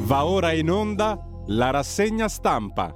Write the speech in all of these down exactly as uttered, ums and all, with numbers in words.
Va ora in onda la rassegna stampa.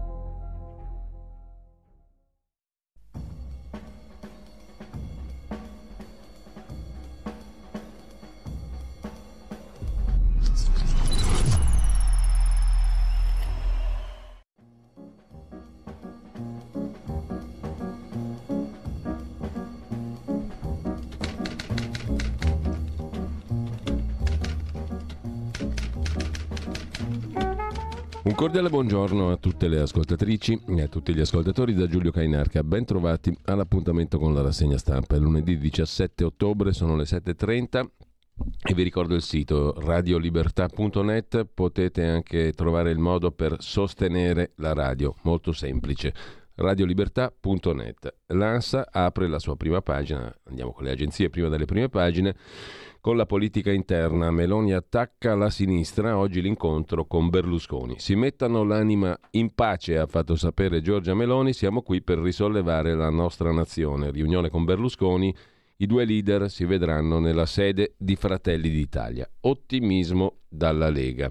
Un cordiale buongiorno a tutte le ascoltatrici e a tutti gli ascoltatori da Giulio Cainarca. Ben trovati all'appuntamento con la rassegna stampa. È lunedì diciassette ottobre, sono le sette e trenta e vi ricordo il sito radiolibertà punto net. Potete anche trovare il modo per sostenere la radio, molto semplice. radiolibertà punto net. L'ANSA apre la sua prima pagina, andiamo con le agenzie prima delle prime pagine, con la politica interna. Meloni attacca la sinistra, oggi l'incontro con Berlusconi. Si mettano l'anima in pace, ha fatto sapere Giorgia Meloni, siamo qui per risollevare la nostra nazione. Riunione con Berlusconi, i due leader si vedranno nella sede di Fratelli d'Italia. Ottimismo dalla Lega.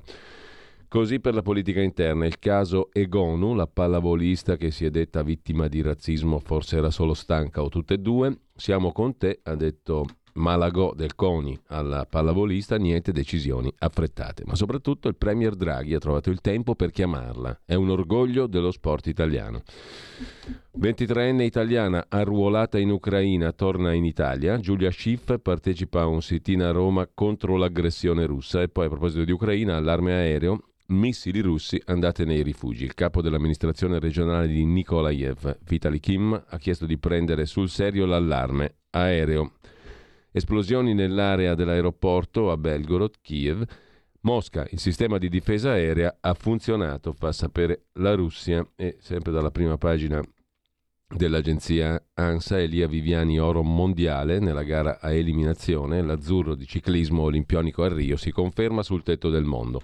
Così per la politica interna, il caso Egonu, la pallavolista che si è detta vittima di razzismo, forse era solo stanca o tutte e due. Siamo con te, ha detto Malagò del CONI alla pallavolista, niente decisioni affrettate. Ma soprattutto il premier Draghi ha trovato il tempo per chiamarla. È un orgoglio dello sport italiano. ventitreenne italiana arruolata in Ucraina torna in Italia. Giulia Schiff partecipa a un sit-in a Roma contro l'aggressione russa. E poi, a proposito di Ucraina, allarme aereo, missili russi, andate nei rifugi. Il capo dell'amministrazione regionale di Nikolaev, Vitaly Kim, ha chiesto di prendere sul serio l'allarme aereo. Esplosioni nell'area dell'aeroporto a Belgorod, Kiev. Mosca, il sistema di difesa aerea ha funzionato, fa sapere la Russia. E sempre dalla prima pagina dell'agenzia ANSA, Elia Viviani oro mondiale nella gara a eliminazione. L'azzurro di ciclismo olimpionico a Rio si conferma sul tetto del mondo.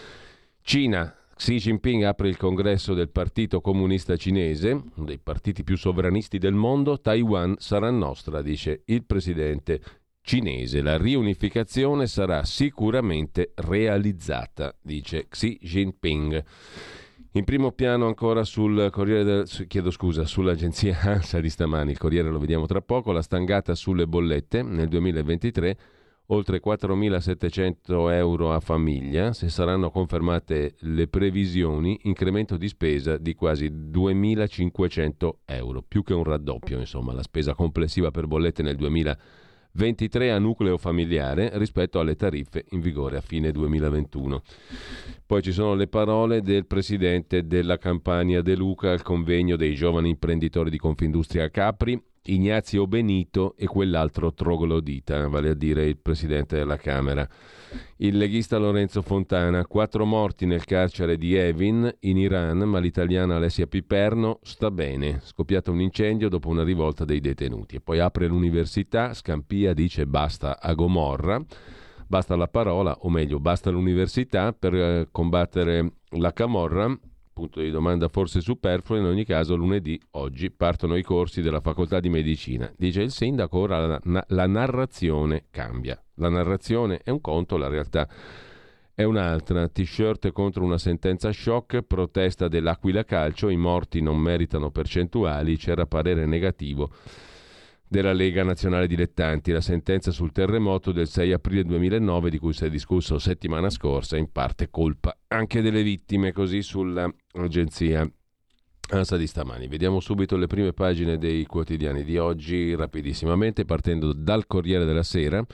Cina. Xi Jinping apre il congresso del Partito Comunista Cinese, uno dei partiti più sovranisti del mondo. Taiwan sarà nostra, dice il presidente cinese. La riunificazione sarà sicuramente realizzata, dice Xi Jinping. In primo piano ancora sul Corriere del, chiedo scusa, sull'agenzia ANSA di stamani, il Corriere lo vediamo tra poco, la stangata sulle bollette nel duemilaventitré. Oltre quattromilasettecento euro a famiglia, se saranno confermate le previsioni, incremento di spesa di quasi duemilacinquecento euro, più che un raddoppio, insomma, la spesa complessiva per bollette nel duemilaventitré a nucleo familiare rispetto alle tariffe in vigore a fine duemilaventuno. Poi ci sono le parole del presidente della Campania De Luca al convegno dei giovani imprenditori di Confindustria a Capri, Ignazio Benito e quell'altro troglodita, vale a dire il presidente della Camera. Il leghista Lorenzo Fontana, quattro morti nel carcere di Evin in Iran, ma l'italiana Alessia Piperno sta bene. Scoppiato un incendio dopo una rivolta dei detenuti. E poi apre l'università, Scampia dice basta a Gomorra, basta la parola, o meglio basta l'università per eh, combattere la camorra. Punto di domanda forse superfluo, in ogni caso lunedì, oggi, partono i corsi della facoltà di medicina. Dice il sindaco, ora la, na- la narrazione cambia. La narrazione è un conto, la realtà è un'altra. T-shirt contro una sentenza shock, protesta dell'Aquila Calcio, i morti non meritano percentuali, c'era parere negativo della Lega Nazionale Dilettanti, la sentenza sul terremoto del sei aprile duemilanove di cui si è discusso settimana scorsa, in parte colpa anche delle vittime, così sull'agenzia ANSA di stamani. Vediamo subito le prime pagine dei quotidiani di oggi, rapidissimamente, partendo dal Corriere della Sera.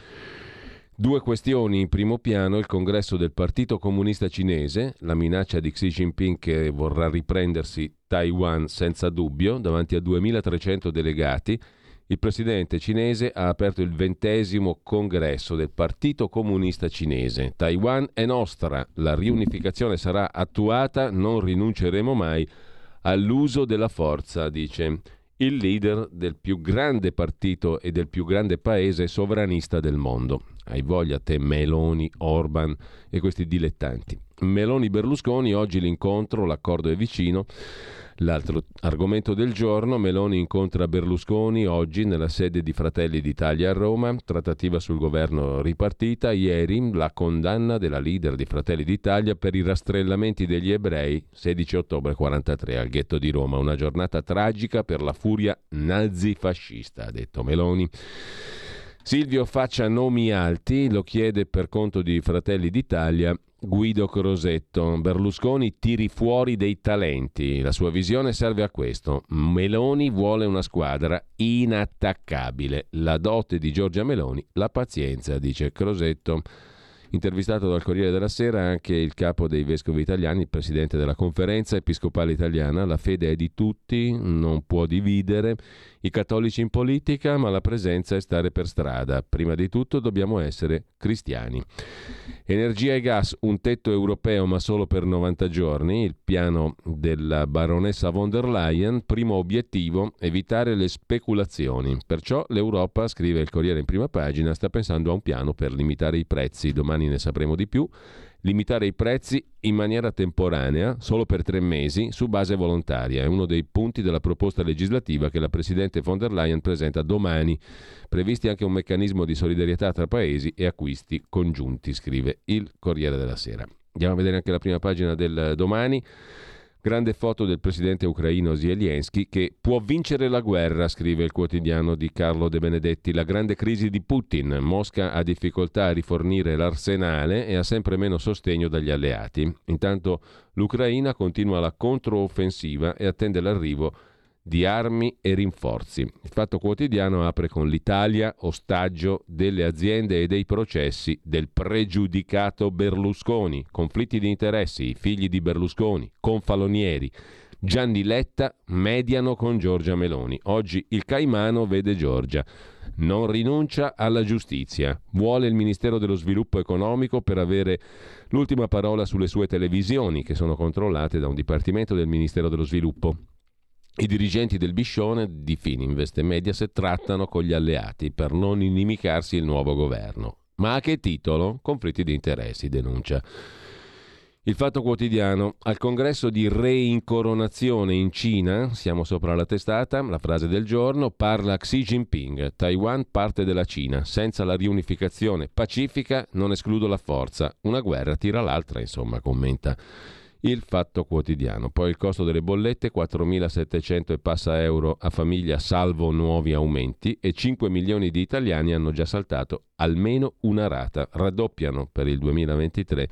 Due questioni in primo piano: il congresso del Partito Comunista Cinese, la minaccia di Xi Jinping che vorrà riprendersi Taiwan senza dubbio, davanti a duemilatrecento delegati. Il presidente cinese ha aperto il ventesimo congresso del Partito Comunista Cinese. Taiwan è nostra, la riunificazione sarà attuata, non rinunceremo mai all'uso della forza, dice il leader del più grande partito e del più grande paese sovranista del mondo. Hai voglia te Meloni, Orban e questi dilettanti. Meloni-Berlusconi, oggi l'incontro, l'accordo è vicino. L'altro argomento del giorno, Meloni incontra Berlusconi oggi nella sede di Fratelli d'Italia a Roma, trattativa sul governo ripartita. Ieri la condanna della leader di Fratelli d'Italia per i rastrellamenti degli ebrei, sedici ottobre quarantatré al ghetto di Roma, una giornata tragica per la furia nazifascista, ha detto Meloni. Silvio faccia nomi alti, lo chiede per conto di Fratelli d'Italia Guido Crosetto. Berlusconi tiri fuori dei talenti, la sua visione serve a questo. Meloni vuole una squadra inattaccabile, la dote di Giorgia Meloni, la pazienza, dice Crosetto. Intervistato dal Corriere della Sera anche il capo dei vescovi italiani, il presidente della Conferenza Episcopale Italiana. La fede è di tutti, non può dividere i cattolici in politica, ma la presenza è stare per strada. Prima di tutto dobbiamo essere cristiani. Energia e gas, un tetto europeo ma solo per novanta giorni, il piano della baronessa von der Leyen. Primo obiettivo, evitare le speculazioni. Perciò l'Europa, scrive il Corriere in prima pagina, sta pensando a un piano per limitare i prezzi. Domani ne sapremo di più. Limitare i prezzi in maniera temporanea, solo per tre mesi, su base volontaria. È uno dei punti della proposta legislativa che la Presidente von der Leyen presenta domani. Previsti anche un meccanismo di solidarietà tra paesi e acquisti congiunti, scrive il Corriere della Sera. Andiamo a vedere anche la prima pagina del Domani. Grande foto del presidente ucraino Zelensky che può vincere la guerra, scrive il quotidiano di Carlo De Benedetti. La grande crisi di Putin. Mosca ha difficoltà a rifornire l'arsenale e ha sempre meno sostegno dagli alleati. Intanto l'Ucraina continua la controoffensiva e attende l'arrivo di armi e rinforzi. Il Fatto Quotidiano apre con l'Italia, ostaggio delle aziende e dei processi del pregiudicato Berlusconi, conflitti di interessi, i figli di Berlusconi, confalonieri. Gianni Letta mediano con Giorgia Meloni. Oggi il Caimano vede Giorgia. Non rinuncia alla giustizia. Vuole il Ministero dello Sviluppo Economico per avere l'ultima parola sulle sue televisioni, che sono controllate da un dipartimento del Ministero dello Sviluppo. I dirigenti del Biscione di Fininvest e Mediaset trattano con gli alleati per non inimicarsi il nuovo governo. Ma a che titolo? Conflitti di interessi, denuncia. Il Fatto Quotidiano. Al congresso di reincoronazione in Cina, siamo sopra la testata, la frase del giorno, parla Xi Jinping. Taiwan parte della Cina. Senza la riunificazione pacifica non escludo la forza. Una guerra tira l'altra, insomma, commenta il Fatto Quotidiano. Poi il costo delle bollette, quattromilasettecento e passa euro a famiglia salvo nuovi aumenti, e cinque milioni di italiani hanno già saltato almeno una rata. Raddoppiano per il duemilaventitré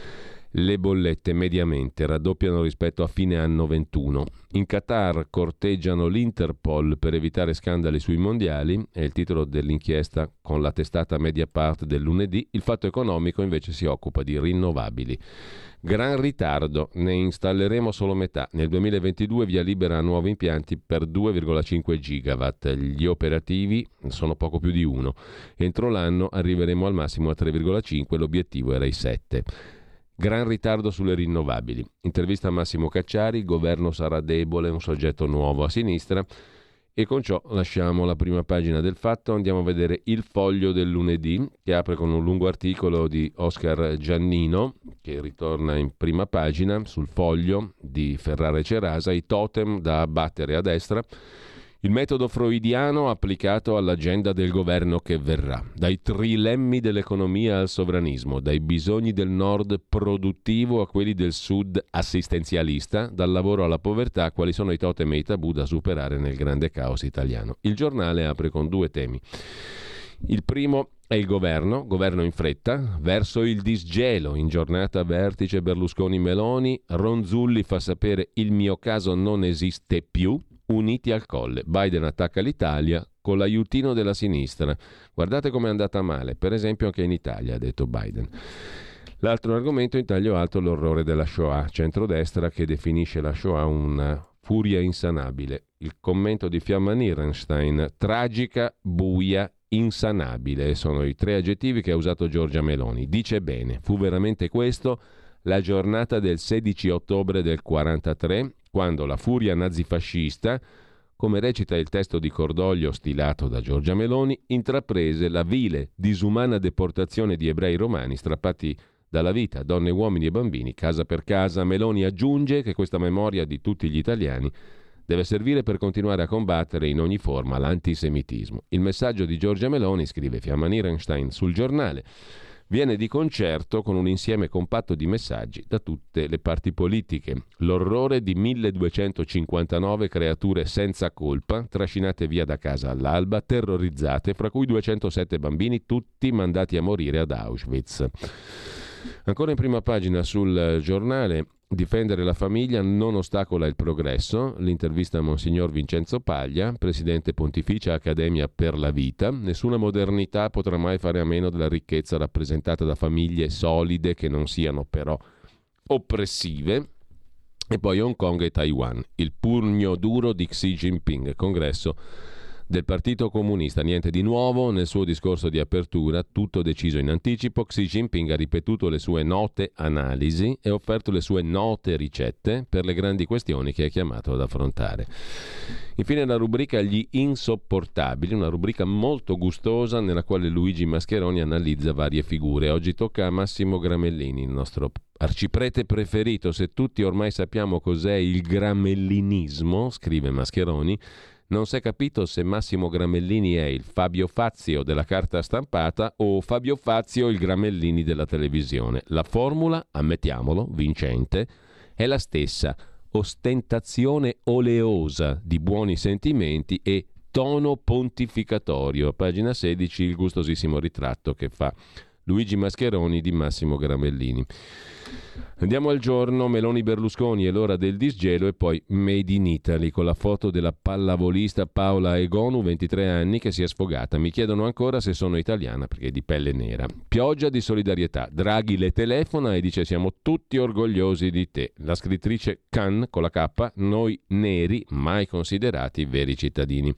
le bollette mediamente, raddoppiano rispetto a fine anno ventuno. In Qatar corteggiano l'Interpol per evitare scandali sui mondiali, è il titolo dell'inchiesta con la testata Mediapart del lunedì. Il Fatto Economico invece si occupa di rinnovabili. Gran ritardo, ne installeremo solo metà. Nel duemilaventidue via libera a nuovi impianti per due virgola cinque gigawatt. Gli operativi sono poco più di uno. Entro l'anno arriveremo al massimo a tre virgola cinque, l'obiettivo era i sette. Gran ritardo sulle rinnovabili. Intervista a Massimo Cacciari, il governo sarà debole, un soggetto nuovo a sinistra. E con ciò lasciamo la prima pagina del Fatto, andiamo a vedere il Foglio del lunedì, che apre con un lungo articolo di Oscar Giannino, che ritorna in prima pagina sul Foglio di Ferrara e Cerasa, i totem da abbattere a destra. Il metodo freudiano applicato all'agenda del governo che verrà, dai trilemmi dell'economia al sovranismo, dai bisogni del nord produttivo a quelli del sud assistenzialista, dal lavoro alla povertà, quali sono i totem e i tabù da superare nel grande caos italiano. Il giornale apre con due temi. Il primo è il governo, governo in fretta, verso il disgelo, in giornata vertice Berlusconi-Meloni, Ronzulli fa sapere il mio caso non esiste più, uniti al colle. Biden attacca l'Italia con l'aiutino della sinistra. Guardate com'è andata male, per esempio anche in Italia, ha detto Biden. L'altro argomento in taglio alto, l'orrore della Shoah, centrodestra che definisce la Shoah una furia insanabile. Il commento di Fiamma Nierenstein, tragica, buia, insanabile, sono i tre aggettivi che ha usato Giorgia Meloni. Dice bene, fu veramente questo la giornata del sedici ottobre del quarantatré, quando la furia nazifascista, come recita il testo di cordoglio stilato da Giorgia Meloni, intraprese la vile, disumana deportazione di ebrei romani strappati dalla vita, donne, uomini e bambini, casa per casa. Meloni aggiunge che questa memoria di tutti gli italiani deve servire per continuare a combattere in ogni forma l'antisemitismo. Il messaggio di Giorgia Meloni, scrive Fiamma Nierenstein sul Giornale, viene di concerto con un insieme compatto di messaggi da tutte le parti politiche. L'orrore di milleduecentocinquantanove creature senza colpa, trascinate via da casa all'alba, terrorizzate, fra cui duecentosette bambini, tutti mandati a morire ad Auschwitz. Ancora in prima pagina sul Giornale, difendere la famiglia non ostacola il progresso, l'intervista a Monsignor Vincenzo Paglia, presidente pontificia Accademia per la Vita. Nessuna modernità potrà mai fare a meno della ricchezza rappresentata da famiglie solide che non siano però oppressive. E poi Hong Kong e Taiwan, il pugno duro di Xi Jinping, congresso del Partito Comunista. Niente di nuovo nel suo discorso di apertura, tutto deciso in anticipo. Xi Jinping ha ripetuto le sue note analisi e offerto le sue note ricette per le grandi questioni che è chiamato ad affrontare. Infine la rubrica Gli insopportabili, una rubrica molto gustosa nella quale Luigi Mascheroni analizza varie figure. Oggi tocca a Massimo Gramellini, il nostro arciprete preferito. Se tutti ormai sappiamo cos'è il gramellinismo, scrive Mascheroni, non si è capito se Massimo Gramellini è il Fabio Fazio della carta stampata o Fabio Fazio il Gramellini della televisione. La formula, ammettiamolo, vincente, è la stessa: ostentazione oleosa di buoni sentimenti e tono pontificatorio. Pagina sedici, il gustosissimo ritratto che fa Luigi Mascheroni di Massimo Gramellini. Andiamo al giorno. Meloni Berlusconi e l'ora del disgelo, e poi Made in Italy con la foto della pallavolista Paola Egonu, ventitré anni, che si è sfogata. Mi chiedono ancora se sono italiana perché è di pelle nera. Pioggia di solidarietà. Draghi le telefona e dice: siamo tutti orgogliosi di te. La scrittrice Khan con la K, noi neri mai considerati veri cittadini.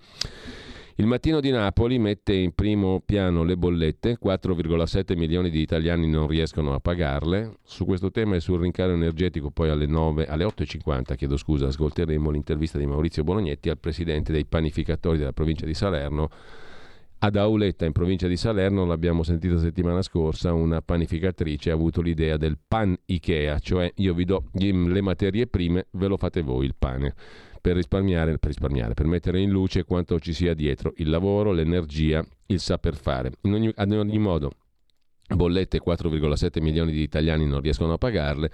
Il Mattino di Napoli mette in primo piano le bollette, quattro virgola sette milioni di italiani non riescono a pagarle. Su questo tema e sul rincaro energetico poi alle nove, alle otto e cinquanta, chiedo scusa, ascolteremo l'intervista di Maurizio Bolognetti al presidente dei panificatori della provincia di Salerno. Ad Auletta, in provincia di Salerno, l'abbiamo sentita settimana scorsa, una panificatrice ha avuto l'idea del pan Ikea, cioè io vi do le materie prime, ve lo fate voi il pane. Per risparmiare, per risparmiare, per mettere in luce quanto ci sia dietro il lavoro, l'energia, il saper fare. In ogni, ad ogni modo, bollette, quattro virgola sette milioni di italiani non riescono a pagarle.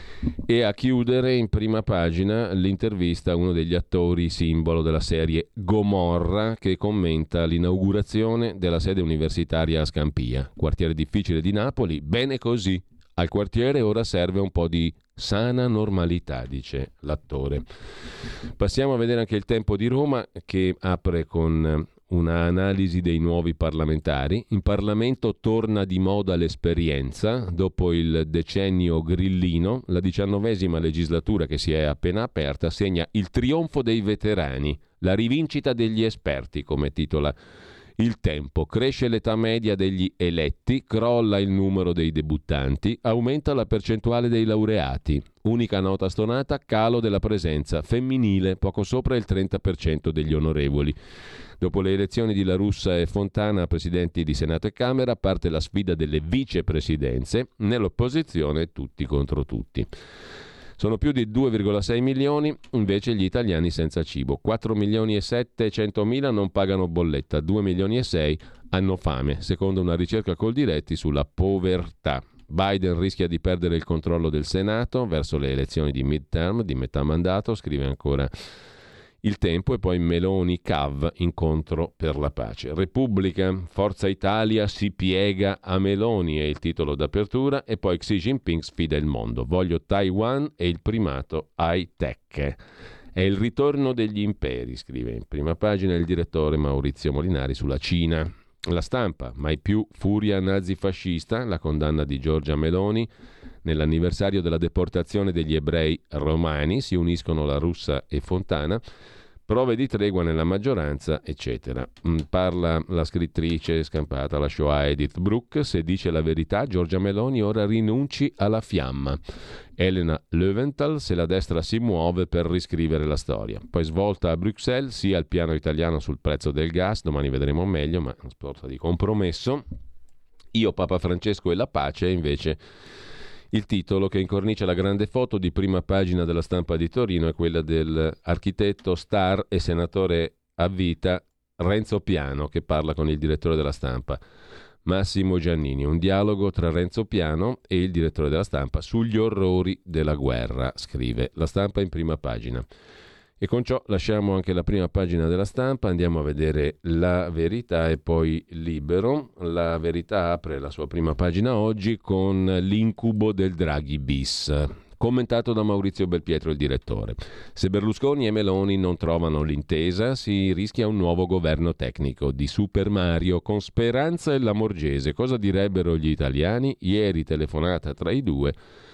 E a chiudere in prima pagina l'intervista a uno degli attori simbolo della serie Gomorra, che commenta l'inaugurazione della sede universitaria a Scampia, quartiere difficile di Napoli. Bene così, al quartiere ora serve un po' di sana normalità, dice l'attore. Passiamo a vedere anche il Tempo di Roma, che apre con una analisi dei nuovi parlamentari. In Parlamento torna di moda l'esperienza. Dopo il decennio grillino, la diciannovesima legislatura che si è appena aperta segna il trionfo dei veterani, la rivincita degli esperti, come titola Il Tempo. Cresce l'età media degli eletti, crolla il numero dei debuttanti, aumenta la percentuale dei laureati. Unica nota stonata, calo della presenza femminile, poco sopra il trenta per cento degli onorevoli. Dopo le elezioni di La Russa e Fontana, presidenti di Senato e Camera, parte la sfida delle vicepresidenze, nell'opposizione tutti contro tutti. Sono più di due virgola sei milioni invece gli italiani senza cibo, quattro milioni e settecentomila non pagano bolletta, due milioni e sei hanno fame, secondo una ricerca Coldiretti sulla povertà. Biden rischia di perdere il controllo del Senato verso le elezioni di midterm, di metà mandato, scrive ancora Il Tempo. E poi Meloni Cav, incontro per la pace. Repubblica, Forza Italia si piega a Meloni è il titolo d'apertura, e poi Xi Jinping sfida il mondo. Voglio Taiwan e il primato high-tech. È il ritorno degli imperi, scrive in prima pagina il direttore Maurizio Molinari sulla Cina. La Stampa, mai più furia nazifascista, la condanna di Giorgia Meloni. Nell'anniversario della deportazione degli ebrei romani si uniscono La Russa e Fontana. Prove di tregua nella maggioranza, eccetera. Parla la scrittrice scampata alla Shoah Edith Brooke. Se dice la verità, Giorgia Meloni ora rinunci alla fiamma. Elena Löwenthal, se la destra si muove per riscrivere la storia. Poi svolta a Bruxelles, sia al piano italiano sul prezzo del gas, domani vedremo meglio, ma una sorta di compromesso. Io, Papa Francesco e la pace, invece Il titolo che incornicia la grande foto di prima pagina della Stampa di Torino è quella dell'architetto star e senatore a vita Renzo Piano, che parla con il direttore della Stampa Massimo Giannini. Un dialogo tra Renzo Piano e il direttore della Stampa sugli orrori della guerra, scrive la Stampa in prima pagina. E con ciò lasciamo anche la prima pagina della Stampa, andiamo a vedere La Verità e poi Libero. La Verità apre la sua prima pagina oggi con l'incubo del Draghi bis, commentato da Maurizio Belpietro, il direttore. Se Berlusconi e Meloni non trovano l'intesa, si rischia un nuovo governo tecnico di Super Mario con Speranza e Lamorgese. Cosa direbbero gli italiani? Ieri telefonata tra i due,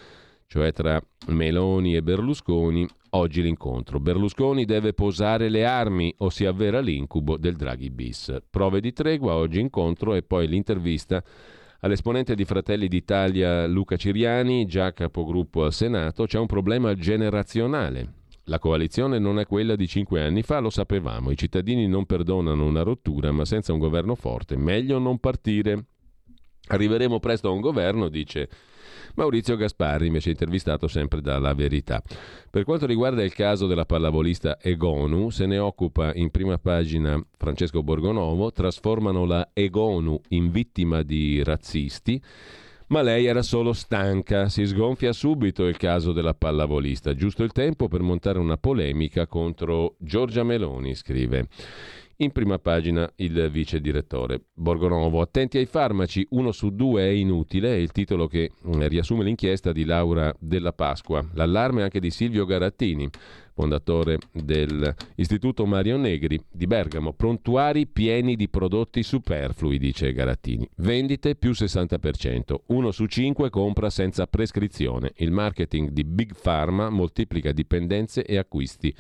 cioè tra Meloni e Berlusconi. Oggi l'incontro. Berlusconi deve posare le armi o si avvera l'incubo del Draghi bis. Prove di tregua, oggi incontro e poi l'intervista all'esponente di Fratelli d'Italia Luca Ciriani, già capogruppo al Senato. C'è un problema generazionale. La coalizione non è quella di cinque anni fa, lo sapevamo. I cittadini non perdonano una rottura, ma senza un governo forte meglio non partire. Arriveremo presto a un governo, dice Maurizio Gasparri, invece intervistato sempre da La Verità. Per quanto riguarda il caso della pallavolista Egonu, se ne occupa in prima pagina Francesco Borgonovo. Trasformano la Egonu in vittima di razzisti, ma lei era solo stanca. Si sgonfia subito il caso della pallavolista. Giusto il tempo per montare una polemica contro Giorgia Meloni, scrive in prima pagina il vice direttore Borgonovo. Attenti ai farmaci, uno su due è inutile, è il titolo che riassume l'inchiesta di Laura Della Pasqua. L'allarme anche di Silvio Garattini, fondatore dell'Istituto Mario Negri di Bergamo. Prontuari pieni di prodotti superflui, dice Garattini. Vendite più sessanta per cento. Uno su cinque compra senza prescrizione. Il marketing di Big Pharma moltiplica dipendenze e acquisti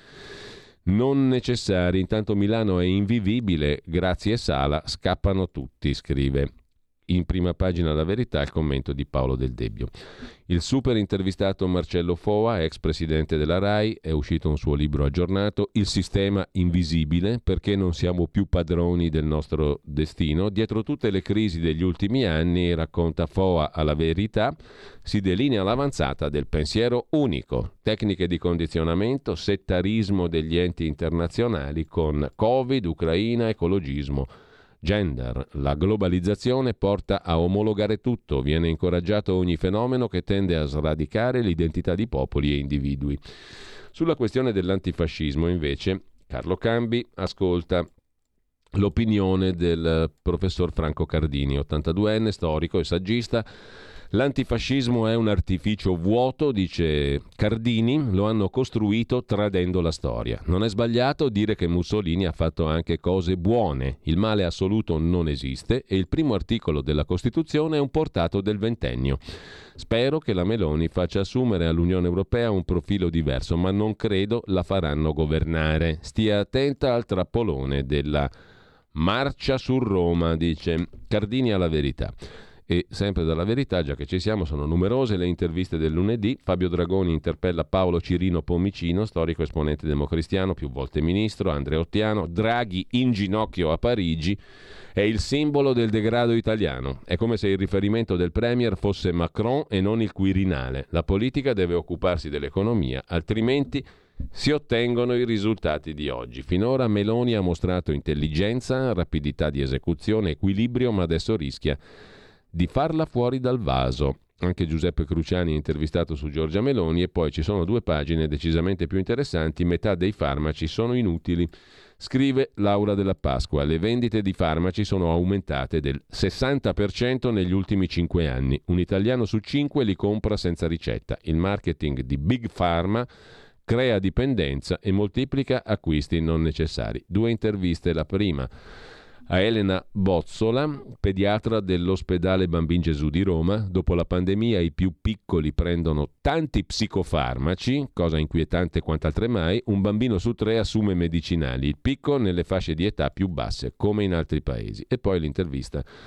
non necessari. Intanto Milano è invivibile, Grazie e Sala scappano tutti, scrive in prima pagina La Verità il commento di Paolo Del Debbio. Il super intervistato Marcello Foa, ex presidente della RAI, è uscito un suo libro aggiornato, Il sistema invisibile, perché non siamo più padroni del nostro destino. Dietro tutte le crisi degli ultimi anni, racconta Foa alla Verità, si delinea l'avanzata del pensiero unico, tecniche di condizionamento, settarismo degli enti internazionali con Covid, Ucraina, ecologismo, gender. La globalizzazione porta a omologare tutto, viene incoraggiato ogni fenomeno che tende a sradicare l'identità di popoli e individui. Sulla questione dell'antifascismo, invece, Carlo Cambi ascolta l'opinione del professor Franco Cardini, ottantaduenne, storico e saggista. L'antifascismo è un artificio vuoto, dice Cardini, lo hanno costruito tradendo la storia. Non è sbagliato dire che Mussolini ha fatto anche cose buone. Il male assoluto non esiste e il primo articolo della Costituzione è un portato del ventennio. Spero che la Meloni faccia assumere all'Unione Europea un profilo diverso, ma non credo la faranno governare. Stia attenta al trappolone della marcia su Roma, dice Cardini alla Verità. E sempre dalla Verità, già che ci siamo, sono numerose le interviste del lunedì. Fabio Dragoni interpella Paolo Cirino Pomicino, storico esponente democristiano, più volte ministro, Andrea Ottiano. Draghi in ginocchio a Parigi è il simbolo del degrado italiano. È come se il riferimento del Premier fosse Macron e non il Quirinale. La politica deve occuparsi dell'economia, altrimenti si ottengono i risultati di oggi. Finora Meloni ha mostrato intelligenza, rapidità di esecuzione, equilibrio, ma adesso rischia di farla fuori dal vaso. Anche Giuseppe Cruciani è intervistato su Giorgia Meloni e poi ci sono due pagine decisamente più interessanti. Metà dei farmaci sono inutili, scrive Laura Della Pasqua. Le vendite di farmaci sono aumentate del sessanta per cento negli ultimi cinque anni. Un italiano su cinque li compra senza ricetta. Il marketing di Big Pharma crea dipendenza e moltiplica acquisti non necessari. Due interviste, la prima a Elena Bozzola, pediatra dell'ospedale Bambin Gesù di Roma. Dopo la pandemia i più piccoli prendono tanti psicofarmaci, cosa inquietante quant'altre mai. Un bambino su tre assume medicinali, il picco nelle fasce di età più basse, come in altri paesi. E poi l'intervista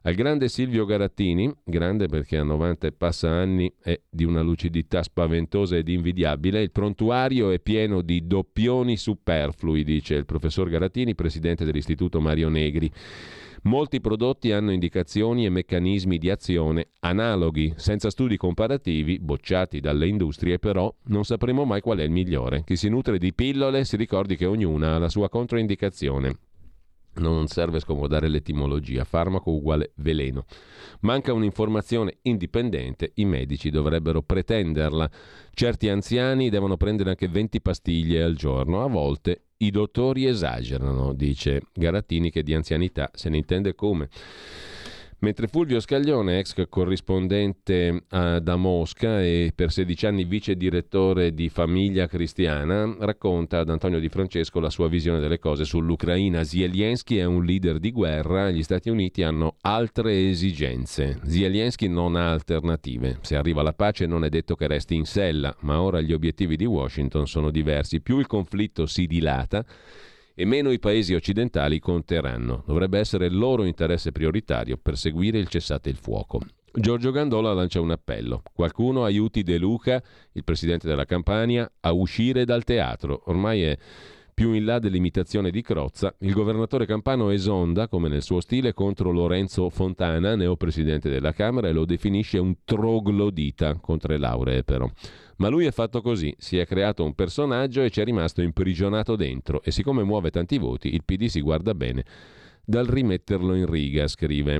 Al grande Silvio Garattini, grande perché a novanta e passa anni è di una lucidità spaventosa ed invidiabile, il prontuario è pieno di doppioni superflui, dice il professor Garattini, presidente dell'Istituto Mario Negri. Molti prodotti hanno indicazioni e meccanismi di azione analoghi, senza studi comparativi, bocciati dalle industrie, però non sapremo mai qual è il migliore. Chi si nutre di pillole si ricordi che ognuna ha la sua controindicazione. Non serve scomodare l'etimologia, farmaco uguale veleno. Manca un'informazione indipendente, i medici dovrebbero pretenderla. Certi anziani devono prendere anche venti pastiglie al giorno, a volte i dottori esagerano, dice Garattini, che di anzianità se ne intende come. Mentre Fulvio Scaglione, ex corrispondente a, da Mosca e per sedici anni vice direttore di Famiglia Cristiana, racconta ad Antonio Di Francesco la sua visione delle cose sull'Ucraina. Zelensky è un leader di guerra, gli Stati Uniti hanno altre esigenze. Zelensky non ha alternative. Se arriva la pace non è detto che resti in sella, ma ora gli obiettivi di Washington sono diversi. Più il conflitto si dilata e meno i paesi occidentali conteranno. Dovrebbe essere il loro interesse prioritario perseguire il cessate il fuoco. Giorgio Gandola lancia un appello. Qualcuno aiuti De Luca, il presidente della Campania, a uscire dal teatro. Ormai è più in là dell'imitazione di Crozza. Il governatore campano esonda, come nel suo stile, contro Lorenzo Fontana, neopresidente della Camera, e lo definisce un troglodita, con tre lauree però. Ma lui è fatto così, si è creato un personaggio e ci è rimasto imprigionato dentro, e siccome muove tanti voti, il P D si guarda bene dal rimetterlo in riga, scrive.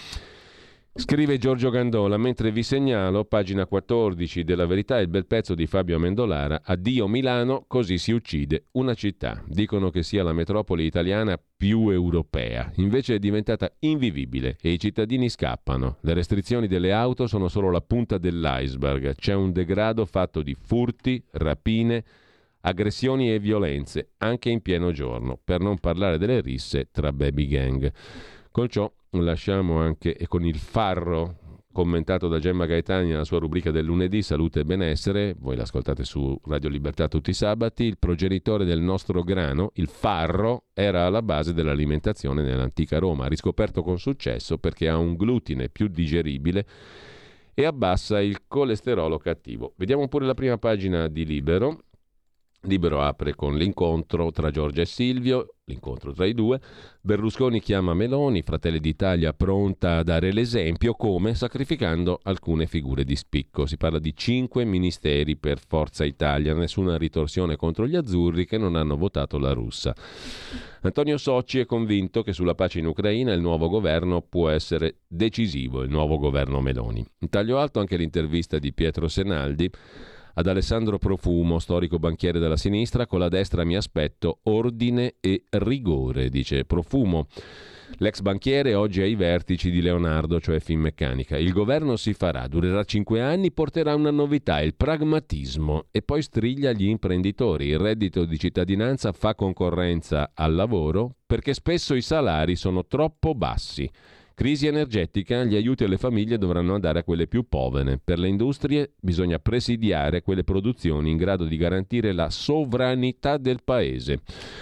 Scrive Giorgio Gandola, mentre vi segnalo, pagina quattordici della Verità, il bel pezzo di Fabio Amendolara, addio Milano, così si uccide una città. Dicono che sia la metropoli italiana più europea, invece è diventata invivibile e i cittadini scappano. Le restrizioni delle auto sono solo la punta dell'iceberg, c'è un degrado fatto di furti, rapine, aggressioni e violenze, anche in pieno giorno, per non parlare delle risse tra baby gang. Con ciò lasciamo anche, e con il farro commentato da Gemma Gaetani nella sua rubrica del lunedì, Salute e Benessere, voi l'ascoltate su Radio Libertà tutti i sabati, il progenitore del nostro grano, il farro, era alla base dell'alimentazione nell'antica Roma, riscoperto con successo perché ha un glutine più digeribile e abbassa il colesterolo cattivo. Vediamo pure la prima pagina di Libero. Libero apre con l'incontro tra Giorgia e Silvio, l'incontro tra i due. Berlusconi chiama Meloni, Fratelli d'Italia pronta a dare l'esempio, come? Sacrificando alcune figure di spicco. Si parla di cinque ministeri per Forza Italia, nessuna ritorsione contro gli azzurri che non hanno votato la russa. Antonio Socci è convinto che sulla pace in Ucraina il nuovo governo può essere decisivo, il nuovo governo Meloni. In taglio alto anche l'intervista di Pietro Senaldi ad Alessandro Profumo, storico banchiere della sinistra. Con la destra mi aspetto ordine e rigore, dice Profumo. L'ex banchiere oggi ai vertici di Leonardo, cioè Finmeccanica. Il governo si farà, durerà cinque anni, porterà una novità, il pragmatismo, e poi striglia gli imprenditori. Il reddito di cittadinanza fa concorrenza al lavoro perché spesso i salari sono troppo bassi. Crisi energetica, gli aiuti alle famiglie dovranno andare a quelle più povere. Per le industrie bisogna presidiare quelle produzioni in grado di garantire la sovranità del paese.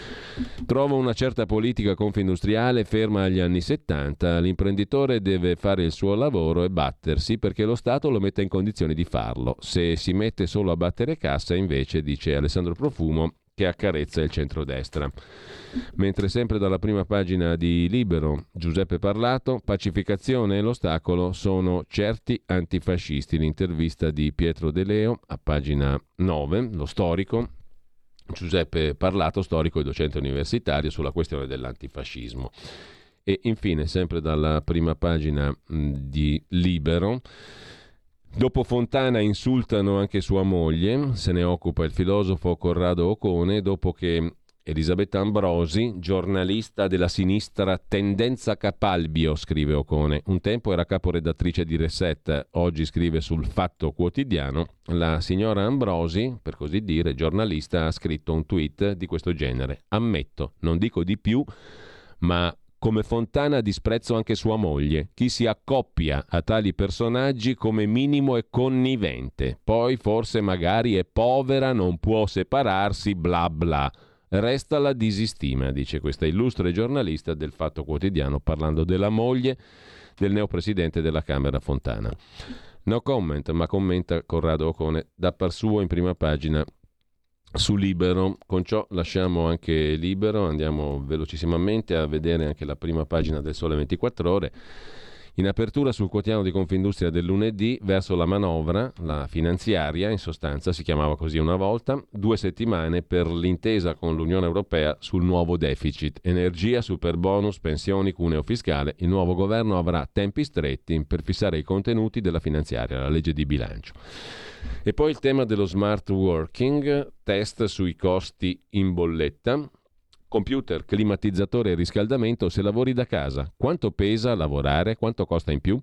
Trovo una certa politica confindustriale ferma agli anni settanta. L'imprenditore deve fare il suo lavoro e battersi perché lo Stato lo metta in condizioni di farlo. Se si mette solo a battere cassa, invece, dice Alessandro Profumo, che accarezza il centrodestra. Mentre sempre dalla prima pagina di Libero, Giuseppe Parlato, pacificazione e l'ostacolo sono certi antifascisti. L'intervista di Pietro De Leo a pagina nove, lo storico Giuseppe Parlato, storico e docente universitario, sulla questione dell'antifascismo. E infine, sempre dalla prima pagina mh, di Libero, dopo Fontana insultano anche sua moglie, se ne occupa il filosofo Corrado Ocone, dopo che Elisabetta Ambrosi, giornalista della sinistra tendenza Capalbio, scrive Ocone, un tempo era caporedattrice di Reset, oggi scrive sul Fatto Quotidiano. La signora Ambrosi, per così dire, giornalista, ha scritto un tweet di questo genere: ammetto, non dico di più, ma come Fontana disprezzo anche sua moglie. Chi si accoppia a tali personaggi come minimo è connivente, poi forse magari è povera, non può separarsi, bla bla. Resta la disistima, dice questa illustre giornalista del Fatto Quotidiano, parlando della moglie del neopresidente della Camera Fontana. No comment, ma commenta Corrado Ocone da par suo in prima pagina su Libero. Con ciò lasciamo anche Libero, andiamo velocissimamente a vedere anche la prima pagina del Sole ventiquattro Ore. In apertura sul quotidiano di Confindustria del lunedì, verso la manovra, la finanziaria, in sostanza si chiamava così una volta, due settimane per l'intesa con l'Unione Europea sul nuovo deficit. Energia, superbonus, pensioni, cuneo fiscale. Il nuovo governo avrà tempi stretti per fissare i contenuti della finanziaria, la legge di bilancio. E poi il tema dello smart working, test sui costi in bolletta. Computer, climatizzatore e riscaldamento se lavori da casa. Quanto pesa lavorare? Quanto costa in più?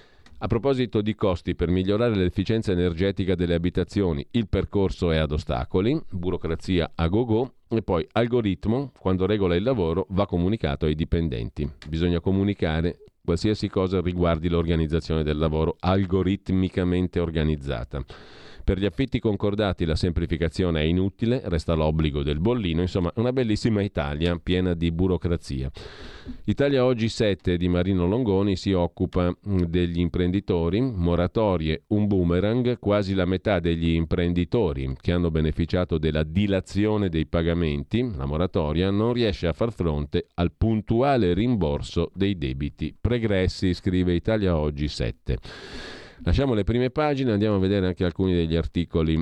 A proposito di costi per migliorare l'efficienza energetica delle abitazioni, il percorso è ad ostacoli, burocrazia a go-go e poi algoritmo, quando regola il lavoro, va comunicato ai dipendenti. Bisogna comunicare qualsiasi cosa riguardi l'organizzazione del lavoro algoritmicamente organizzata. Per gli affitti concordati la semplificazione è inutile, resta l'obbligo del bollino, insomma una bellissima Italia piena di burocrazia. Italia Oggi sette di Marino Longoni si occupa degli imprenditori, moratorie, un boomerang, quasi la metà degli imprenditori che hanno beneficiato della dilazione dei pagamenti, la moratoria, non riesce a far fronte al puntuale rimborso dei debiti pregressi, scrive Italia Oggi sette. Lasciamo le prime pagine, andiamo a vedere anche alcuni degli articoli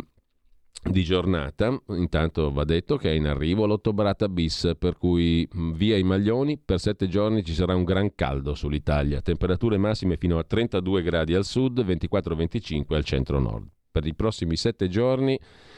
di giornata. Intanto va detto che è in arrivo l'ottobrata bis, per cui via i maglioni, per sette giorni ci sarà un gran caldo sull'Italia, temperature massime fino a trentadue gradi al sud, ventiquattro venticinque al centro-nord. Per i prossimi sette giorni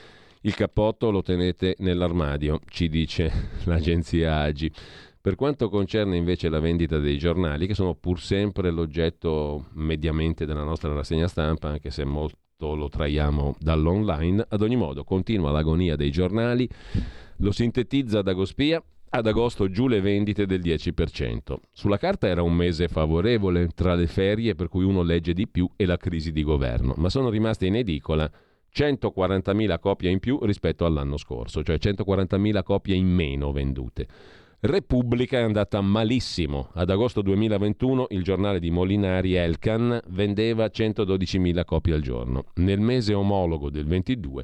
il cappotto lo tenete nell'armadio, ci dice l'agenzia Agi. Per quanto concerne invece la vendita dei giornali, che sono pur sempre l'oggetto mediamente della nostra rassegna stampa, anche se molto lo traiamo dall'online, ad ogni modo continua l'agonia dei giornali, lo sintetizza Dagospia, ad agosto giù le vendite del dieci per cento. Sulla carta era un mese favorevole tra le ferie per cui uno legge di più e la crisi di governo, ma sono rimaste in edicola centoquarantamila copie in più rispetto all'anno scorso, cioè centoquarantamila copie in meno vendute. Repubblica è andata malissimo. Ad agosto duemilaventuno il giornale di Molinari Elkan vendeva centododicimila copie al giorno. Nel mese omologo del ventidue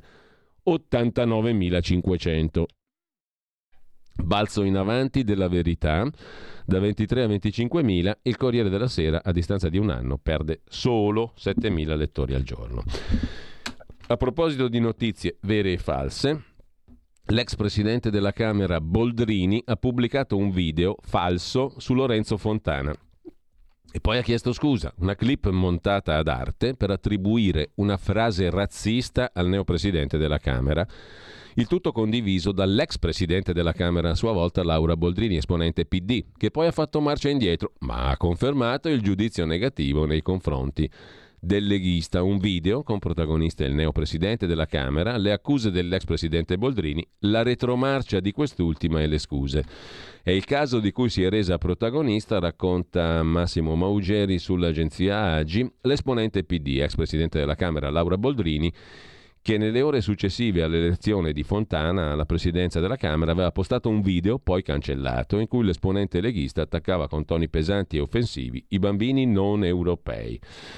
ottantanovemilacinquecento. Balzo in avanti della Verità, da ventitré a venticinquemila, il Corriere della Sera a distanza di un anno perde solo settemila lettori al giorno. A proposito di notizie vere e false, l'ex presidente della Camera Boldrini ha pubblicato un video falso su Lorenzo Fontana e poi ha chiesto scusa, una clip montata ad arte per attribuire una frase razzista al neopresidente della Camera, il tutto condiviso dall'ex presidente della Camera a sua volta Laura Boldrini, esponente P D, che poi ha fatto marcia indietro ma ha confermato il giudizio negativo nei confronti del leghista. Un video con protagonista il neopresidente della Camera, le accuse dell'ex presidente Boldrini, la retromarcia di quest'ultima e le scuse. È il caso di cui si è resa protagonista, racconta Massimo Maugeri sull'agenzia Agi, l'esponente P D, ex presidente della Camera Laura Boldrini, che nelle ore successive all'elezione di Fontana alla presidenza della Camera aveva postato un video, poi cancellato, in cui l'esponente leghista attaccava con toni pesanti e offensivi i bambini non europei.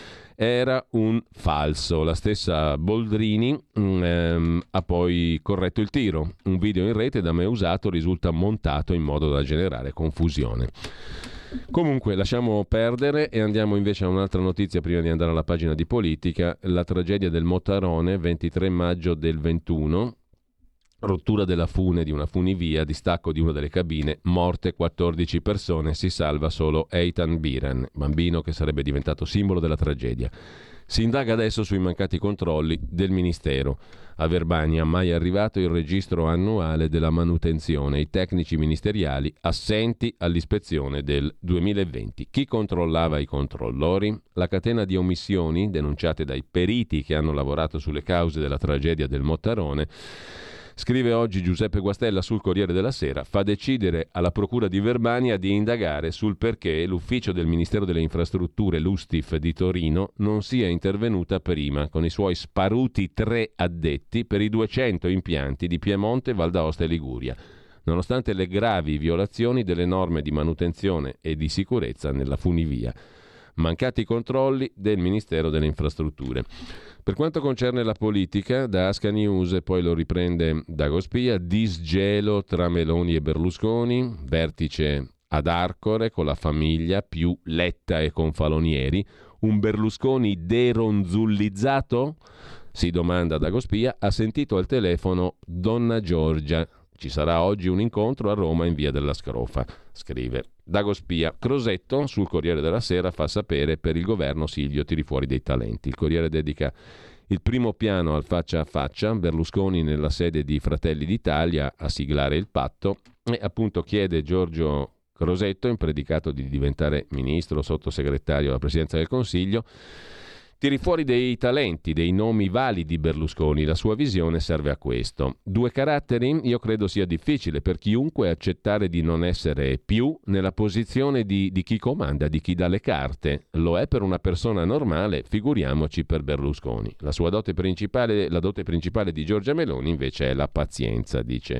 Era un falso. La stessa Boldrini ehm, ha poi corretto il tiro. Un video in rete da me usato risulta montato in modo da generare confusione. Comunque lasciamo perdere e andiamo invece a un'altra notizia prima di andare alla pagina di politica. La tragedia del Mottarone, ventitré maggio del ventuno. Rottura della fune di una funivia, distacco di una delle cabine, morte quattordici persone, si salva solo Eitan Biran, bambino che sarebbe diventato simbolo della tragedia. Si indaga adesso sui mancati controlli del Ministero. A Verbania mai arrivato il registro annuale della manutenzione, i tecnici ministeriali assenti all'ispezione del duemilaventi. Chi controllava i controllori? La catena di omissioni denunciate dai periti che hanno lavorato sulle cause della tragedia del Mottarone. Scrive oggi Giuseppe Guastella sul Corriere della Sera, fa decidere alla Procura di Verbania di indagare sul perché l'ufficio del Ministero delle Infrastrutture, l'U S T I F di Torino, non sia intervenuta prima con i suoi sparuti tre addetti per i duecento impianti di Piemonte, Val d'Aosta e Liguria, nonostante le gravi violazioni delle norme di manutenzione e di sicurezza nella funivia. Mancati controlli del Ministero delle Infrastrutture. Per quanto concerne la politica, da Asca News, e poi lo riprende Dagospia, disgelo tra Meloni e Berlusconi, vertice ad Arcore con la famiglia più Letta e Confalonieri, un Berlusconi deronzullizzato? Si domanda Dagospia. Ha sentito al telefono Donna Giorgia. Ci sarà oggi un incontro a Roma in via della Scrofa, scrive Dagospia. Crosetto sul Corriere della Sera fa sapere: per il governo Silvio tiri fuori dei talenti. Il Corriere dedica il primo piano al faccia a faccia, Berlusconi nella sede di Fratelli d'Italia a siglare il patto, e appunto chiede Giorgio Crosetto, in predicato di diventare ministro o sottosegretario alla Presidenza del Consiglio, tiri fuori dei talenti, dei nomi validi Berlusconi. La sua visione serve a questo. Due caratteri? Io credo sia difficile per chiunque accettare di non essere più nella posizione di, di chi comanda, di chi dà le carte. Lo è per una persona normale, figuriamoci per Berlusconi. La sua dote principale, la dote principale di Giorgia Meloni invece è la pazienza, dice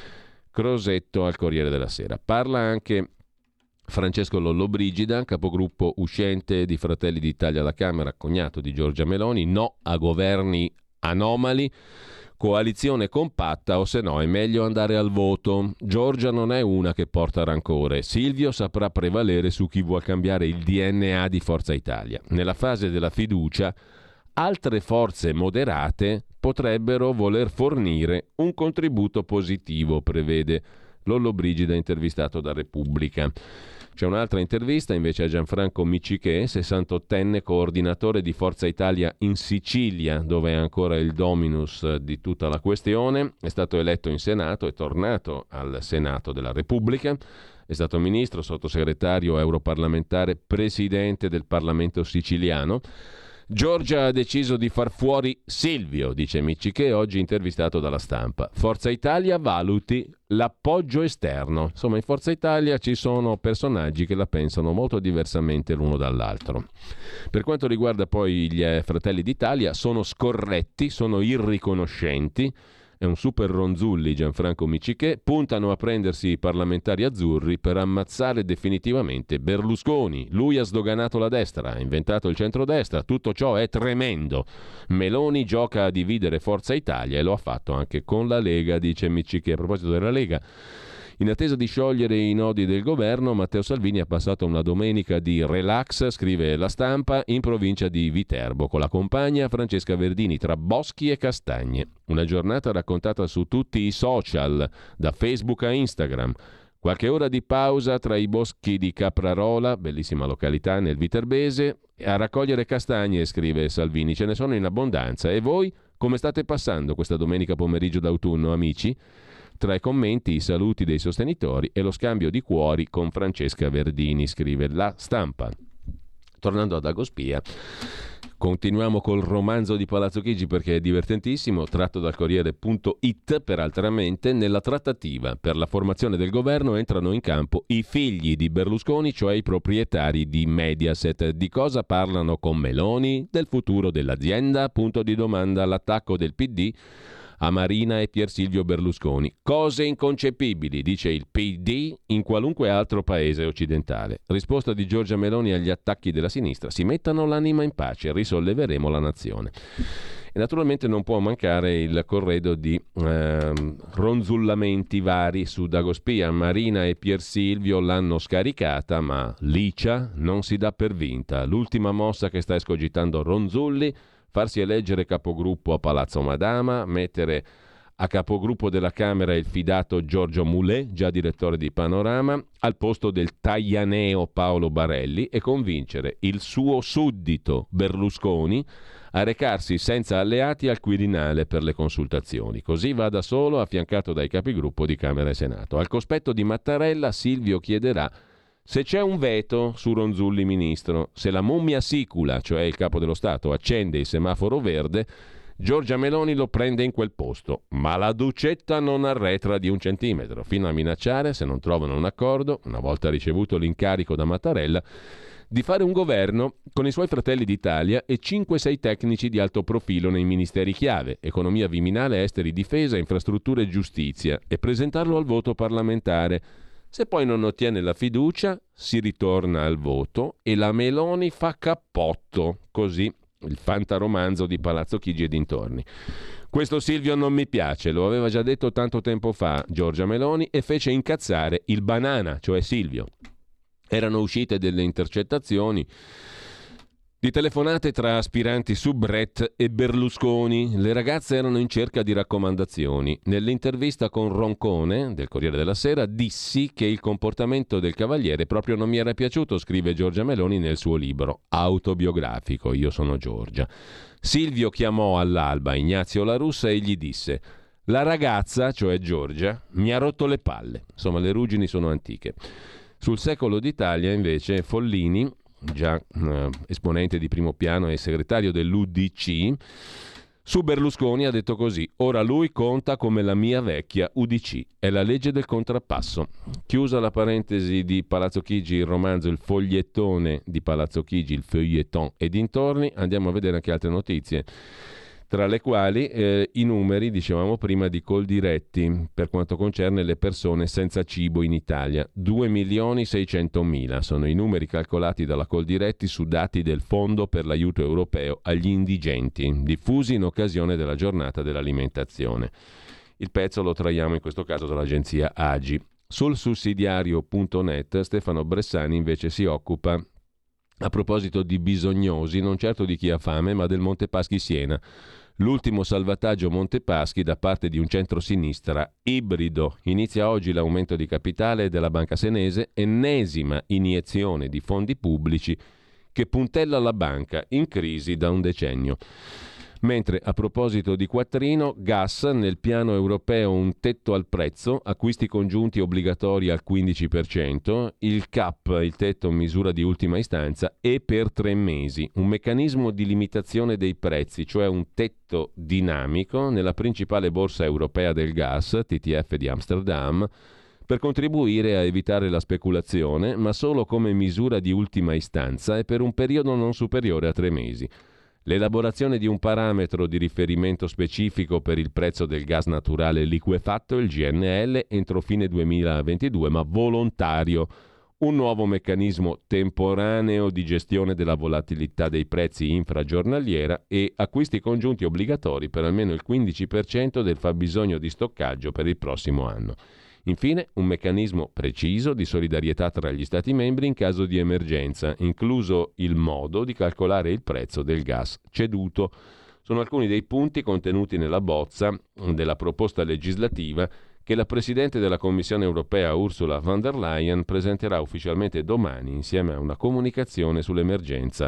Crosetto al Corriere della Sera. Parla anche Francesco Lollobrigida, capogruppo uscente di Fratelli d'Italia alla Camera, cognato di Giorgia Meloni. No a governi anomali, coalizione compatta o se no è meglio andare al voto. Giorgia non è una che porta rancore. Silvio saprà prevalere su chi vuol cambiare il D N A di Forza Italia. Nella fase della fiducia altre forze moderate potrebbero voler fornire un contributo positivo, prevede Lollobrigida, intervistato da Repubblica. C'è un'altra intervista invece a Gianfranco Miccichè, sessantottenne coordinatore di Forza Italia in Sicilia, dove è ancora il dominus di tutta la questione. È stato eletto in Senato, è tornato al Senato della Repubblica, è stato ministro, sottosegretario, europarlamentare, presidente del Parlamento siciliano. Giorgia ha deciso di far fuori Silvio, dice Miccichè, oggi intervistato dalla Stampa. Forza Italia valuti l'appoggio esterno. Insomma, in Forza Italia ci sono personaggi che la pensano molto diversamente l'uno dall'altro. Per quanto riguarda poi gli eh, Fratelli d'Italia, sono scorretti, sono irriconoscenti. È un super Ronzulli Gianfranco Miccichè, puntano a prendersi i parlamentari azzurri per ammazzare definitivamente Berlusconi. Lui ha sdoganato la destra, ha inventato il centrodestra, tutto ciò è tremendo. Meloni gioca a dividere Forza Italia e lo ha fatto anche con la Lega, dice Miccichè. A proposito della Lega, in attesa di sciogliere i nodi del governo, Matteo Salvini ha passato una domenica di relax, scrive La Stampa, in provincia di Viterbo, con la compagna Francesca Verdini, tra boschi e castagne. Una giornata raccontata su tutti i social, da Facebook a Instagram. Qualche ora di pausa tra i boschi di Caprarola, bellissima località nel Viterbese, a raccogliere castagne, scrive Salvini. Ce ne sono in abbondanza. E voi come state passando questa domenica pomeriggio d'autunno, amici? Tra i commenti, i saluti dei sostenitori e lo scambio di cuori con Francesca Verdini, scrive La Stampa. Tornando ad Dagospia, continuiamo col romanzo di Palazzo Chigi perché è divertentissimo, tratto dal Corriere punto it. Peraltramente, nella trattativa per la formazione del governo entrano in campo i figli di Berlusconi, cioè i proprietari di Mediaset. Di cosa parlano con Meloni? Del futuro dell'azienda? Punto di domanda. L'attacco del P D a Marina e Pier Silvio Berlusconi. Cose inconcepibili, dice il P D in qualunque altro paese occidentale. Risposta di Giorgia Meloni agli attacchi della sinistra: si mettano l'anima in pace, risolleveremo la nazione. E naturalmente non può mancare il corredo di eh, ronzullamenti vari su Dagospia. Marina e Pier Silvio l'hanno scaricata, ma Licia non si dà per vinta. L'ultima mossa che sta escogitando Ronzulli: farsi eleggere capogruppo a Palazzo Madama, mettere a capogruppo della Camera il fidato Giorgio Mulè, già direttore di Panorama, al posto del taglianeo Paolo Barelli, e convincere il suo suddito Berlusconi a recarsi senza alleati al Quirinale per le consultazioni. Così va da solo, affiancato dai capigruppo di Camera e Senato. Al cospetto di Mattarella, Silvio chiederà se c'è un veto su Ronzulli ministro. Se la mummia sicula, cioè il capo dello Stato, accende il semaforo verde, Giorgia Meloni lo prende in quel posto, ma la Ducetta non arretra di un centimetro, fino a minacciare, se non trovano un accordo, una volta ricevuto l'incarico da Mattarella, di fare un governo con i suoi Fratelli d'Italia e cinque sei tecnici di alto profilo nei ministeri chiave, economia, Viminale, esteri, difesa, infrastrutture e giustizia, e presentarlo al voto parlamentare, Se poi non ottiene la fiducia, si ritorna al voto e la Meloni fa cappotto, così il fantaromanzo di Palazzo Chigi e dintorni. Questo Silvio non mi piace, lo aveva già detto tanto tempo fa Giorgia Meloni e fece incazzare il banana, cioè Silvio. Erano uscite delle intercettazioni di telefonate tra aspiranti Subret e Berlusconi. Le ragazze erano in cerca di raccomandazioni. Nell'intervista con Roncone del Corriere della Sera dissi che il comportamento del Cavaliere proprio non mi era piaciuto, scrive Giorgia Meloni nel suo libro autobiografico Io sono Giorgia. Silvio chiamò all'alba Ignazio La Russa e gli disse: la ragazza, cioè Giorgia, mi ha rotto le palle. Insomma, le ruggini sono antiche. Sul Secolo d'Italia invece Follini, già eh, esponente di primo piano e segretario dell'U D C, su Berlusconi ha detto così: ora lui conta come la mia vecchia U D C, è la legge del contrappasso. Chiusa la parentesi di Palazzo Chigi, il romanzo, il fogliettone di Palazzo Chigi, il feuilleton e dintorni, andiamo a vedere anche altre notizie, tra le quali eh, i numeri, dicevamo prima, di Coldiretti per quanto concerne le persone senza cibo in Italia. due milioni seicentomila sono i numeri calcolati dalla Coldiretti su dati del Fondo per l'aiuto europeo agli indigenti, diffusi in occasione della giornata dell'alimentazione. Il pezzo lo traiamo in questo caso dall'agenzia Agi. Sul sussidiario punto net Stefano Bressani invece si occupa, a proposito di bisognosi, non certo di chi ha fame, ma del Montepaschi Siena. L'ultimo salvataggio Montepaschi da parte di un centro-sinistra ibrido. Inizia oggi l'aumento di capitale della Banca Senese, ennesima iniezione di fondi pubblici che puntella la banca in crisi da un decennio. Mentre a proposito di quattrino, gas, nel piano europeo un tetto al prezzo, acquisti congiunti obbligatori al quindici per cento, il cap, il tetto misura di ultima istanza, e per tre mesi, un meccanismo di limitazione dei prezzi, cioè un tetto dinamico nella principale borsa europea del gas, T T F di Amsterdam, per contribuire a evitare la speculazione, ma solo come misura di ultima istanza e per un periodo non superiore a tre mesi. L'elaborazione di un parametro di riferimento specifico per il prezzo del gas naturale liquefatto, il G N L, entro fine duemilaventidue, ma volontario. Un nuovo meccanismo temporaneo di gestione della volatilità dei prezzi infragiornaliera e acquisti congiunti obbligatori per almeno il quindici per cento del fabbisogno di stoccaggio per il prossimo anno. Infine, un meccanismo preciso di solidarietà tra gli Stati membri in caso di emergenza, incluso il modo di calcolare il prezzo del gas ceduto. Sono alcuni dei punti contenuti nella bozza della proposta legislativa che la Presidente della Commissione europea Ursula von der Leyen presenterà ufficialmente domani insieme a una comunicazione sull'emergenza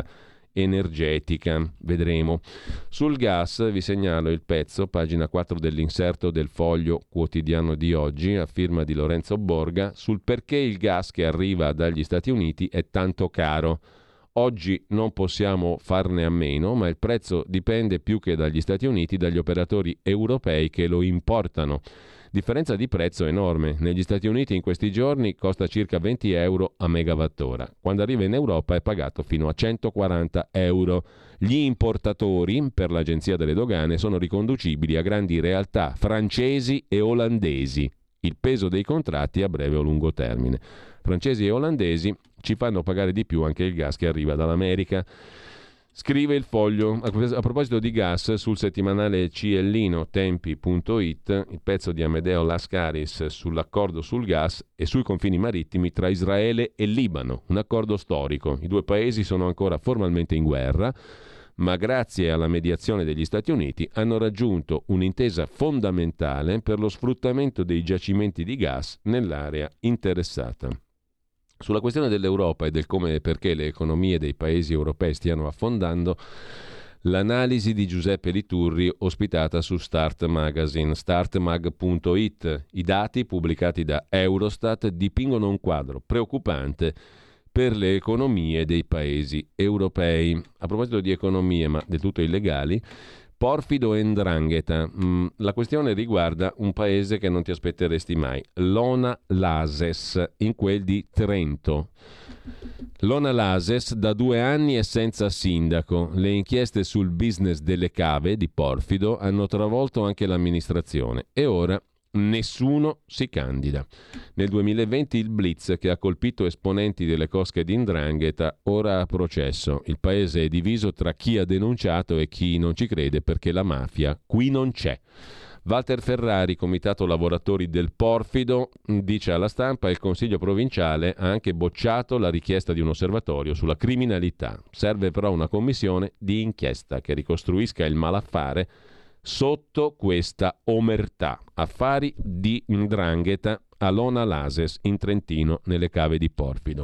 energetica. Vedremo. Sul gas vi segnalo il pezzo, pagina quattro dell'inserto del Foglio Quotidiano di oggi, a firma di Lorenzo Borga, sul perché il gas che arriva dagli Stati Uniti è tanto caro. Oggi non possiamo farne a meno, ma il prezzo dipende più che dagli Stati Uniti dagli operatori europei che lo importano. Differenza di prezzo enorme. Negli Stati Uniti in questi giorni costa circa venti euro a megawattora. Quando arriva in Europa è pagato fino a centoquaranta euro. Gli importatori, per l'Agenzia delle Dogane, sono riconducibili a grandi realtà francesi e olandesi. Il peso dei contratti a breve o lungo termine. Francesi e olandesi ci fanno pagare di più anche il gas che arriva dall'America. Scrive il Foglio, a proposito di gas, sul settimanale ciellino tempi punto it, il pezzo di Amedeo Lascaris sull'accordo sul gas e sui confini marittimi tra Israele e Libano, un accordo storico. I due paesi sono ancora formalmente in guerra, ma grazie alla mediazione degli Stati Uniti hanno raggiunto un'intesa fondamentale per lo sfruttamento dei giacimenti di gas nell'area interessata. Sulla questione dell'Europa e del come e perché le economie dei paesi europei stiano affondando, l'analisi di Giuseppe Liturri ospitata su Start Magazine, startmag punto it. I dati pubblicati da Eurostat dipingono un quadro preoccupante per le economie dei paesi europei. A proposito di economie, ma del tutto illegali, Porfido e 'ndrangheta. Mm, la questione riguarda un paese che non ti aspetteresti mai, l'Ona Lases, in quel di Trento. L'Ona Lases da due anni è senza sindaco. Le inchieste sul business delle cave di Porfido hanno travolto anche l'amministrazione e ora nessuno si candida. Nel duemilaventi il blitz che ha colpito esponenti delle cosche di 'ndrangheta ora a processo. Il paese è diviso tra chi ha denunciato e chi non ci crede perché la mafia qui non c'è. Walter Ferrari, comitato lavoratori del Porfido, dice alla Stampa: il Consiglio provinciale ha anche bocciato la richiesta di un osservatorio sulla criminalità. Serve però una commissione di inchiesta che ricostruisca il malaffare sotto questa omertà. Affari di 'ndrangheta a Lona Lases in Trentino, nelle cave di Porfido.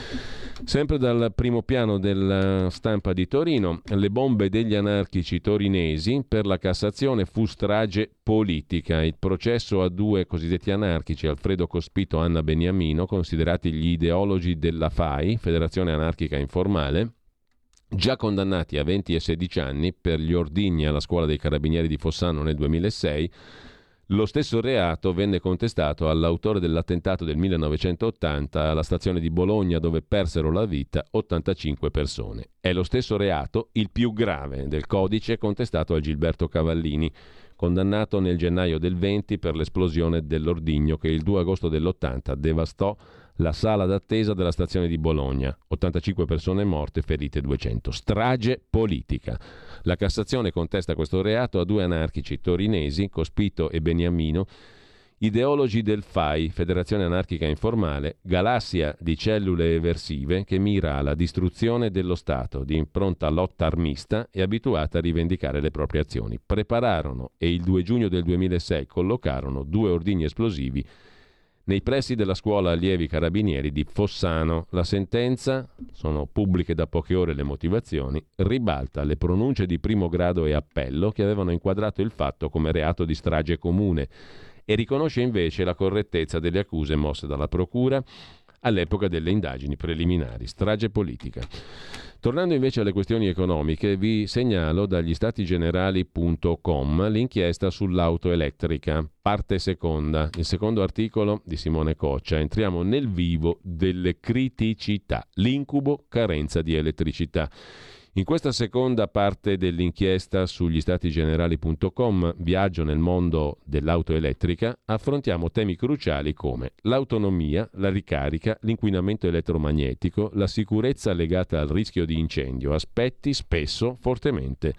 Sempre dal primo piano della Stampa di Torino, le bombe degli anarchici torinesi, per la Cassazione fu strage politica. Il processo a due cosiddetti anarchici, Alfredo Cospito e Anna Beniamino, considerati gli ideologi della F A I, Federazione Anarchica Informale, già condannati a venti e sedici anni per gli ordigni alla scuola dei carabinieri di Fossano nel duemilasei. Lo stesso reato venne contestato all'autore dell'attentato del millenovecentottanta alla stazione di Bologna, dove persero la vita ottantacinque persone. È lo stesso reato, il più grave del codice, contestato a Gilberto Cavallini, condannato nel gennaio del venti per l'esplosione dell'ordigno che il due agosto dell'ottanta devastò la sala d'attesa della stazione di Bologna. ottantacinque persone morte, ferite duecento. Strage politica. La Cassazione contesta questo reato a due anarchici torinesi, Cospito e Beniamino, ideologi del F A I, Federazione Anarchica Informale, galassia di cellule eversive che mira alla distruzione dello Stato, di impronta lotta armista e abituata a rivendicare le proprie azioni. Prepararono e il due giugno del duemilasei collocarono due ordigni esplosivi nei pressi della scuola allievi carabinieri di Fossano. La sentenza, sono pubbliche da poche ore le motivazioni, ribalta le pronunce di primo grado e appello che avevano inquadrato il fatto come reato di strage comune e riconosce invece la correttezza delle accuse mosse dalla procura all'epoca delle indagini preliminari. Strage politica. Tornando invece alle questioni economiche, vi segnalo dagli statigenerali punto com l'inchiesta sull'auto elettrica, parte seconda, il secondo articolo di Simone Coccia. Entriamo nel vivo delle criticità, l'incubo carenza di elettricità. In questa seconda parte dell'inchiesta sugli statigenerali punto com, viaggio nel mondo dell'auto elettrica, affrontiamo temi cruciali come l'autonomia, la ricarica, l'inquinamento elettromagnetico, la sicurezza legata al rischio di incendio, aspetti spesso fortemente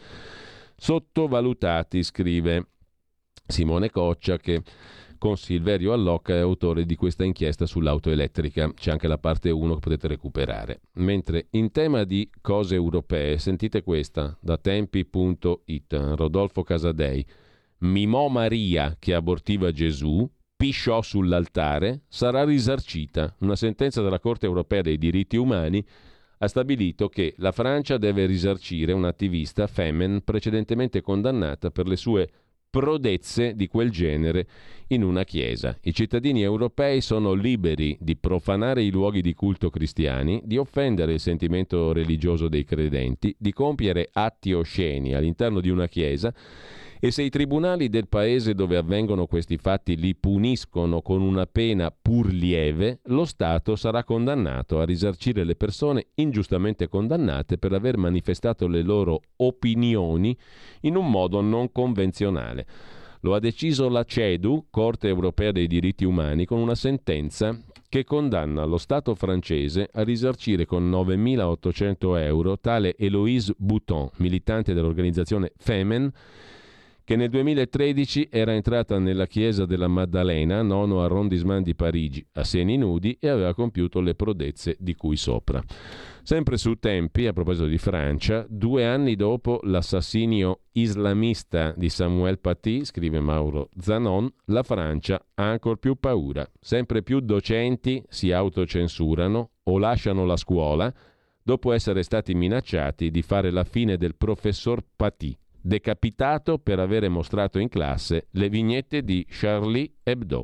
sottovalutati, scrive Simone Coccia, che con Silverio Allocca è autore di questa inchiesta sull'auto elettrica. C'è anche la parte uno che potete recuperare. Mentre in tema di cose europee, sentite questa, da tempi punto it, Rodolfo Casadei. Mimò Maria, che abortiva Gesù, pisciò sull'altare, sarà risarcita. Una sentenza della Corte europea dei diritti umani ha stabilito che la Francia deve risarcire un'attivista Femen precedentemente condannata per le sue prodezze di quel genere in una chiesa. I cittadini europei sono liberi di profanare i luoghi di culto cristiani, di offendere il sentimento religioso dei credenti, di compiere atti osceni all'interno di una chiesa, e se i tribunali del paese dove avvengono questi fatti li puniscono con una pena pur lieve, lo Stato sarà condannato a risarcire le persone ingiustamente condannate per aver manifestato le loro opinioni in un modo non convenzionale. Lo ha deciso la CEDU, Corte Europea dei Diritti Umani, con una sentenza che condanna lo Stato francese a risarcire con novemilaottocento euro tale Héloïse Bouton, militante dell'organizzazione Femen, che nel duemilatredici era entrata nella chiesa della Maddalena, nono arrondissement di Parigi, a seni nudi e aveva compiuto le prodezze di cui sopra. Sempre su Tempi, a proposito di Francia, due anni dopo l'assassinio islamista di Samuel Paty, scrive Mauro Zanon, la Francia ha ancor più paura. Sempre più docenti si autocensurano o lasciano la scuola dopo essere stati minacciati di fare la fine del professor Paty, decapitato per avere mostrato in classe le vignette di Charlie Hebdo.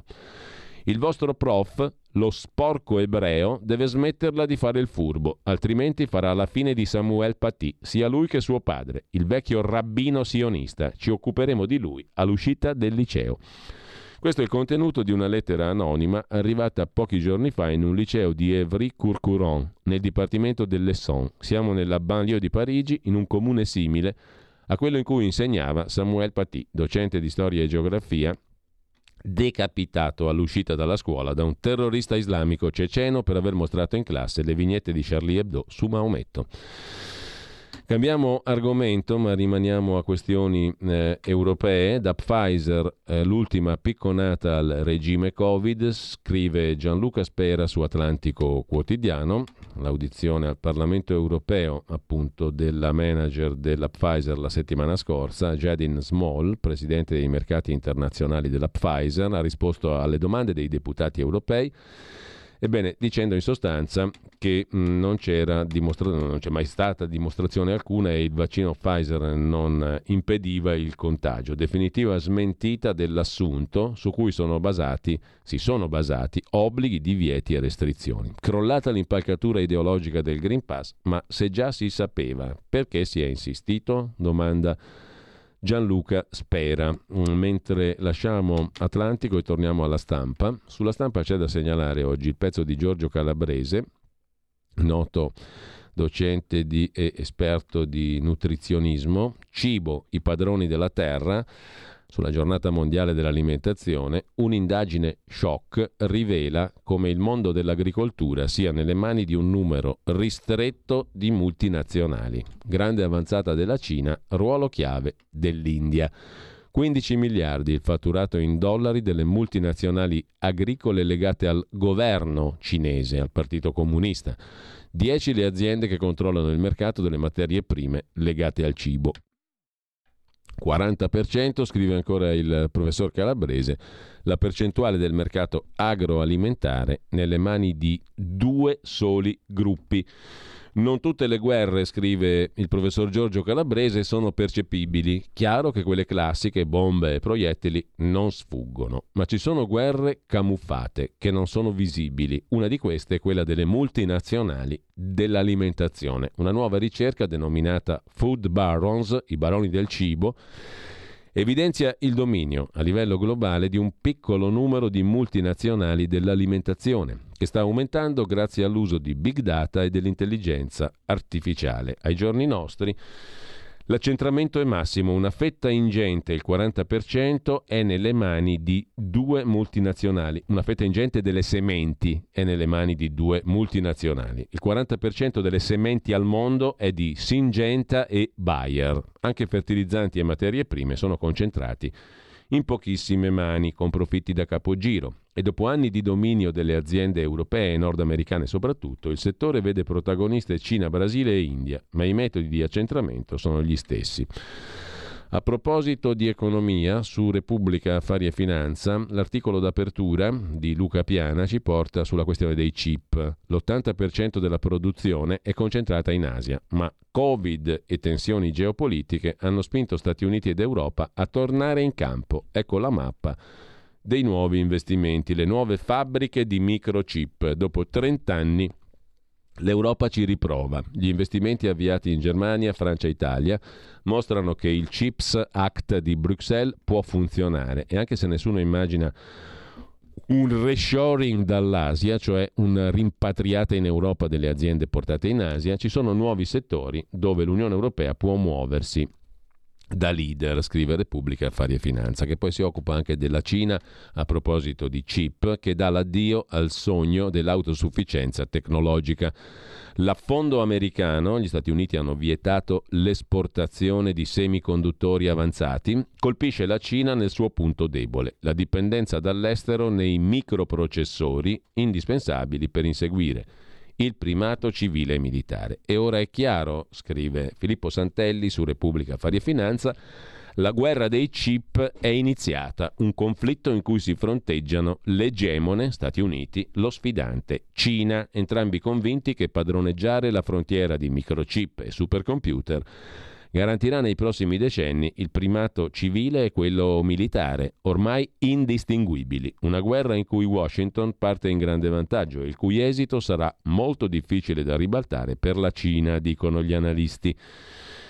Il vostro prof, lo sporco ebreo, deve smetterla di fare il furbo, altrimenti farà la fine di Samuel Paty, sia lui che suo padre, il vecchio rabbino sionista. Ci occuperemo di lui all'uscita del liceo. Questo è il contenuto di una lettera anonima arrivata pochi giorni fa in un liceo di Évry-Courcouronnes, nel dipartimento dell'Essonne. Siamo nella banlieue di Parigi, in un comune simile a quello in cui insegnava Samuel Paty, docente di storia e geografia decapitato all'uscita dalla scuola da un terrorista islamico ceceno per aver mostrato in classe le vignette di Charlie Hebdo su Maometto. Cambiamo argomento, ma rimaniamo a questioni eh, europee. Da Pfizer eh, l'ultima picconata al regime Covid, scrive Gianluca Spera su Atlantico Quotidiano. L'audizione al Parlamento europeo, appunto, della manager della Pfizer la settimana scorsa, Jadine Small, presidente dei mercati internazionali della Pfizer, ha risposto alle domande dei deputati europei. Ebbene, dicendo in sostanza che mh, non c'era dimostra- non c'è mai stata dimostrazione alcuna e il vaccino Pfizer non impediva il contagio. Definitiva smentita dell'assunto su cui sono basati, si sono basati obblighi, divieti e restrizioni. Crollata l'impalcatura ideologica del Green Pass, ma se già si sapeva, perché si è insistito? Domanda Gianluca Spera. Mentre lasciamo Atlantico e torniamo alla Stampa, sulla Stampa c'è da segnalare oggi il pezzo di Giorgio Calabrese, noto docente di, e esperto di nutrizionismo, Cibo, i padroni della terra, sulla giornata mondiale dell'alimentazione. Un'indagine shock rivela come il mondo dell'agricoltura sia nelle mani di un numero ristretto di multinazionali. Grande avanzata della Cina, ruolo chiave dell'India. quindici miliardi il fatturato in dollari delle multinazionali agricole legate al governo cinese, al Partito Comunista. dieci le aziende che controllano il mercato delle materie prime legate al cibo. quaranta per cento, scrive ancora il professor Calabrese, la percentuale del mercato agroalimentare nelle mani di due soli gruppi. Non tutte le guerre, scrive il professor Giorgio Calabrese, sono percepibili. Chiaro che quelle classiche, bombe e proiettili, non sfuggono. Ma ci sono guerre camuffate, che non sono visibili. Una di queste è quella delle multinazionali dell'alimentazione. Una nuova ricerca denominata Food Barons, i baroni del cibo, evidenzia il dominio a livello globale di un piccolo numero di multinazionali dell'alimentazione, che sta aumentando grazie all'uso di big data e dell'intelligenza artificiale. Ai giorni nostri l'accentramento è massimo, una fetta ingente, il quaranta per cento, è nelle mani di due multinazionali. Una fetta ingente delle sementi è nelle mani di due multinazionali. Il quaranta per cento delle sementi al mondo è di Syngenta e Bayer. Anche fertilizzanti e materie prime sono concentrati in pochissime mani, con profitti da capogiro. E dopo anni di dominio delle aziende europee e nordamericane soprattutto, il settore vede protagoniste Cina, Brasile e India, ma i metodi di accentramento sono gli stessi. A proposito di economia, su Repubblica Affari e Finanza, l'articolo d'apertura di Luca Piana ci porta sulla questione dei chip. L'ottanta per cento della produzione è concentrata in Asia, ma Covid e tensioni geopolitiche hanno spinto Stati Uniti ed Europa a tornare in campo. Ecco la mappa dei nuovi investimenti, le nuove fabbriche di microchip. Dopo trenta anni l'Europa ci riprova. Gli investimenti avviati in Germania, Francia e Italia mostrano che il Chips Act di Bruxelles può funzionare, e anche se nessuno immagina un reshoring dall'Asia, cioè una rimpatriata in Europa delle aziende portate in Asia, ci sono nuovi settori dove l'Unione Europea può muoversi da leader, scrive Repubblica Affari e Finanza, che poi si occupa anche della Cina a proposito di chip, che dà l'addio al sogno dell'autosufficienza tecnologica. L'affondo americano, gli Stati Uniti hanno vietato l'esportazione di semiconduttori avanzati, colpisce la Cina nel suo punto debole, la dipendenza dall'estero nei microprocessori indispensabili per inseguire il primato civile e militare. E ora è chiaro, scrive Filippo Santelli su Repubblica Affari e Finanza, la guerra dei chip è iniziata, un conflitto in cui si fronteggiano l'egemone, Stati Uniti, lo sfidante, Cina, entrambi convinti che padroneggiare la frontiera di microchip e supercomputer garantirà nei prossimi decenni il primato civile e quello militare, ormai indistinguibili. Una guerra in cui Washington parte in grande vantaggio e il cui esito sarà molto difficile da ribaltare per la Cina, dicono gli analisti.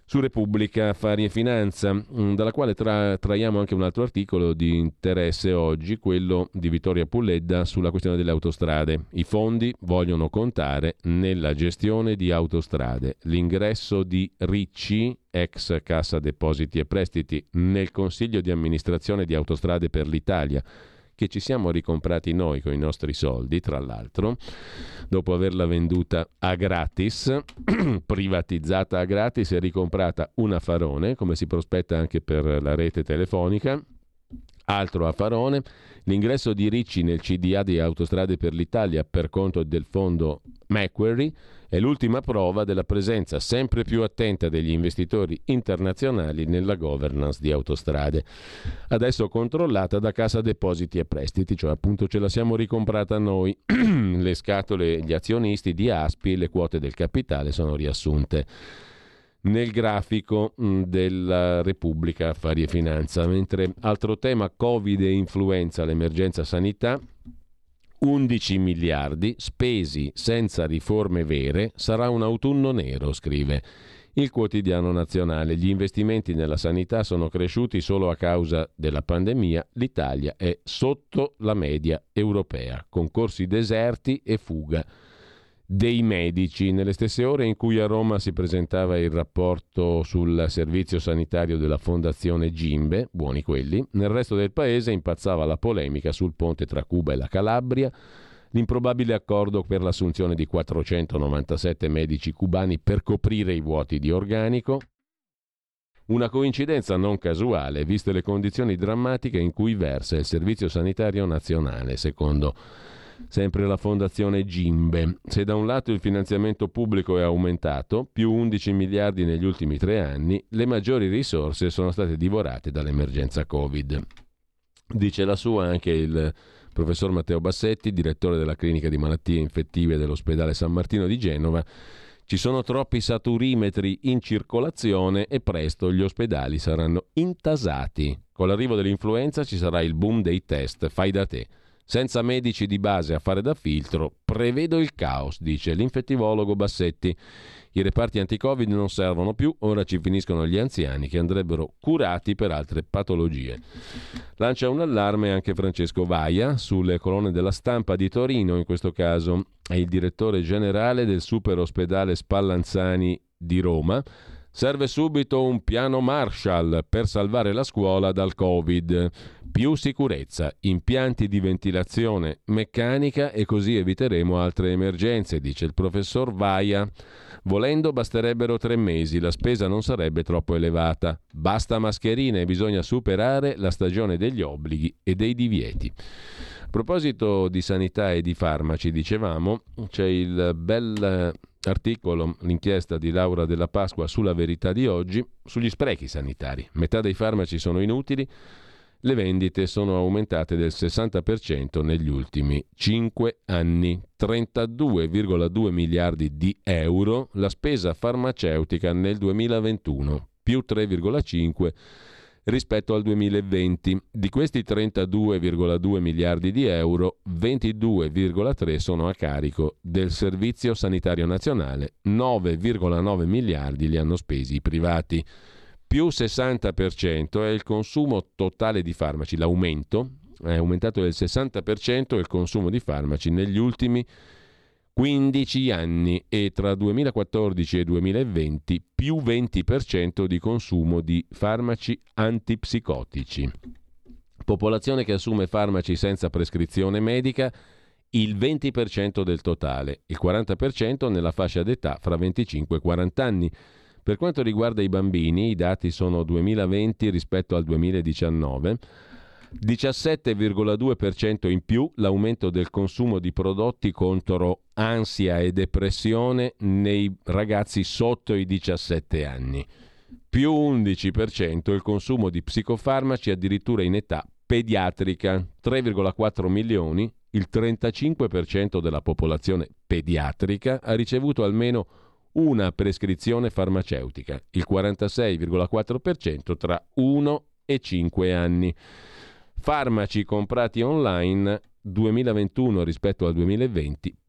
su Repubblica Affari e Finanza, dalla quale tra, traiamo anche un altro articolo di interesse oggi, quello di Vittoria Pulledda sulla questione delle autostrade. I fondi vogliono contare nella gestione di autostrade. L'ingresso di Ricci, ex Cassa Depositi e Prestiti, nel consiglio di amministrazione di Autostrade per l'Italia, che ci siamo ricomprati noi con i nostri soldi, tra l'altro, dopo averla venduta a gratis, privatizzata a gratis e ricomprata un affarone, come si prospetta anche per la rete telefonica. Altro affarone, l'ingresso di Ricci nel C D A di Autostrade per l'Italia per conto del fondo Macquarie è l'ultima prova della presenza sempre più attenta degli investitori internazionali nella governance di Autostrade, adesso controllata da Cassa Depositi e Prestiti, cioè appunto ce la siamo ricomprata noi. Le scatole, gli azionisti di Aspi, le quote del capitale sono riassunte nel grafico della Repubblica Affari e Finanza. Mentre altro tema, Covid e influenza, l'emergenza sanità, undici miliardi spesi senza riforme vere, sarà un autunno nero, scrive il Quotidiano Nazionale. Gli investimenti nella sanità sono cresciuti solo a causa della pandemia, l'Italia è sotto la media europea, concorsi deserti e fuga dei medici. Nelle stesse ore in cui a Roma si presentava il rapporto sul servizio sanitario della Fondazione Gimbe, buoni quelli, nel resto del paese impazzava la polemica sul ponte tra Cuba e la Calabria, l'improbabile accordo per l'assunzione di quattrocentonovantasette medici cubani per coprire i vuoti di organico. Una coincidenza non casuale, viste le condizioni drammatiche in cui versa il Servizio Sanitario Nazionale, secondo sempre la Fondazione Gimbe. Se da un lato il finanziamento pubblico è aumentato, più undici miliardi negli ultimi tre anni, le maggiori risorse sono state divorate dall'emergenza Covid. Dice la sua anche il professor Matteo Bassetti, direttore della clinica di malattie infettive dell'ospedale San Martino di Genova. Ci sono troppi saturimetri in circolazione e presto gli ospedali saranno intasati. Con l'arrivo dell'influenza ci sarà il boom dei test, fai da te. Senza medici di base a fare da filtro, prevedo il caos, dice l'infettivologo Bassetti. I reparti anti-Covid non servono più, ora ci finiscono gli anziani che andrebbero curati per altre patologie. Lancia un allarme anche Francesco Vaia sulle colonne della Stampa di Torino, in questo caso è il direttore generale del super ospedale Spallanzani di Roma. Serve subito un piano Marshall per salvare la scuola dal Covid. Più sicurezza, impianti di ventilazione meccanica e così eviteremo altre emergenze, dice il professor Vaia. Volendo basterebbero tre mesi, la spesa non sarebbe troppo elevata. Basta mascherine, bisogna superare la stagione degli obblighi e dei divieti. A proposito di sanità e di farmaci, dicevamo, c'è il bel articolo, l'inchiesta di Laura Della Pasqua sulla Verità di oggi, sugli sprechi sanitari. Metà dei farmaci sono inutili, le vendite sono aumentate del sessanta per cento negli ultimi cinque anni. trentadue virgola due miliardi di euro la spesa farmaceutica nel duemilaventuno, più tre virgola cinque rispetto al duemilaventi. Di questi trentadue virgola due miliardi di euro, ventidue virgola tre sono a carico del Servizio Sanitario Nazionale, nove virgola nove miliardi li hanno spesi i privati. Più sessanta per cento è il consumo totale di farmaci, l'aumento è aumentato del sessanta per cento il consumo di farmaci negli ultimi quindici anni e tra duemilaquattordici e duemilaventi più venti per cento di consumo di farmaci antipsicotici. Popolazione che assume farmaci senza prescrizione medica, il venti per cento del totale, il quaranta per cento nella fascia d'età fra venticinque e quaranta anni. Per quanto riguarda i bambini, i dati sono duemilaventi rispetto al duemiladiciannove, diciassette virgola due per cento in più l'aumento del consumo di prodotti contro ansia e depressione nei ragazzi sotto i diciassette anni, più undici per cento il consumo di psicofarmaci addirittura in età pediatrica, tre virgola quattro milioni, il trentacinque per cento della popolazione pediatrica ha ricevuto almeno una prescrizione farmaceutica, il quarantasei virgola quattro per cento tra uno e cinque anni. Farmaci comprati online duemilaventuno rispetto al duemilaventi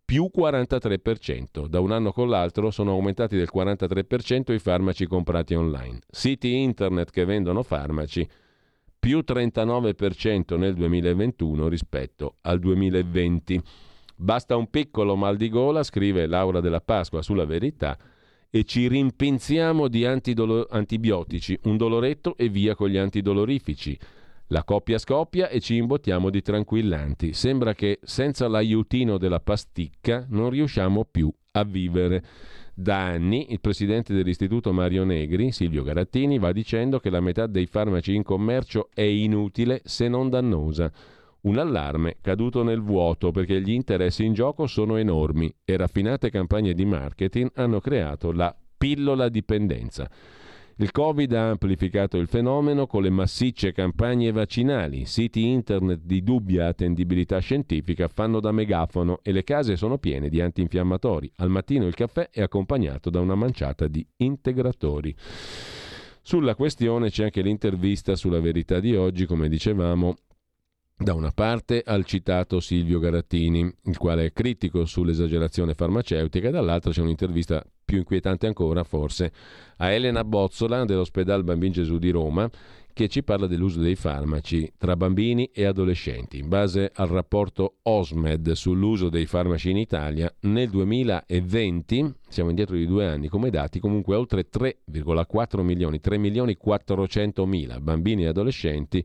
più quarantatré per cento. Da un anno con l'altro sono aumentati del quarantatré per cento i farmaci comprati online. Siti internet che vendono farmaci, più trentanove per cento nel duemilaventuno rispetto al duemilaventi. Basta un piccolo mal di gola, scrive Laura Della Pasqua sulla Verità, e ci rimpinziamo di antidolo- antibiotici, un doloretto e via con gli antidolorifici. La coppia scoppia e ci imbottiamo di tranquillanti. Sembra che senza l'aiutino della pasticca non riusciamo più a vivere. Da anni il presidente dell'Istituto Mario Negri, Silvio Garattini, va dicendo che la metà dei farmaci in commercio è inutile se non dannosa. Un allarme caduto nel vuoto perché gli interessi in gioco sono enormi e raffinate campagne di marketing hanno creato la pillola dipendenza. Il Covid ha amplificato il fenomeno con le massicce campagne vaccinali, siti internet di dubbia attendibilità scientifica fanno da megafono e le case sono piene di antinfiammatori. Al mattino il caffè è accompagnato da una manciata di integratori. Sulla questione c'è anche l'intervista sulla Verità di oggi, come dicevamo, da una parte al citato Silvio Garattini, il quale è critico sull'esagerazione farmaceutica, e dall'altra c'è un'intervista più inquietante ancora forse a Elena Bozzola dell'Ospedale Bambin Gesù di Roma, che ci parla dell'uso dei farmaci tra bambini e adolescenti. In base al rapporto OSMED sull'uso dei farmaci in Italia, nel duemilaventi, siamo indietro di due anni come dati, comunque oltre tre virgola quattro milioni, tre milioni quattrocentomila bambini e adolescenti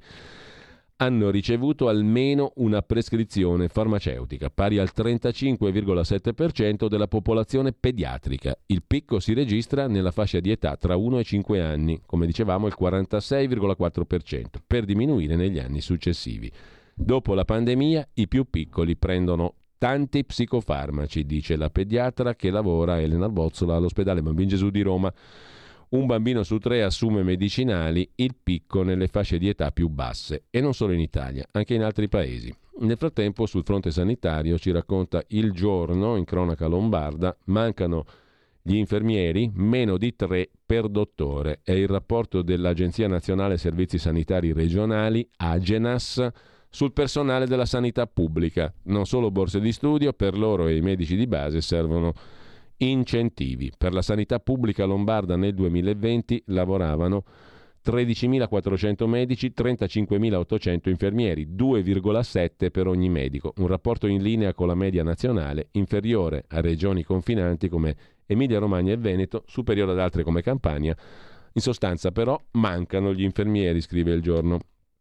hanno ricevuto almeno una prescrizione farmaceutica, pari al trentacinque virgola sette per cento della popolazione pediatrica. Il picco si registra nella fascia di età tra uno e cinque anni, come dicevamo il quarantasei virgola quattro per cento, per diminuire negli anni successivi. Dopo la pandemia i più piccoli prendono tanti psicofarmaci, dice la pediatra che lavora, Elena Bozzola, all'Ospedale Bambin Gesù di Roma. Un bambino su tre assume medicinali, il picco nelle fasce di età più basse, e non solo in Italia, anche in altri paesi. Nel frattempo, sul fronte sanitario, ci racconta Il Giorno, in cronaca lombarda, mancano gli infermieri, meno di tre per dottore. È il rapporto dell'Agenzia Nazionale Servizi Sanitari Regionali, Agenas, sul personale della sanità pubblica. Non solo borse di studio, per loro e i medici di base servono incentivi. Per la sanità pubblica lombarda nel duemilaventi lavoravano tredicimilaquattrocento medici, trentacinquemilaottocento infermieri, due virgola sette per ogni medico, un rapporto in linea con la media nazionale, inferiore a regioni confinanti come Emilia-Romagna e Veneto, superiore ad altre come Campania. In sostanza però mancano gli infermieri, scrive Il Giorno.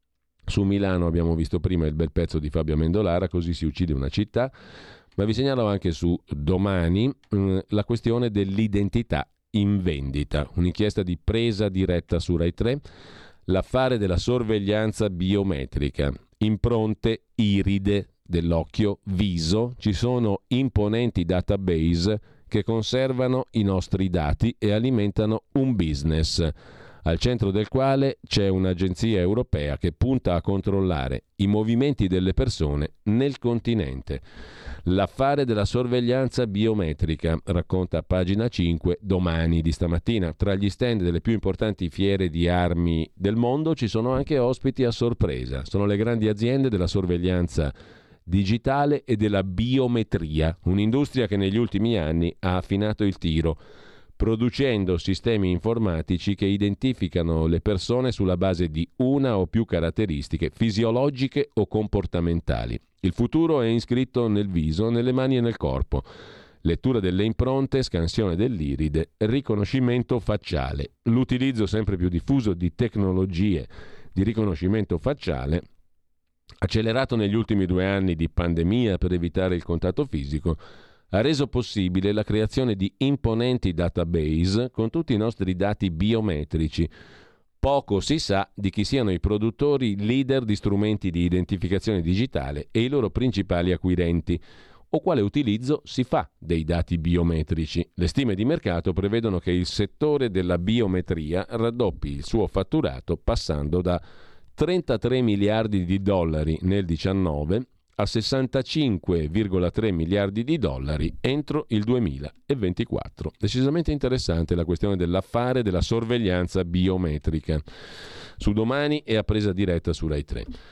Su Milano abbiamo visto prima il bel pezzo di Fabio Amendolara, Così si uccide una città. Ma vi segnalo anche su Domani mh, la questione dell'identità in vendita, un'inchiesta di Presa Diretta su Rai tre, l'affare della sorveglianza biometrica, impronte, iride dell'occhio, viso, ci sono imponenti database che conservano i nostri dati e alimentano un business, al centro del quale c'è un'agenzia europea che punta a controllare i movimenti delle persone nel continente. L'affare della sorveglianza biometrica, racconta a pagina cinque Domani di stamattina. Tra gli stand delle più importanti fiere di armi del mondo ci sono anche ospiti a sorpresa. Sono le grandi aziende della sorveglianza digitale e della biometria, un'industria che negli ultimi anni ha affinato il tiro, producendo sistemi informatici che identificano le persone sulla base di una o più caratteristiche fisiologiche o comportamentali. Il futuro è inscritto nel viso, nelle mani e nel corpo. Lettura delle impronte, scansione dell'iride, riconoscimento facciale. L'utilizzo sempre più diffuso di tecnologie di riconoscimento facciale, accelerato negli ultimi due anni di pandemia per evitare il contatto fisico, ha reso possibile la creazione di imponenti database con tutti i nostri dati biometrici. Poco si sa di chi siano i produttori leader di strumenti di identificazione digitale e i loro principali acquirenti, o quale utilizzo si fa dei dati biometrici. Le stime di mercato prevedono che il settore della biometria raddoppi il suo fatturato passando da trentatré miliardi di dollari nel diciannove a sessantacinque virgola tre miliardi di dollari entro il duemilaventiquattro. Decisamente interessante la questione dell'affare della sorveglianza biometrica. Su Domani e a Presa Diretta su Rai tre.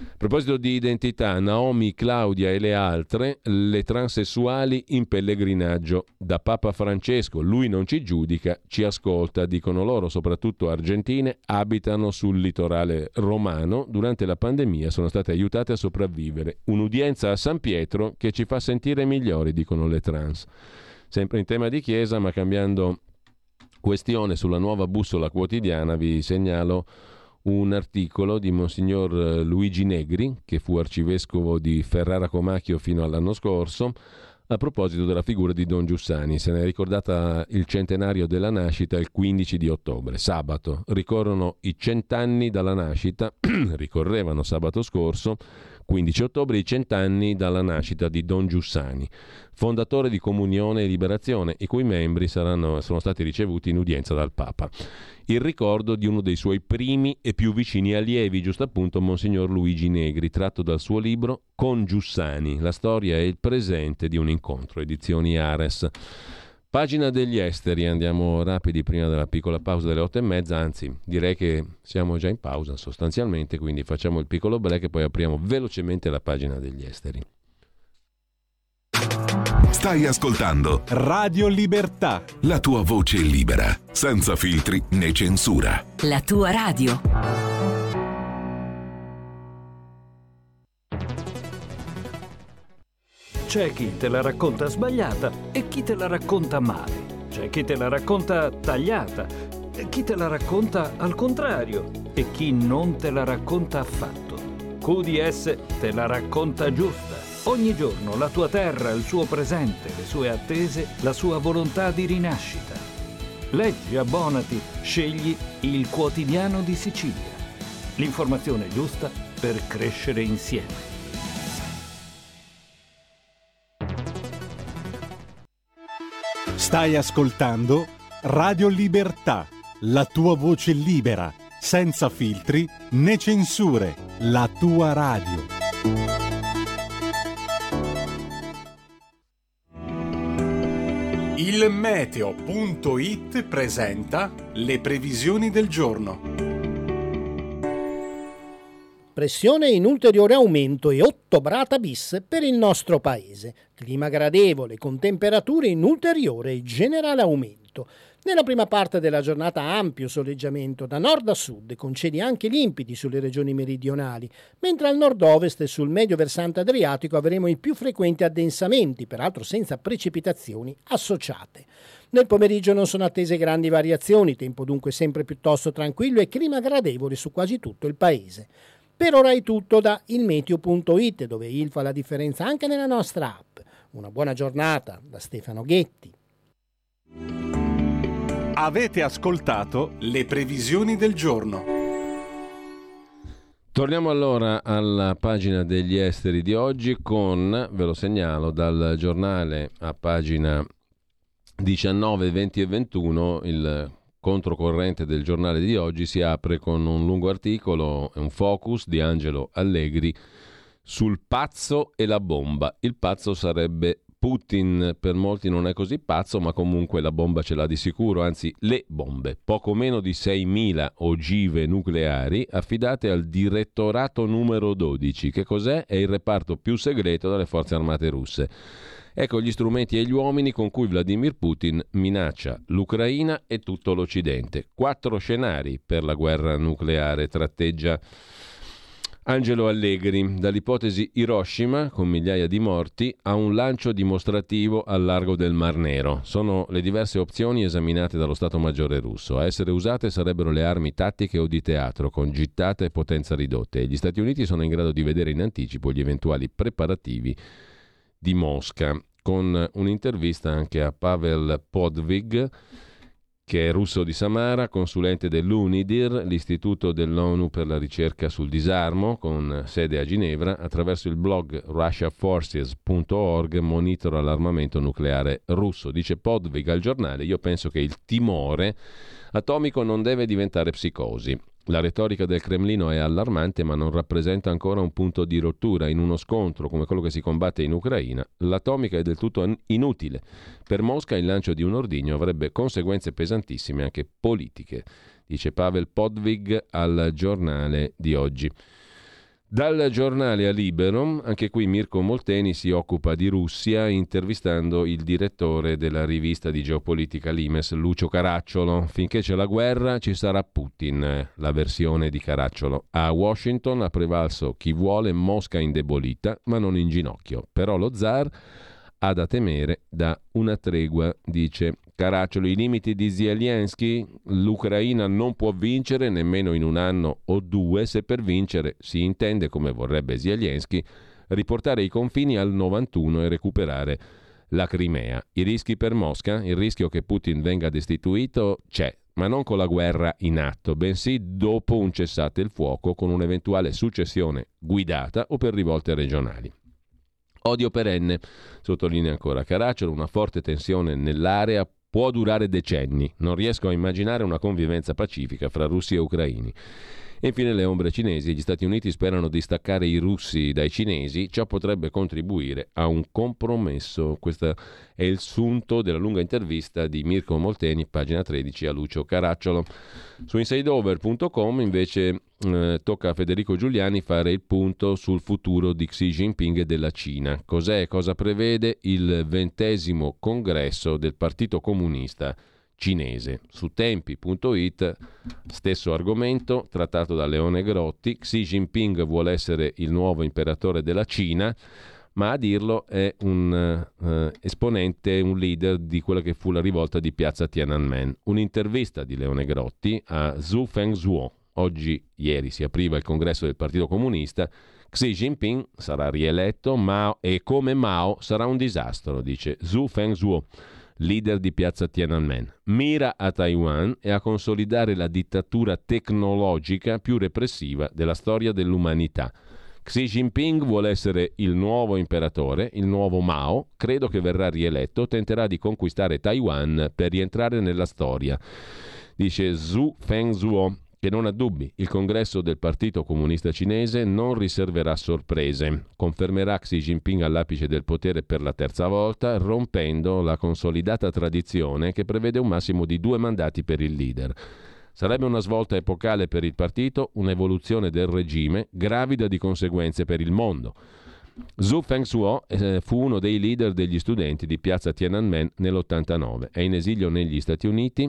A proposito di identità, Naomi, Claudia e le altre, le transessuali in pellegrinaggio da Papa Francesco. Lui non ci giudica, ci ascolta, dicono loro, soprattutto argentine, abitano sul litorale romano. Durante la pandemia sono state aiutate a sopravvivere. Un'udienza a San Pietro che ci fa sentire migliori, dicono le trans. Sempre in tema di chiesa, ma cambiando questione, sulla Nuova Bussola Quotidiana vi segnalo un articolo di Monsignor Luigi Negri, che fu arcivescovo di Ferrara Comacchio fino all'anno scorso, a proposito della figura di Don Giussani. Se ne è ricordata il centenario della nascita il quindici di ottobre, sabato. Ricorrono i cent'anni dalla nascita, ricorrevano sabato scorso, quindici ottobre, i cent'anni dalla nascita di Don Giussani, fondatore di Comunione e Liberazione, i cui membri saranno, sono stati ricevuti in udienza dal Papa. Il ricordo di uno dei suoi primi e più vicini allievi, giusto appunto Monsignor Luigi Negri, tratto dal suo libro Con Giussani, la storia e il presente di un incontro, edizioni Ares. Pagina degli esteri, andiamo rapidi prima della piccola pausa delle otto e mezza, anzi direi che siamo già in pausa sostanzialmente, quindi facciamo il piccolo break e poi apriamo velocemente la pagina degli esteri. Stai ascoltando Radio Libertà, la tua voce libera, senza filtri né censura. La tua radio. C'è chi te la racconta sbagliata e chi te la racconta male. C'è chi te la racconta tagliata e chi te la racconta al contrario e chi non te la racconta affatto. Q D S te la racconta giusta. Ogni giorno la tua terra, il suo presente, le sue attese, la sua volontà di rinascita. Leggi, abbonati, scegli il Quotidiano di Sicilia. L'informazione giusta per crescere insieme. stai ascoltando Radio Libertà, la tua voce libera, senza filtri né censure, la tua radio. Il meteo punto it presenta le previsioni del giorno. Pressione in ulteriore aumento e ottobrata bis per il nostro paese. Clima gradevole con temperature in ulteriore e generale aumento. Nella prima parte della giornata ampio soleggiamento da nord a sud, con cieli anche limpidi sulle regioni meridionali, mentre al nord-ovest e sul medio versante adriatico avremo i più frequenti addensamenti, peraltro senza precipitazioni associate. Nel pomeriggio non sono attese grandi variazioni, tempo dunque sempre piuttosto tranquillo e clima gradevole su quasi tutto il paese. Per ora è tutto da ilmeteo punto it, dove il fa la differenza anche nella nostra app. Una buona giornata da Stefano Ghetti. Avete ascoltato le previsioni del giorno. Torniamo allora alla pagina degli esteri di oggi con, ve lo segnalo, dal giornale a pagina diciannove, venti e ventuno, il controcorrente del giornale di oggi si apre con un lungo articolo, un focus di Angelo Allegri sul pazzo e la bomba. Il pazzo sarebbe Putin, per molti non è così pazzo, ma comunque la bomba ce l'ha di sicuro, anzi le bombe, poco meno di seimila ogive nucleari affidate al direttorato numero dodici. Che cos'è? È il reparto più segreto delle forze armate russe. Ecco gli strumenti e gli uomini con cui Vladimir Putin minaccia l'Ucraina e tutto l'Occidente. Quattro scenari per la guerra nucleare tratteggia Angelo Allegri, dall'ipotesi Hiroshima, con migliaia di morti, a un lancio dimostrativo al largo del Mar Nero. Sono le diverse opzioni esaminate dallo Stato Maggiore russo. A essere usate sarebbero le armi tattiche o di teatro, con gittata e potenza ridotte. E gli Stati Uniti sono in grado di vedere in anticipo gli eventuali preparativi di Mosca, con un'intervista anche a Pavel Podvig, che è russo di Samara, consulente dell'UNIDIR, l'istituto dell'ONU per la ricerca sul disarmo, con sede a Ginevra. Attraverso il blog russia forces punto org monitora l'armamento nucleare russo. Dice Podvig al giornale: io penso che il timore atomico non deve diventare psicosi. La retorica del Cremlino è allarmante, ma non rappresenta ancora un punto di rottura. In uno scontro come quello che si combatte in Ucraina, l'atomica è del tutto inutile. Per Mosca il lancio di un ordigno avrebbe conseguenze pesantissime, anche politiche, dice Pavel Podvig al giornale di oggi. Dal giornale a Libero, anche qui Mirko Molteni si occupa di Russia intervistando il direttore della rivista di geopolitica Limes, Lucio Caracciolo. Finché c'è la guerra ci sarà Putin, la versione di Caracciolo. A Washington ha prevalso chi vuole Mosca indebolita ma non in ginocchio. Però lo zar ha da temere da una tregua, dice Caracciolo. I limiti di Zelensky, l'Ucraina non può vincere nemmeno in un anno o due, se per vincere si intende, come vorrebbe Zelensky, riportare i confini al novantuno e recuperare la Crimea. I rischi per Mosca, il rischio che Putin venga destituito c'è, ma non con la guerra in atto, bensì dopo un cessate il fuoco con un'eventuale successione guidata o per rivolte regionali. Odio perenne, sottolinea ancora Caracciolo, una forte tensione nell'area può durare decenni. Non riesco a immaginare una convivenza pacifica fra russi e ucraini. E infine le ombre cinesi. Gli Stati Uniti sperano di staccare i russi dai cinesi. Ciò potrebbe contribuire a un compromesso. Questo è il sunto della lunga intervista di Mirko Molteni, pagina tredici, a Lucio Caracciolo. Su insideover punto com invece eh, tocca a Federico Giuliani fare il punto sul futuro di Xi Jinping e della Cina. Cos'è e cosa prevede il ventesimo congresso del Partito Comunista Cinese. Su tempi punto it, stesso argomento trattato da Leone Grotti. Xi Jinping vuole essere il nuovo imperatore della Cina, ma a dirlo è un uh, esponente, un leader di quella che fu la rivolta di piazza Tiananmen. Un'intervista di Leone Grotti a Zhu Fengzuo. Oggi, ieri, si apriva il congresso del Partito Comunista. Xi Jinping sarà rieletto, Mao, e come Mao sarà un disastro, dice Zhu Fengzuo, leader di piazza Tiananmen. Mira a Taiwan e a consolidare la dittatura tecnologica più repressiva della storia dell'umanità. Xi Jinping vuole essere il nuovo imperatore, il nuovo Mao, credo che verrà rieletto, tenterà di conquistare Taiwan per rientrare nella storia, dice Zhu Fengzuo, che non ha dubbi. Il congresso del Partito Comunista Cinese non riserverà sorprese. Confermerà Xi Jinping all'apice del potere per la terza volta, rompendo la consolidata tradizione che prevede un massimo di due mandati per il leader. Sarebbe una svolta epocale per il partito, un'evoluzione del regime, gravida di conseguenze per il mondo. Zhu Fengzuo eh, fu uno dei leader degli studenti di piazza Tiananmen nell'ottantanove. È in esilio negli Stati Uniti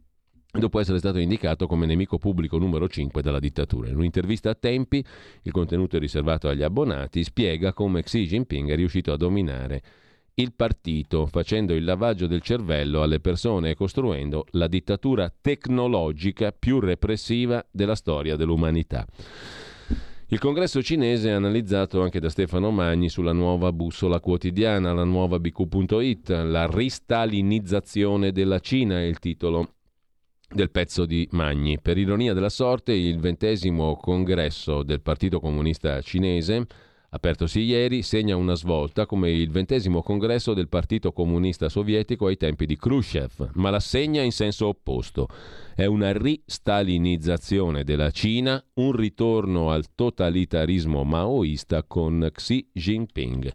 dopo essere stato indicato come nemico pubblico numero cinque della dittatura. In un'intervista a Tempi, il contenuto è riservato agli abbonati, spiega come Xi Jinping è riuscito a dominare il partito, facendo il lavaggio del cervello alle persone e costruendo la dittatura tecnologica più repressiva della storia dell'umanità. Il congresso cinese è analizzato anche da Stefano Magni sulla nuova bussola quotidiana, la nuova B Q punto it, la ristalinizzazione della Cina è il titolo del pezzo di Magni. Per ironia della sorte, il ventesimo congresso del Partito Comunista Cinese, apertosi ieri, segna una svolta come il ventesimo congresso del Partito Comunista Sovietico ai tempi di Khrushchev, ma la segna in senso opposto. È una ristalinizzazione della Cina, un ritorno al totalitarismo maoista con Xi Jinping.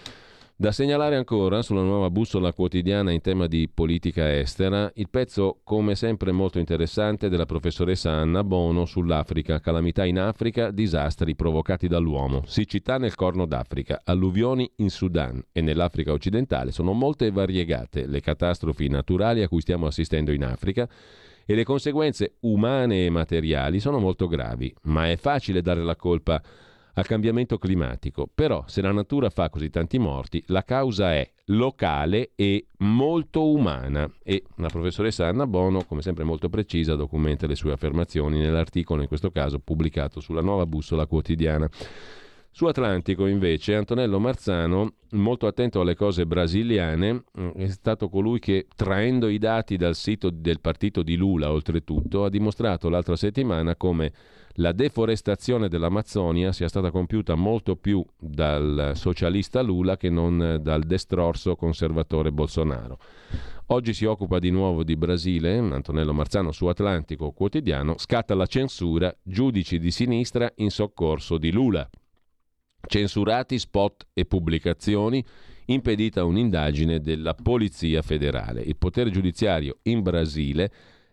Da segnalare ancora sulla nuova bussola quotidiana in tema di politica estera il pezzo, come sempre molto interessante, della professoressa Anna Bono sull'Africa, calamità in Africa, disastri provocati dall'uomo, siccità nel Corno d'Africa, alluvioni in Sudan e nell'Africa occidentale. Sono molte e variegate le catastrofi naturali a cui stiamo assistendo in Africa e le conseguenze umane e materiali sono molto gravi, ma è facile dare la colpa al cambiamento climatico. Però se la natura fa così tanti morti, la causa è locale e molto umana. E la professoressa Anna Bono, come sempre molto precisa, documenta le sue affermazioni nell'articolo, in questo caso pubblicato sulla nuova bussola quotidiana. Su Atlantico, invece, Antonello Marzano, molto attento alle cose brasiliane, è stato colui che, traendo i dati dal sito del partito di Lula, oltretutto, ha dimostrato l'altra settimana come la deforestazione dell'Amazzonia sia stata compiuta molto più dal socialista Lula che non dal destrorso conservatore Bolsonaro. Oggi si occupa di nuovo di Brasile, Antonello Marzano su Atlantico Quotidiano, scatta la censura, giudici di sinistra in soccorso di Lula. Censurati spot e pubblicazioni, impedita un'indagine della Polizia Federale. Il potere giudiziario in Brasile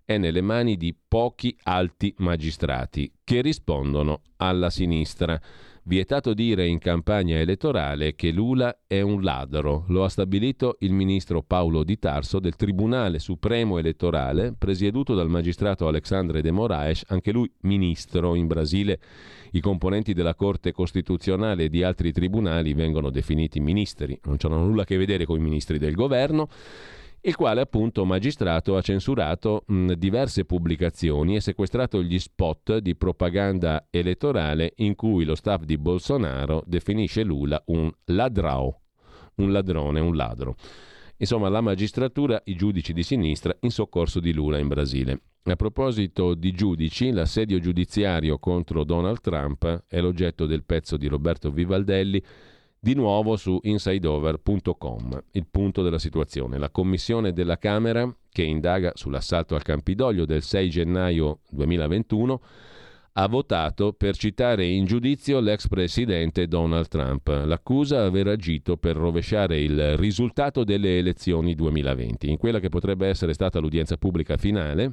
è nelle mani di pochi alti magistrati che rispondono alla sinistra. Vietato dire in campagna elettorale che Lula è un ladro. Lo ha stabilito il ministro Paulo Di Tarso del Tribunale Supremo Elettorale, presieduto dal magistrato Alexandre de Moraes, anche lui ministro. In Brasile i componenti della Corte Costituzionale e di altri tribunali vengono definiti ministri, non c'hanno nulla a che vedere con i ministri del governo, il quale appunto magistrato ha censurato mh, diverse pubblicazioni e sequestrato gli spot di propaganda elettorale in cui lo staff di Bolsonaro definisce Lula un ladrao, un ladrone, un ladro. Insomma, la magistratura, i giudici di sinistra in soccorso di Lula in Brasile. A proposito di giudici, l'assedio giudiziario contro Donald Trump è l'oggetto del pezzo di Roberto Vivaldelli, di nuovo su insideover punto com. Il punto della situazione: la commissione della Camera che indaga sull'assalto al Campidoglio del sei gennaio duemilaventuno ha votato per citare in giudizio l'ex presidente Donald Trump. L'accusa aver agito per rovesciare il risultato delle elezioni duemilaventi, in quella che potrebbe essere stata l'udienza pubblica finale.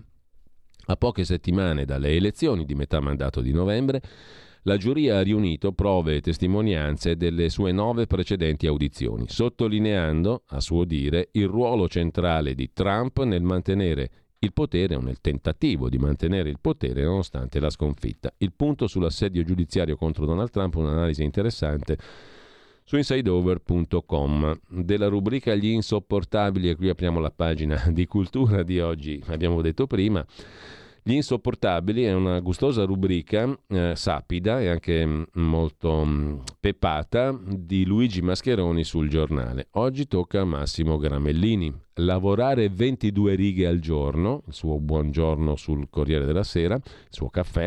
A poche settimane dalle elezioni di metà mandato di novembre, la giuria ha riunito prove e testimonianze delle sue nove precedenti audizioni, sottolineando, a suo dire, il ruolo centrale di Trump nel mantenere il potere o nel tentativo di mantenere il potere nonostante la sconfitta. Il punto sull'assedio giudiziario contro Donald Trump, un'analisi interessante su insideover punto com. Della rubrica Gli insopportabili, e qui apriamo la pagina di cultura di oggi, abbiamo detto prima. Gli insopportabili è una gustosa rubrica, eh, sapida e anche mh, molto mh, pepata, di Luigi Mascheroni sul Giornale. Oggi tocca a Massimo Gramellini. Lavorare ventidue righe al giorno, il suo buongiorno sul Corriere della Sera, il suo caffè,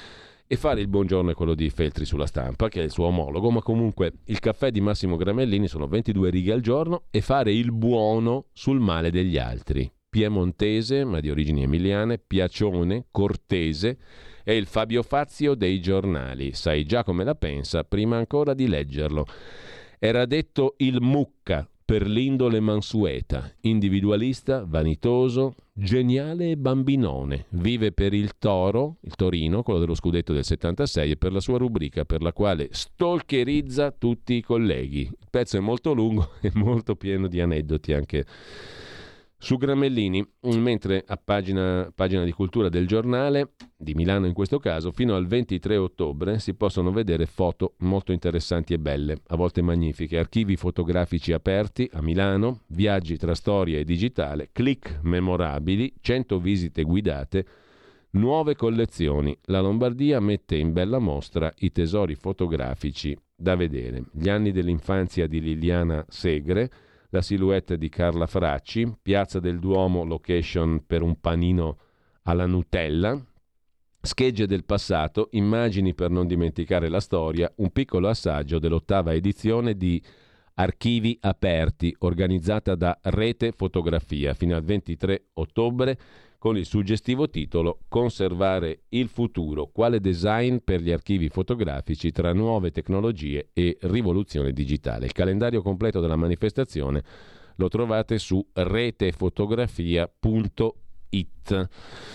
e fare il buongiorno è quello di Feltri sulla Stampa, che è il suo omologo, ma comunque il caffè di Massimo Gramellini sono ventidue righe al giorno, e fare il buono sul male degli altri. Piemontese, ma di origini emiliane, piacione, cortese, è il Fabio Fazio dei giornali. Sai già come la pensa prima ancora di leggerlo. Era detto il mucca per l'indole mansueta, individualista, vanitoso, geniale e bambinone. Vive per il Toro, il Torino, quello dello scudetto del settantasei, e per la sua rubrica per la quale stalkerizza tutti i colleghi. Il pezzo è molto lungo e molto pieno di aneddoti anche su Gramellini, mentre a pagina, pagina di cultura del Giornale, di Milano in questo caso, fino al ventitré ottobre si possono vedere foto molto interessanti e belle, a volte magnifiche, archivi fotografici aperti a Milano, viaggi tra storia e digitale, click memorabili, cento visite guidate, nuove collezioni. La Lombardia mette in bella mostra i tesori fotografici da vedere. Gli anni dell'infanzia di Liliana Segre, la silhouette di Carla Fracci, Piazza del Duomo, location per un panino alla Nutella, schegge del passato, immagini per non dimenticare la storia, un piccolo assaggio dell'ottava edizione di Archivi Aperti, organizzata da Rete Fotografia, fino al ventitré ottobre, con il suggestivo titolo Conservare il futuro, quale design per gli archivi fotografici tra nuove tecnologie e rivoluzione digitale. Il calendario completo della manifestazione lo trovate su retefotografia punto it.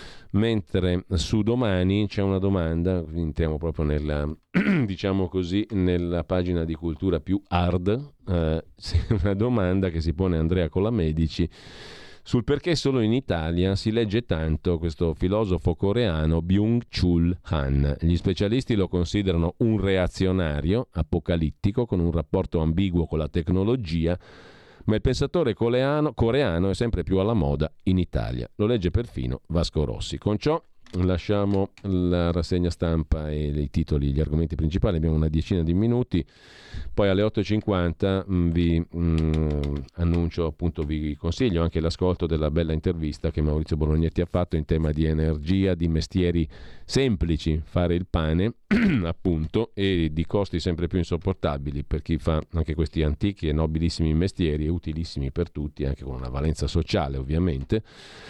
Mentre su Domani c'è una domanda, entriamo proprio nella, diciamo così, nella pagina di cultura più hard, eh, una domanda che si pone Andrea Colamedici sul perché solo in Italia si legge tanto questo filosofo coreano Byung-Chul Han. Gli specialisti lo considerano un reazionario apocalittico con un rapporto ambiguo con la tecnologia, ma il pensatore coreano, coreano è sempre più alla moda in Italia. Lo legge perfino Vasco Rossi. Con ciò lasciamo la rassegna stampa e i titoli, gli argomenti principali. Abbiamo una decina di minuti. Poi alle otto e cinquanta mh, vi mh, annuncio, appunto vi consiglio anche l'ascolto della bella intervista che Maurizio Bolognetti ha fatto in tema di energia, di mestieri semplici, fare il pane appunto, e di costi sempre più insopportabili per chi fa anche questi antichi e nobilissimi mestieri e utilissimi per tutti, anche con una valenza sociale ovviamente.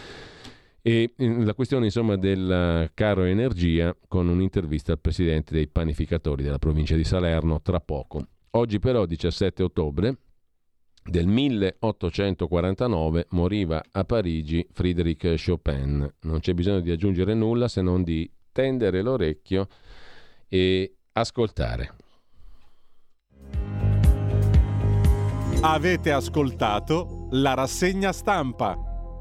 E la questione insomma del caro energia, con un'intervista al presidente dei panificatori della provincia di Salerno tra poco. Oggi però, diciassette ottobre, del milleottocentoquarantanove moriva a Parigi Friedrich Chopin. Non c'è bisogno di aggiungere nulla se non di tendere l'orecchio e ascoltare. Avete ascoltato la rassegna stampa.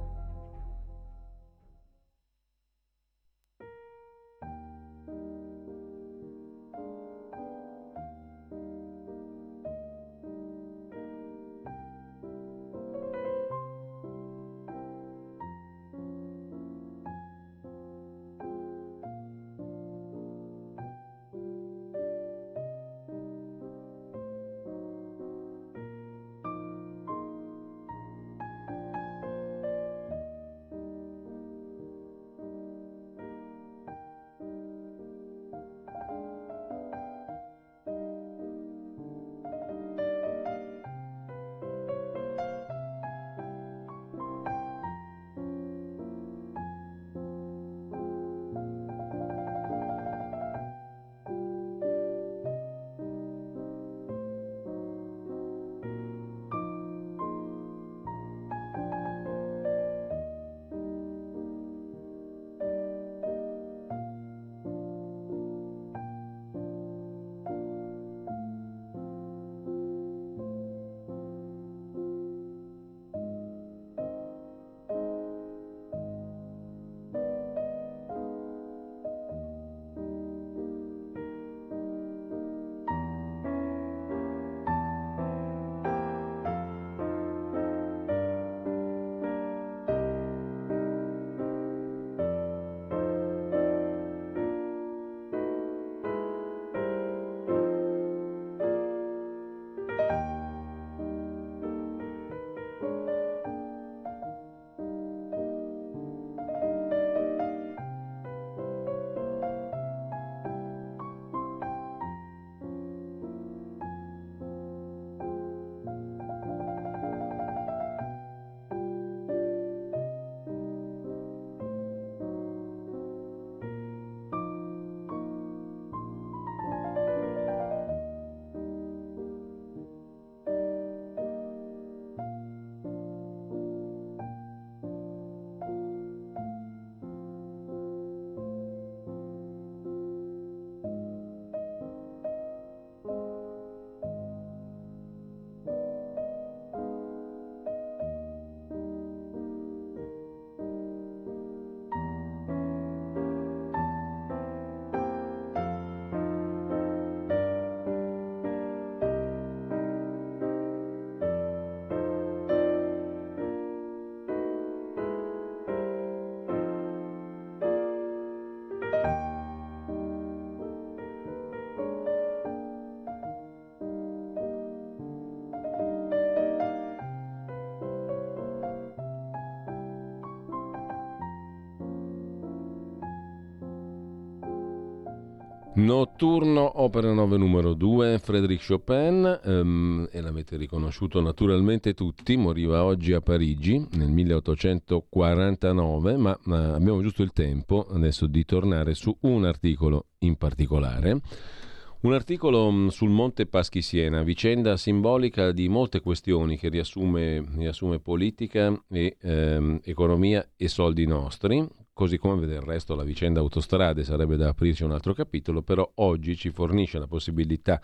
Notturno, opera nove numero due, Frédéric Chopin, um, e l'avete riconosciuto naturalmente tutti, moriva oggi a Parigi nel milleottocentoquarantanove, ma, ma abbiamo giusto il tempo adesso di tornare su un articolo in particolare. Un articolo sul Monte Paschi Siena, vicenda simbolica di molte questioni che riassume, riassume politica e ehm, economia e soldi nostri, così come del resto la vicenda autostrade sarebbe da aprirci un altro capitolo, però oggi ci fornisce la possibilità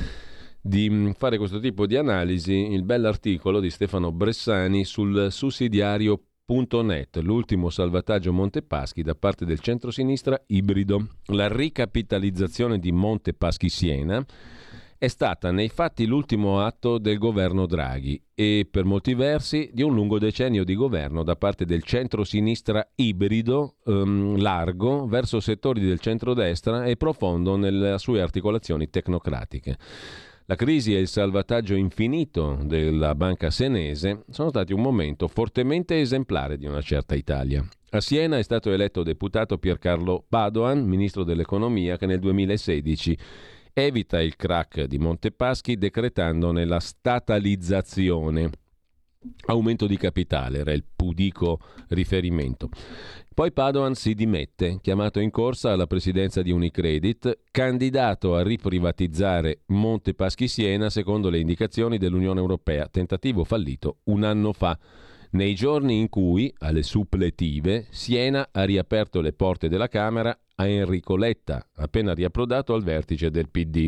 di fare questo tipo di analisi il bell'articolo di Stefano Bressani sul sussidiario punto net, l'ultimo salvataggio Monte Paschi da parte del centrosinistra ibrido. La ricapitalizzazione di Monte Paschi Siena è stata nei fatti l'ultimo atto del governo Draghi e per molti versi di un lungo decennio di governo da parte del centrosinistra ibrido, ehm, largo verso settori del centrodestra e profondo nelle sue articolazioni tecnocratiche. La crisi e il salvataggio infinito della banca senese sono stati un momento fortemente esemplare di una certa Italia. A Siena è stato eletto deputato Piercarlo Padoan, ministro dell'economia, che nel duemilasedici evita il crack di Monte Paschi decretandone la statalizzazione. Aumento di capitale era il pudico riferimento. Poi Padoan si dimette, chiamato in corsa alla presidenza di Unicredit, candidato a riprivatizzare Monte Paschi Siena secondo le indicazioni dell'Unione Europea, tentativo fallito un anno fa, nei giorni in cui, alle suppletive, Siena ha riaperto le porte della Camera a Enrico Letta, appena riapprodato al vertice del P D.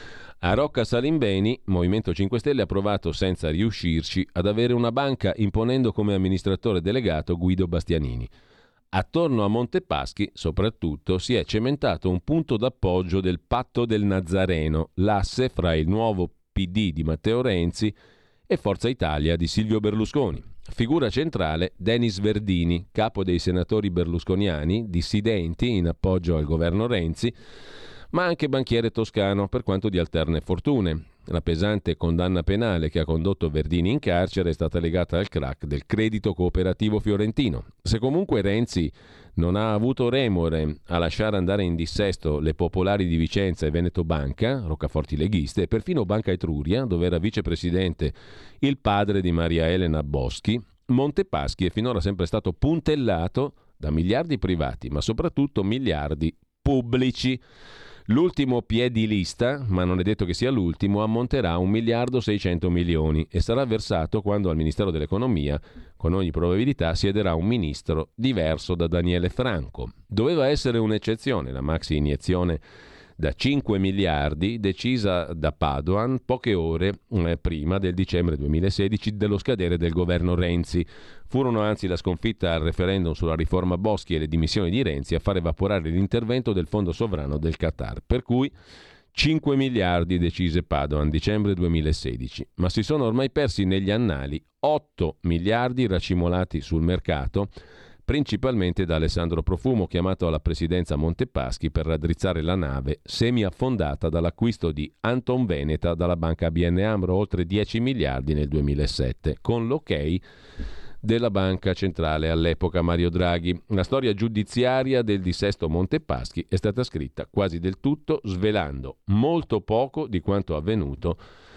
A Rocca Salimbeni, Movimento cinque Stelle ha provato senza riuscirci ad avere una banca imponendo come amministratore delegato Guido Bastianini. Attorno a Montepaschi, soprattutto, si è cementato un punto d'appoggio del patto del Nazareno, l'asse fra il nuovo P D di Matteo Renzi e Forza Italia di Silvio Berlusconi. Figura centrale Denis Verdini, capo dei senatori berlusconiani, dissidenti in appoggio al governo Renzi, ma anche banchiere toscano per quanto di alterne fortune. La pesante condanna penale che ha condotto Verdini in carcere è stata legata al crack del credito cooperativo fiorentino. Se comunque Renzi non ha avuto remore a lasciare andare in dissesto le Popolari di Vicenza e Veneto Banca, roccaforti leghiste, e perfino Banca Etruria, dove era vicepresidente il padre di Maria Elena Boschi, Montepaschi è finora sempre stato puntellato da miliardi privati, ma soprattutto miliardi pubblici. L'ultimo piedilista, ma non è detto che sia l'ultimo, ammonterà a un miliardo seicento milioni e sarà versato quando al Ministero dell'Economia, con ogni probabilità, siederà un ministro diverso da Daniele Franco. Doveva essere un'eccezione la maxi iniezione da cinque miliardi decisa da Padoan poche ore eh, prima del dicembre duemilasedici dello scadere del governo Renzi. Furono anzi la sconfitta al referendum sulla riforma Boschi e le dimissioni di Renzi a far evaporare l'intervento del fondo sovrano del Qatar, per cui cinque miliardi decise Padoan dicembre duemilasedici, ma si sono ormai persi negli annali otto miliardi racimolati sul mercato, principalmente da Alessandro Profumo, chiamato alla presidenza Montepaschi per raddrizzare la nave semi-affondata dall'acquisto di Anton Veneta dalla banca A B N Amro, oltre dieci miliardi nel duemilasette, con l'ok della banca centrale all'epoca Mario Draghi. La storia giudiziaria del dissesto Montepaschi è stata scritta quasi del tutto svelando molto poco di quanto avvenuto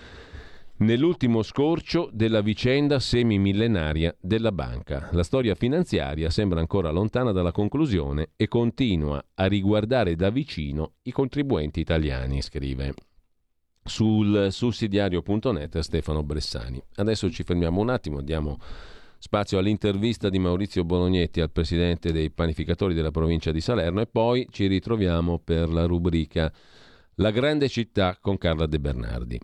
nell'ultimo scorcio della vicenda semimillenaria della banca. La storia finanziaria sembra ancora lontana dalla conclusione e continua a riguardare da vicino i contribuenti italiani, scrive sul sussidiario punto net Stefano Bressani. Adesso ci fermiamo un attimo, diamo spazio all'intervista di Maurizio Bolognetti al presidente dei panificatori della provincia di Salerno e poi ci ritroviamo per la rubrica La grande città con Carla De Bernardi.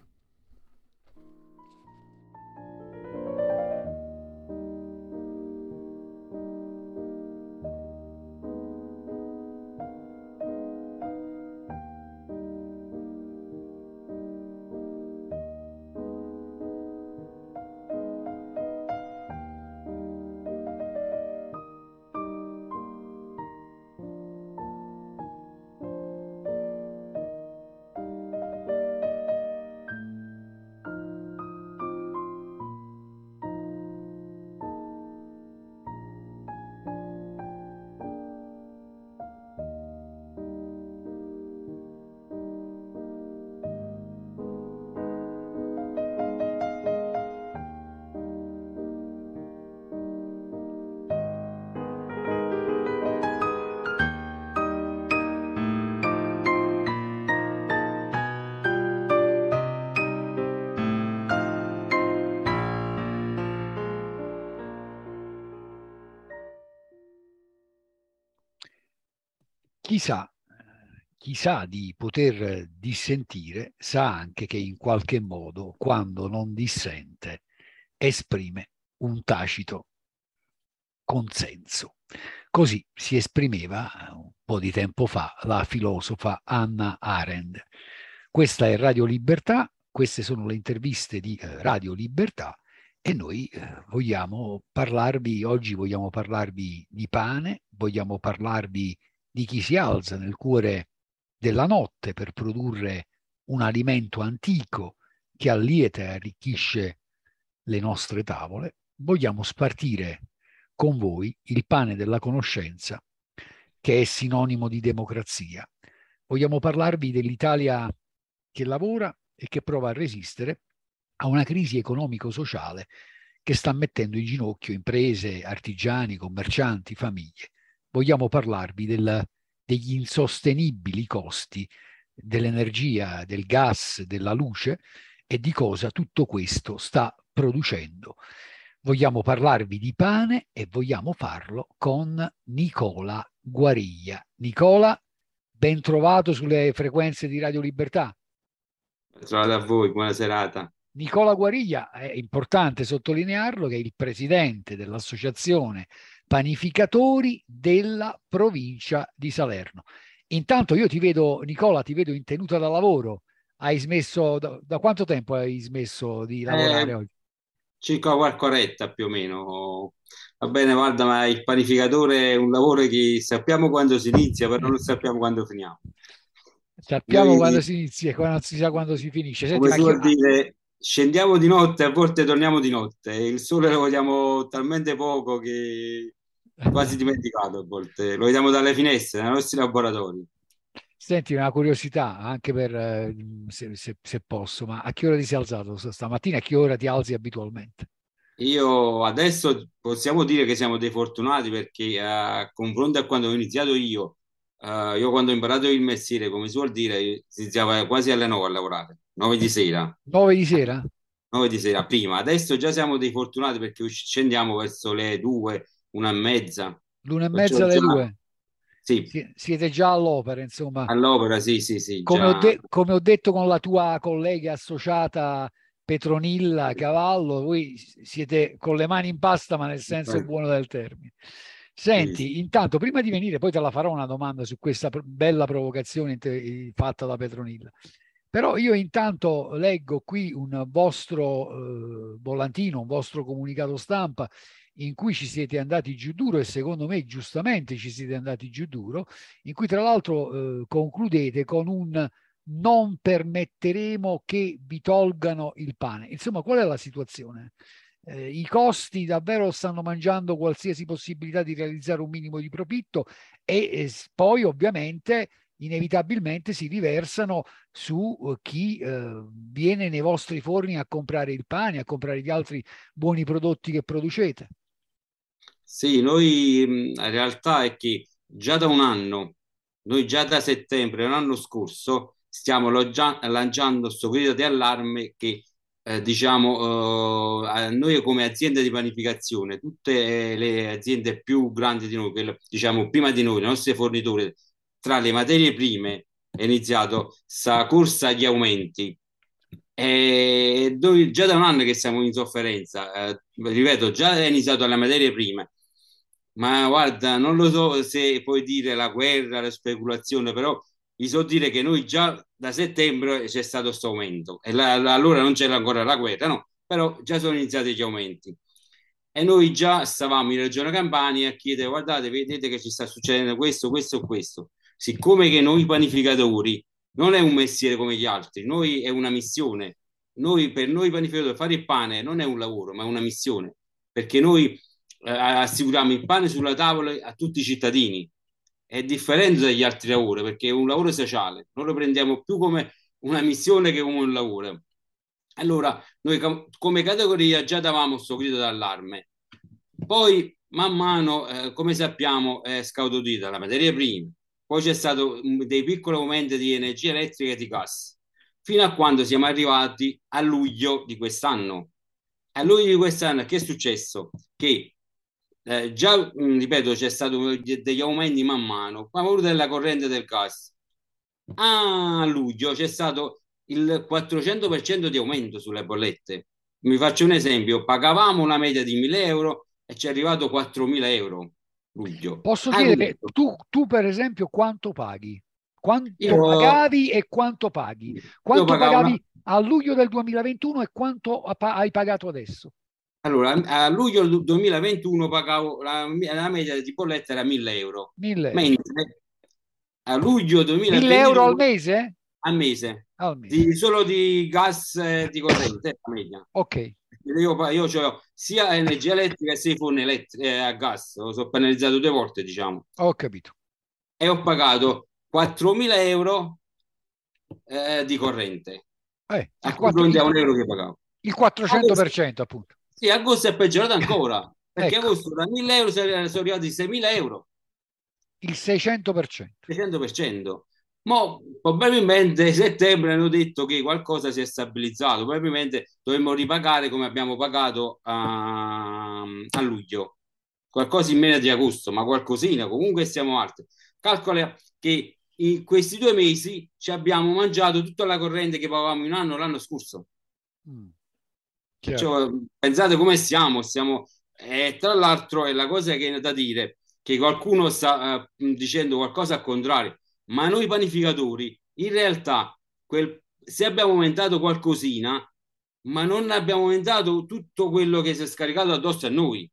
Chi sa, chi sa di poter dissentire sa anche che in qualche modo, quando non dissente, esprime un tacito consenso. Così si esprimeva un po' di tempo fa la filosofa Hannah Arendt. Questa è Radio Libertà, queste sono le interviste di Radio Libertà e noi eh, vogliamo parlarvi, oggi vogliamo parlarvi di pane, vogliamo parlarvi di chi si alza nel cuore della notte per produrre un alimento antico che allieta e arricchisce le nostre tavole. Vogliamo spartire con voi il pane della conoscenza, che è sinonimo di democrazia. Vogliamo parlarvi dell'Italia che lavora e che prova a resistere a una crisi economico-sociale che sta mettendo in ginocchio imprese, artigiani, commercianti, famiglie. Vogliamo parlarvi del, degli insostenibili costi dell'energia, del gas, della luce e di cosa tutto questo sta producendo. Vogliamo parlarvi di pane e vogliamo farlo con Nicola Guariglia. Nicola, ben trovato sulle frequenze di Radio Libertà. Ben trovato a voi, buona serata. Nicola Guariglia, è importante sottolinearlo, che è il presidente dell'Associazione Panificatori della provincia di Salerno. Intanto io ti vedo, Nicola, ti vedo in tenuta da lavoro. Hai smesso, da, da quanto tempo hai smesso di lavorare Eh, oggi? circa qualche oretta più o meno. Va bene, guarda, ma il panificatore è un lavoro che sappiamo quando si inizia, però non sappiamo quando finiamo. Sappiamo Noi, quando si inizia e non si sa quando si finisce. Senti, come ma si chi... vuol dire, scendiamo di notte, a volte torniamo di notte. Il sole lo vediamo talmente poco che quasi dimenticato a volte. Lo vediamo dalle finestre, nei nostri laboratori. Senti, una curiosità, anche per eh, se, se- se posso, ma a che ora ti sei alzato stamattina? A che ora ti alzi abitualmente? Io adesso possiamo dire che siamo dei fortunati perché eh, a confronto a quando ho iniziato io, eh, io quando ho imparato il mestiere, come si vuol dire, si iniziava quasi alle nove a lavorare, nove di sera, nove di sera? nove di sera prima. Adesso già siamo dei fortunati perché usci- scendiamo verso le due, una e mezza. L'una e Perciò mezza alle già, due? sì, Sie- Siete già all'opera, insomma. all'opera, sì, sì, sì, Come ho, già. de- come ho detto con la tua collega associata Petronilla Cavallo, voi siete con le mani in pasta, ma nel senso buono del termine. Sì, Senti, sì. intanto, prima di venire, poi te la farò una domanda su questa pr- bella provocazione te- fatta da Petronilla. Però io intanto leggo qui un vostro eh, volantino, un vostro comunicato stampa in cui ci siete andati giù duro e secondo me giustamente ci siete andati giù duro, in cui tra l'altro eh, concludete con un non permetteremo che vi tolgano il pane. Insomma, qual è la situazione? Eh, I costi davvero stanno mangiando qualsiasi possibilità di realizzare un minimo di profitto e eh, poi ovviamente inevitabilmente si riversano su eh, chi eh, viene nei vostri forni a comprare il pane, a comprare gli altri buoni prodotti che producete. Sì, noi mh, la realtà è che già da un anno, noi già da settembre dell'anno scorso stiamo loggia- lanciando questo grido di allarme che eh, diciamo eh, a noi come azienda di panificazione, tutte le aziende più grandi di noi, quelle, diciamo prima di noi, i nostri fornitori, tra le materie prime è iniziato questa corsa agli aumenti. E noi già da un anno che siamo in sofferenza, eh, ripeto, già è iniziato alle materie prime. Ma guarda, non lo so se puoi dire la guerra, la speculazione, però vi so dire che noi già da settembre c'è stato questo aumento e la- la- allora non c'era ancora la guerra, no, però già sono iniziati gli aumenti e noi già stavamo in Regione Campania a chiedere, guardate, vedete che ci sta succedendo questo, questo e questo. Siccome che noi panificatori non è un mestiere come gli altri, noi è una missione. Noi, per noi panificatori fare il pane non è un lavoro, ma è una missione, perché noi eh, assicuriamo il pane sulla tavola a tutti i cittadini. È differente dagli altri lavori perché è un lavoro sociale, non lo prendiamo più come una missione che come un lavoro. Allora, noi com- come categoria già davamo questo grido d'allarme. Poi, man mano, eh, come sappiamo, è scaudita la materia prima, poi c'è stato un- dei piccoli aumenti di energia elettrica e di gas, fino a quando siamo arrivati a luglio di quest'anno. A luglio di quest'anno che è successo? Che eh, già, mh, ripeto, c'è stato degli aumenti man mano, ma voluto della corrente del gas. A luglio c'è stato il quattrocento per cento di aumento sulle bollette. Vi faccio un esempio, pagavamo una media di mille euro e ci è arrivato quattromila euro luglio. Posso A chiedere, luglio. tu, tu per esempio quanto paghi? Quanto Io, pagavi e quanto paghi? io Quanto pagavo una, pagavi a luglio del duemilaventuno e quanto ha- hai pagato adesso? allora, a luglio del duemilaventuno pagavo la, la media di bolletta era mille euro, mille euro. mentre a luglio mille euro al duemilaventidue mese? al mese, Al mese. di, solo di gas e di corrente, la media. Ok. Io, io ho sia energia elettrica sia i forni elettrici eh, a gas, lo so penalizzato due volte, diciamo, Ho capito. e ho pagato quattromila euro eh, di corrente Eh, a il, quattro, confronto il, a un euro che pagavo. il quattrocento per Adesso, cento appunto. Sì, agosto è peggiorato ancora, perché Ecco, agosto da mille euro sono sono arrivati a seimila euro, il seicento per cento. seicento per cento. Ma probabilmente settembre hanno detto che qualcosa si è stabilizzato, probabilmente dovremmo ripagare come abbiamo pagato a, a luglio, qualcosa in meno di agosto, ma qualcosina, comunque siamo alti. Calcola che in questi due mesi ci abbiamo mangiato tutta la corrente che pagavamo in un anno l'anno scorso. Mm, chiaro. Perciò pensate come siamo, siamo e tra l'altro è la cosa che è da dire, che qualcuno sta eh, dicendo qualcosa al contrario, ma noi panificatori in realtà quel, se abbiamo aumentato qualcosina, ma non abbiamo aumentato tutto quello che si è scaricato addosso a noi.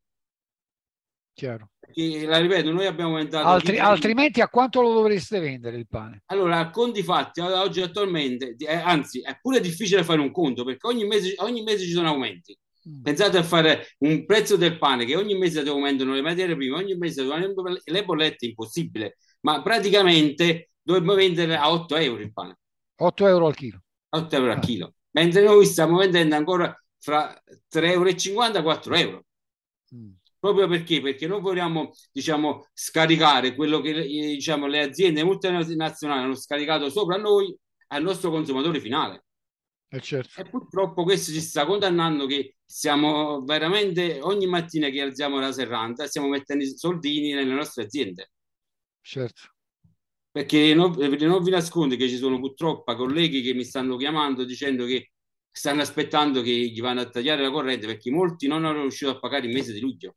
Chiaro. Perché, la ripeto, noi abbiamo aumentato Altri, chi- altrimenti a quanto lo dovreste vendere il pane? Allora, a conti fatti, oggi attualmente, eh, anzi, è pure difficile fare un conto perché ogni mese, ogni mese ci sono aumenti. Mm. Pensate a fare un prezzo del pane che ogni mese aumentano le materie prime, ogni mese aumentano le bollette, impossibile. Ma praticamente dovremmo vendere a otto euro il pane, otto euro al chilo. otto euro a Ah. chilo, mentre noi stiamo vendendo ancora fra tre e cinquanta euro e quattro euro. Mm. Proprio perché? Perché non vogliamo, diciamo, scaricare quello che diciamo, le aziende multinazionali hanno scaricato sopra noi al nostro consumatore finale. Eh certo. E purtroppo questo ci sta condannando che siamo veramente, ogni mattina che alziamo la serranda, stiamo mettendo i soldini nelle nostre aziende. Certo. Perché non, non vi nascondo che ci sono purtroppo colleghi che mi stanno chiamando dicendo che stanno aspettando che gli vanno a tagliare la corrente perché molti non hanno riuscito a pagare il mese di luglio.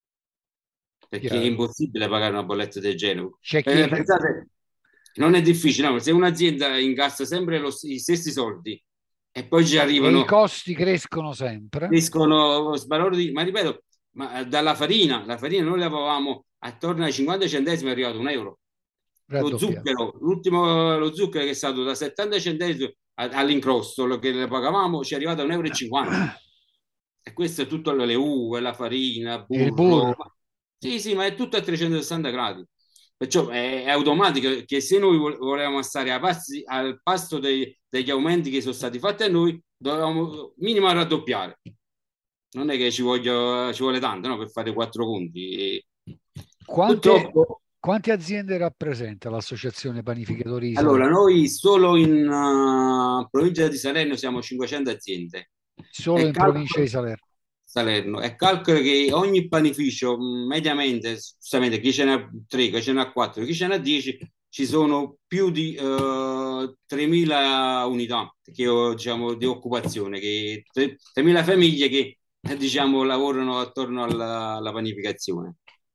Perché Chiaro. è impossibile pagare una bolletta del genere. C'è chi... Eh, pensate, non è difficile, no? Se un'azienda incassa sempre lo, i stessi soldi e poi ci e arrivano, i costi crescono sempre. crescono sbalordi, ma ripeto, ma dalla farina, la farina noi la pagavamo attorno ai cinquanta centesimi, è arrivato un euro. Lo Raddoppiato. zucchero, l'ultimo lo zucchero che è stato da settanta centesimi all'incrosto, lo che le pagavamo, ci è arrivato a un euro e cinquanta. E questo è tutto le uve, la farina, E il burro. burro. Sì, sì, ma è tutto a trecentosessanta gradi. Perciò è, è automatico che se noi volevamo stare a passi, al passo dei, degli aumenti che sono stati fatti a noi, dovevamo minimo raddoppiare. Non è che ci, voglio, ci vuole tanto, no, per fare quattro conti. E Quante, purtroppo, quante aziende rappresenta l'associazione panificatori di allora, Salerno? noi solo in uh, provincia di Salerno siamo cinquecento aziende. Solo E in calcolo- provincia di Salerno. Salerno e calcola che ogni panificio mh, mediamente, giustamente chi ce n'ha tre, chi ce n'ha quattro, chi ce n'ha dieci, ci sono più di eh, tremila unità che, ho, diciamo, di occupazione, che, tre- tremila famiglie che eh, diciamo, lavorano attorno alla, alla panificazione.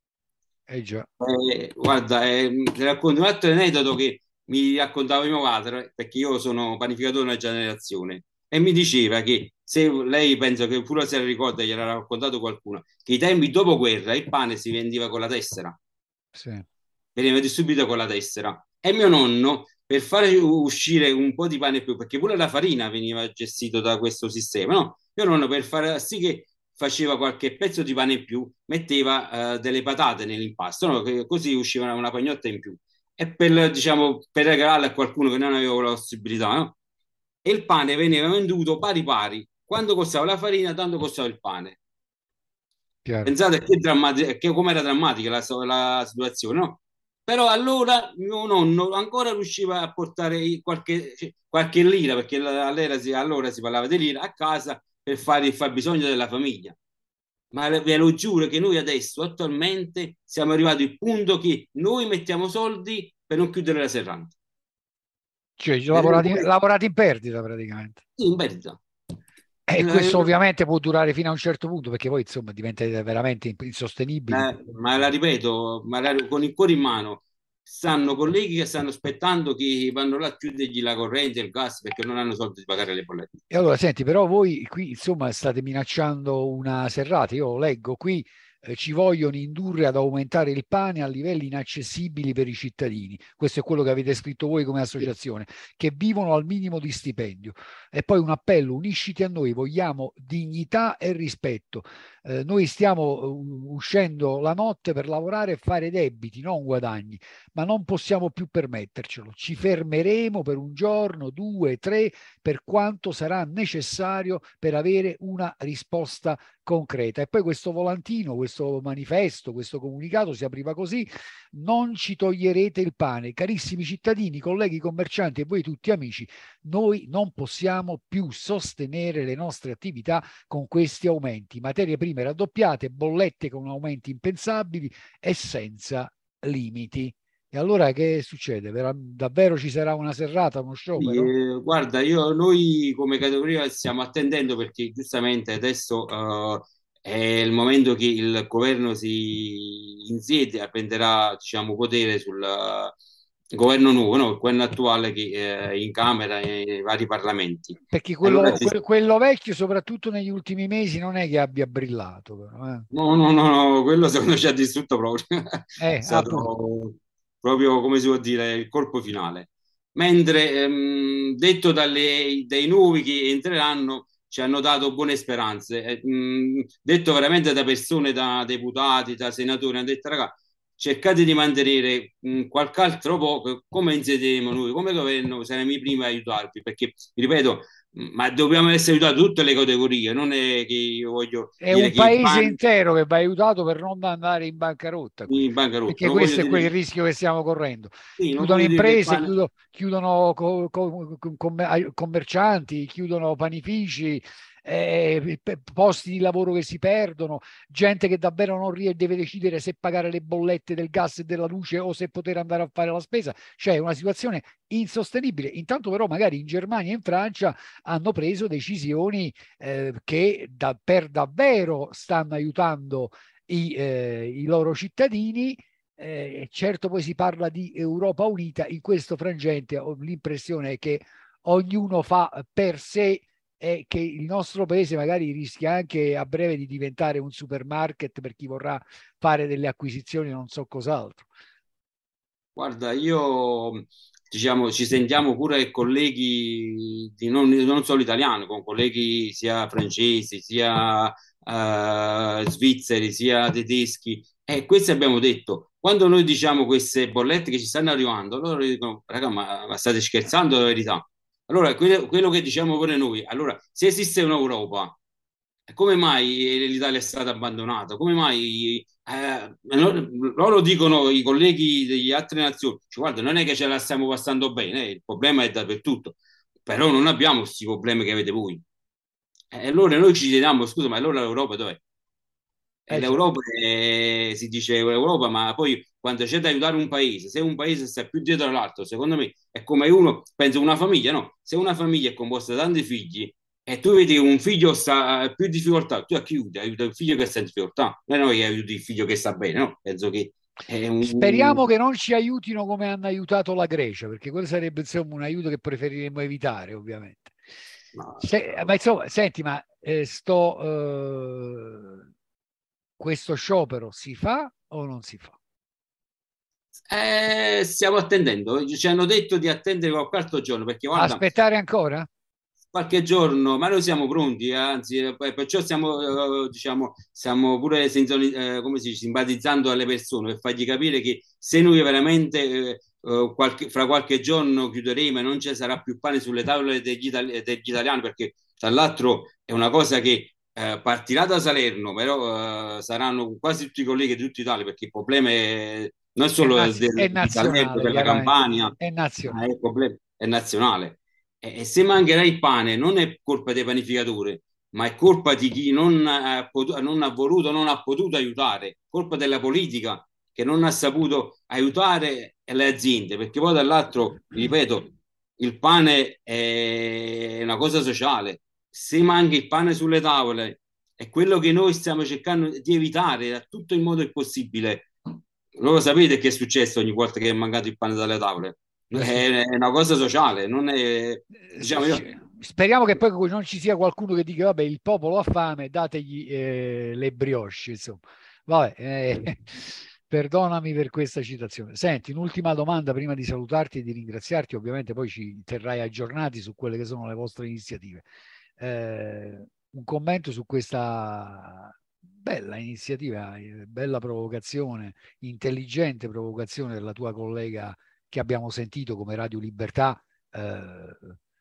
Eh già. Eh, guarda, eh, ti racconto un altro aneddoto che mi raccontava mio padre, perché io sono panificatore di una generazione, e mi diceva che se lei penso che pure se la ricorda, gliel'ha raccontato qualcuno, che i tempi dopo guerra il pane si vendeva con la tessera, Sì. veniva distribuito con la tessera. E mio nonno, per fare uscire un po' di pane in più, perché pure la farina veniva gestito da questo sistema, no? Mio nonno per fare sì che faceva qualche pezzo di pane in più, metteva uh, delle patate nell'impasto, no? Che così usciva una pagnotta in più. E per, diciamo, per regalarla a qualcuno che non aveva la possibilità, no? E il pane veniva venduto pari pari. Quando costava la farina, tanto costava il pane. Chiaro. Pensate che, drammati- che com'era drammatica la, la situazione, no? Però allora mio nonno ancora riusciva a portare qualche, qualche lira, perché allora si, allora si parlava di lira, a casa per fare il fabbisogno della famiglia. Ma ve lo giuro che noi adesso, attualmente, siamo arrivati al punto che noi mettiamo soldi per non chiudere la serranda. Cioè, lavorati, lavorati in perdita praticamente. Sì, in perdita. E questo ovviamente può durare fino a un certo punto, perché poi insomma diventa veramente insostenibile. Eh, ma la ripeto, magari con il cuore in mano, stanno colleghi che stanno aspettando che vanno là a chiudergli la corrente e il gas perché non hanno soldi di pagare le bollette. E allora, senti, però voi qui insomma state minacciando una serrata. Io leggo qui eh, ci vogliono indurre ad aumentare il pane a livelli inaccessibili per i cittadini. Questo è quello che avete scritto voi come associazione, che vivono al minimo di stipendio. E poi un appello: unisciti a noi, vogliamo dignità e rispetto. Eh, noi stiamo uh, uscendo la notte per lavorare e fare debiti, non guadagni, ma non possiamo più permettercelo. Ci fermeremo per un giorno, due, tre, per quanto sarà necessario per avere una risposta concreta. E poi questo volantino, questo manifesto, questo comunicato si apriva così: non ci toglierete il pane. Carissimi cittadini, colleghi commercianti e voi tutti amici, noi non possiamo più sostenere le nostre attività con questi aumenti. Materie prime raddoppiate, bollette con aumenti impensabili e senza limiti. E allora che succede? Vera- davvero ci sarà una serrata, uno Sì, sciopero? eh, guarda, io, noi come categoria stiamo attendendo perché giustamente adesso eh, è il momento che il governo si insiede e prenderà, diciamo, potere sul eh, governo nuovo, no? Il governo attuale che è in Camera e nei vari parlamenti. Perché Allora quello, si que- quello vecchio, soprattutto negli ultimi mesi, non è che abbia brillato, però, eh. No, no, no, no, quello secondo me ci ha distrutto proprio. È Eh, appunto. stato proprio, come si può dire, il colpo finale. Mentre, ehm, detto dalle, dai nuovi che entreranno, ci hanno dato buone speranze. Eh, mh, detto veramente da persone, da deputati, da senatori, hanno detto, raga, cercate di mantenere mh, qualche altro po', come insediamo noi, come governo, saremo i primi a aiutarvi, perché, ripeto, ma dobbiamo essere aiutati tutte le categorie, non è che io voglio È dire un che il paese pane intero che va aiutato per non andare in bancarotta qui, in bancarotta, perché non voglio questo è quel dire, rischio che stiamo correndo. sì, non Chiudono voglio dire che il imprese, pane, chiudo- chiudono co- co- com- commercianti, chiudono panifici, eh, pe- posti di lavoro che si perdono, gente che davvero non rie- deve decidere se pagare le bollette del gas e della luce o se poter andare a fare la spesa. Cioè è una situazione insostenibile. Intanto però magari in Germania e in Francia hanno preso decisioni eh, che da, per davvero stanno aiutando i, eh, i loro cittadini. Eh, certo, poi si parla di Europa unita. In questo frangente ho l'impressione è che ognuno fa per sé e che il nostro paese magari rischia anche a breve di diventare un supermarket per chi vorrà fare delle acquisizioni, non so cos'altro. guarda, io diciamo ci sentiamo pure colleghi di non, non solo italiani, con colleghi sia francesi, sia eh, svizzeri, sia tedeschi. E questo abbiamo detto, quando noi diciamo queste bollette che ci stanno arrivando, loro dicono, raga, ma, ma state scherzando la verità? Allora, quello, quello che diciamo pure noi, allora, se esiste un'Europa, come mai l'Italia è stata abbandonata? Come mai eh, loro dicono i colleghi degli altre nazioni, cioè, guarda, non è che ce la stiamo passando bene, eh, il problema è dappertutto, però non abbiamo questi problemi che avete voi. E allora noi ci chiediamo, scusa, ma allora l'Europa dov'è? E Eh già. l'Europa è- si dice Europa, ma poi quando c'è da aiutare un paese, se un paese sta più dietro l'altro, secondo me è come uno, penso una famiglia, no? Se una famiglia è composta da tanti figli e tu vedi che un figlio sta più in difficoltà, tu aiuti, aiuta il figlio che sta in difficoltà, non è noi che aiuti il figlio che sta bene, no? Penso che è un... Speriamo che non ci aiutino come hanno aiutato la Grecia, perché quello sarebbe insomma un aiuto che preferiremmo evitare, ovviamente. ma- Se- ma insomma, senti, ma eh, sto, eh, questo sciopero si fa o non si fa? eh, stiamo attendendo, ci hanno detto di attendere qualche altro giorno, perché guarda, Aspettare ancora? qualche giorno, ma noi siamo pronti, eh, anzi, eh, perciò stiamo, eh, diciamo, stiamo pure sintoni- eh, come si dice, simpatizzando alle persone per fargli capire che se noi veramente eh, eh, qualche- fra qualche giorno chiuderemo e non ci sarà più pane sulle tavole degli, itali- degli italiani, perché tra l'altro è una cosa che eh, partirà da Salerno, però eh, saranno quasi tutti i colleghi di tutta Italia, perché il problema è, non è È, solo naz- del, è di Salerno, nazionale, della chiaramente. Campania, È ma è, nazionale. il problema, è nazionale. E se mancherà il pane non è colpa dei panificatori, ma è colpa di chi non ha, potuto, non ha voluto, non ha potuto aiutare, colpa della politica che non ha saputo aiutare le aziende, perché poi dall'altro, ripeto, il pane è una cosa sociale. Se manca il pane sulle tavole, è quello che noi stiamo cercando di evitare a tutto il modo possibile. Lo sapete che è successo ogni volta che è mancato il pane dalle tavole? Eh sì. È una cosa sociale, non è, diciamo io, Speriamo che poi non ci sia qualcuno che dica vabbè, il popolo ha fame, dategli eh, le brioche, insomma. Vabbè, eh, perdonami per questa citazione. Senti, un'ultima domanda prima di salutarti e di ringraziarti, ovviamente poi ci terrai aggiornati su quelle che sono le vostre iniziative. Eh, un commento su questa bella iniziativa, eh, bella provocazione, intelligente provocazione della tua collega che abbiamo sentito come Radio Libertà, eh,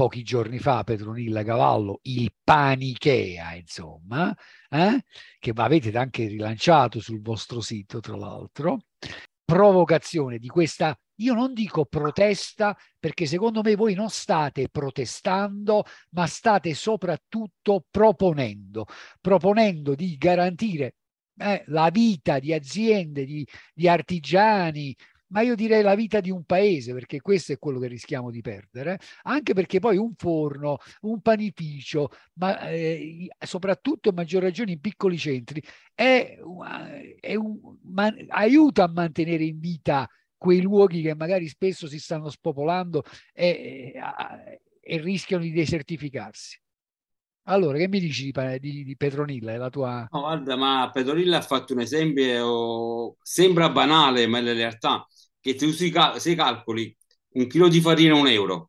pochi giorni fa Petronilla Cavallo, il panichea, insomma, eh? Che avete anche rilanciato sul vostro sito, tra l'altro, provocazione di questa, io non dico protesta, perché secondo me voi non state protestando, ma state soprattutto proponendo, proponendo di garantire eh, la vita di aziende, di, di artigiani, ma io direi la vita di un paese, perché questo è quello che rischiamo di perdere, anche perché poi un forno, un panificio, ma eh, soprattutto a maggior ragione in piccoli centri, è, è un, ma, aiuta a mantenere in vita quei luoghi che magari spesso si stanno spopolando e, e, e rischiano di desertificarsi. Allora, che mi dici di, di, di Petronilla? È la tua... No, guarda, ma Petronilla ha fatto un esempio, sembra banale, ma in realtà, che tu si, cal- se calcoli un chilo di farina un euro,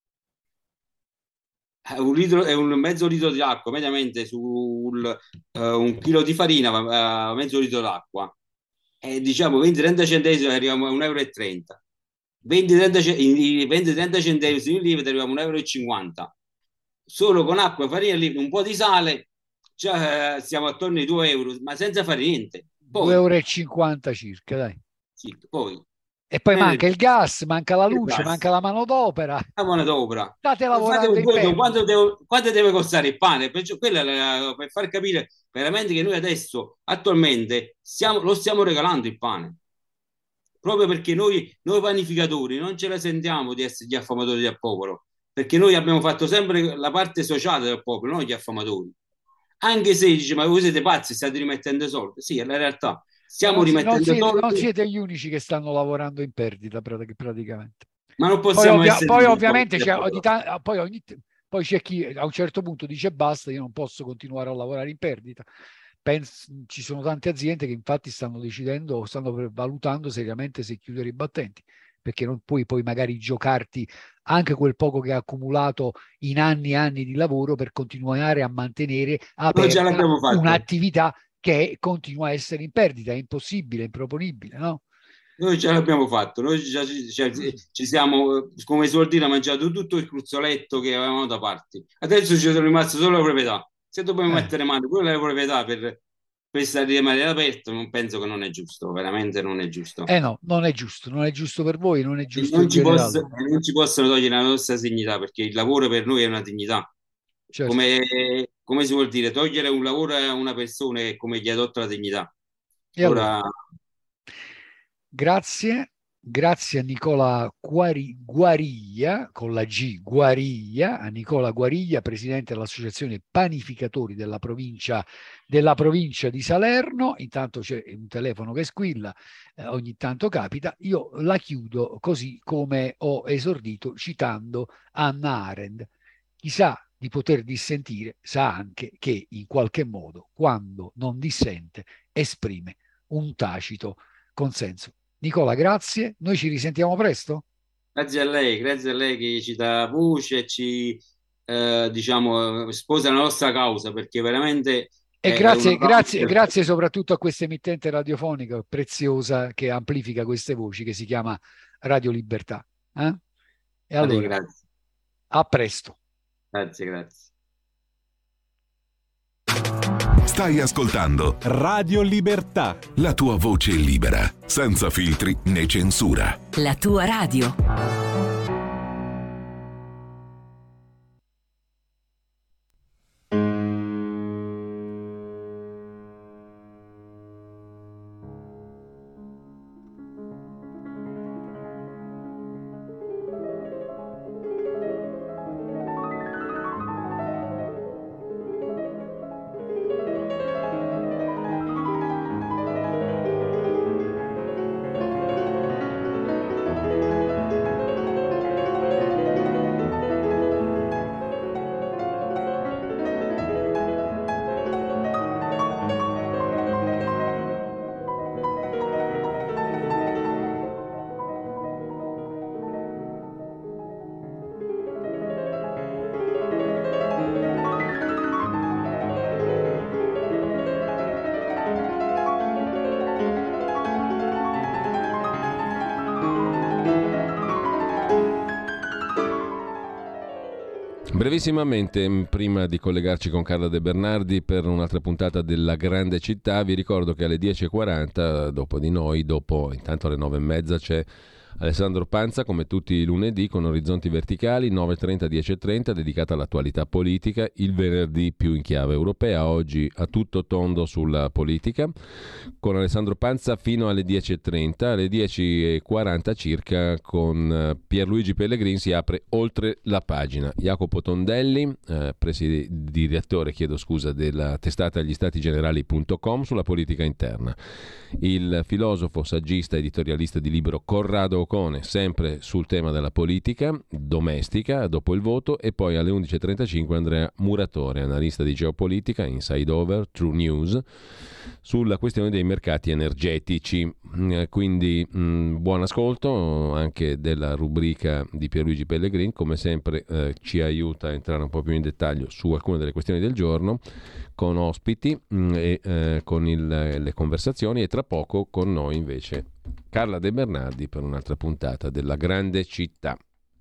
è un litro, è un mezzo litro di acqua, mediamente sul uh, un chilo di farina, uh, mezzo litro d'acqua, e diciamo venti trenta centesimi arriviamo a un euro e trenta. venti trenta centesimi in lievito arriviamo a un euro e cinquanta. Solo con acqua, farina, un po' di sale, già siamo attorno ai due euro, ma senza fare niente. Poi, due euro e cinquanta circa, dai. Sì, poi, e poi manca il gas, manca la luce, gas. manca la manodopera. La manodopera. State lavorando in conto, quanto, deve, quanto deve costare il pane? Per, quella, per far capire veramente che noi adesso, attualmente, stiamo, lo stiamo regalando il pane. Proprio perché noi, noi panificatori non ce la sentiamo di essere gli affamatori del popolo, perché noi abbiamo fatto sempre la parte sociale del popolo, non gli affamatori. Anche se dice, ma voi siete pazzi, state rimettendo soldi. Sì, è la realtà. Stiamo non, rimettendo non siete, soldi. Non siete gli unici che stanno lavorando in perdita, praticamente. Ma non possiamo poi, ovvia, essere... Poi ovviamente c'è, ogni ta- poi, ogni, poi c'è chi a un certo punto dice basta, io non posso continuare a lavorare in perdita. Penso, ci sono tante aziende che infatti stanno decidendo, stanno valutando seriamente se chiudere i battenti, perché non puoi poi magari giocarti anche quel poco che ha accumulato in anni e anni di lavoro per continuare a mantenere aperta un'attività che continua a essere in perdita. È impossibile, è improponibile, no? Noi ce l'abbiamo fatto, noi già ci, cioè, ci siamo, come si vuol dire, mangiato tutto il gruzzoletto che avevamo da parte. Adesso ci sono rimaste solo le proprietà. Se dobbiamo eh. mettere mano quelle le proprietà per, per stare rimanere aperto, non penso che non è giusto, veramente non è giusto. Eh no, non è giusto, non è giusto per voi, non è giusto non in ci generale. Posso, non ci possono togliere la nostra dignità, perché il lavoro per noi è una dignità. Certo. Come, come si vuol dire, togliere un lavoro a una persona è come gli adotta la dignità. E allora, allora grazie. Grazie a Nicola Guari, Guariglia, con la G, Guariglia, a Nicola Guariglia, presidente dell'Associazione Panificatori della provincia, della provincia di Salerno. Intanto c'è un telefono che squilla, eh, ogni tanto capita. Io la chiudo così come ho esordito, citando Hannah Arendt. Chi sa di poter dissentire sa anche che in qualche modo, quando non dissente, esprime un tacito consenso. Nicola, grazie. Noi ci risentiamo presto. Grazie a lei, grazie a lei che ci dà voce e ci eh, diciamo sposa la nostra causa, perché veramente e grazie, grazie, grazie soprattutto a questa emittente radiofonica preziosa che amplifica queste voci, che si chiama Radio Libertà. Eh? E allora, grazie. A presto. Grazie, grazie. Stai ascoltando Radio Libertà, la tua voce libera, senza filtri né censura. La tua radio. Brevissimamente, prima di collegarci con Carla De Bernardi per un'altra puntata della Grande Città, vi ricordo che alle dieci e quaranta, dopo di noi, dopo intanto alle nove e mezza c'è Alessandro Panza, come tutti i lunedì, con Orizzonti Verticali, nove e trenta, dieci e trenta, dedicata all'attualità politica, il venerdì più in chiave europea, oggi a tutto tondo sulla politica, con Alessandro Panza fino alle dieci e trenta, alle dieci e quaranta circa con Pierluigi Pellegrini si apre Oltre la pagina. Jacopo Tondelli, eh, preside- direttore chiedo scusa, della testata gli stati generali punto com sulla politica interna. Il filosofo, saggista, editorialista di libro Corrado Ocone, sempre sul tema della politica domestica, dopo il voto, e poi alle undici e trentacinque Andrea Muratore, analista di geopolitica, Inside Over, True News, sulla questione dei mercati energetici. Quindi mh, buon ascolto anche della rubrica di Pierluigi Pellegrini, come sempre eh, ci aiuta a entrare un po' più in dettaglio su alcune delle questioni del giorno, con ospiti mh, e eh, con il, le conversazioni, e tra poco con noi invece Carla De Bernardi per un'altra puntata della Grande Città.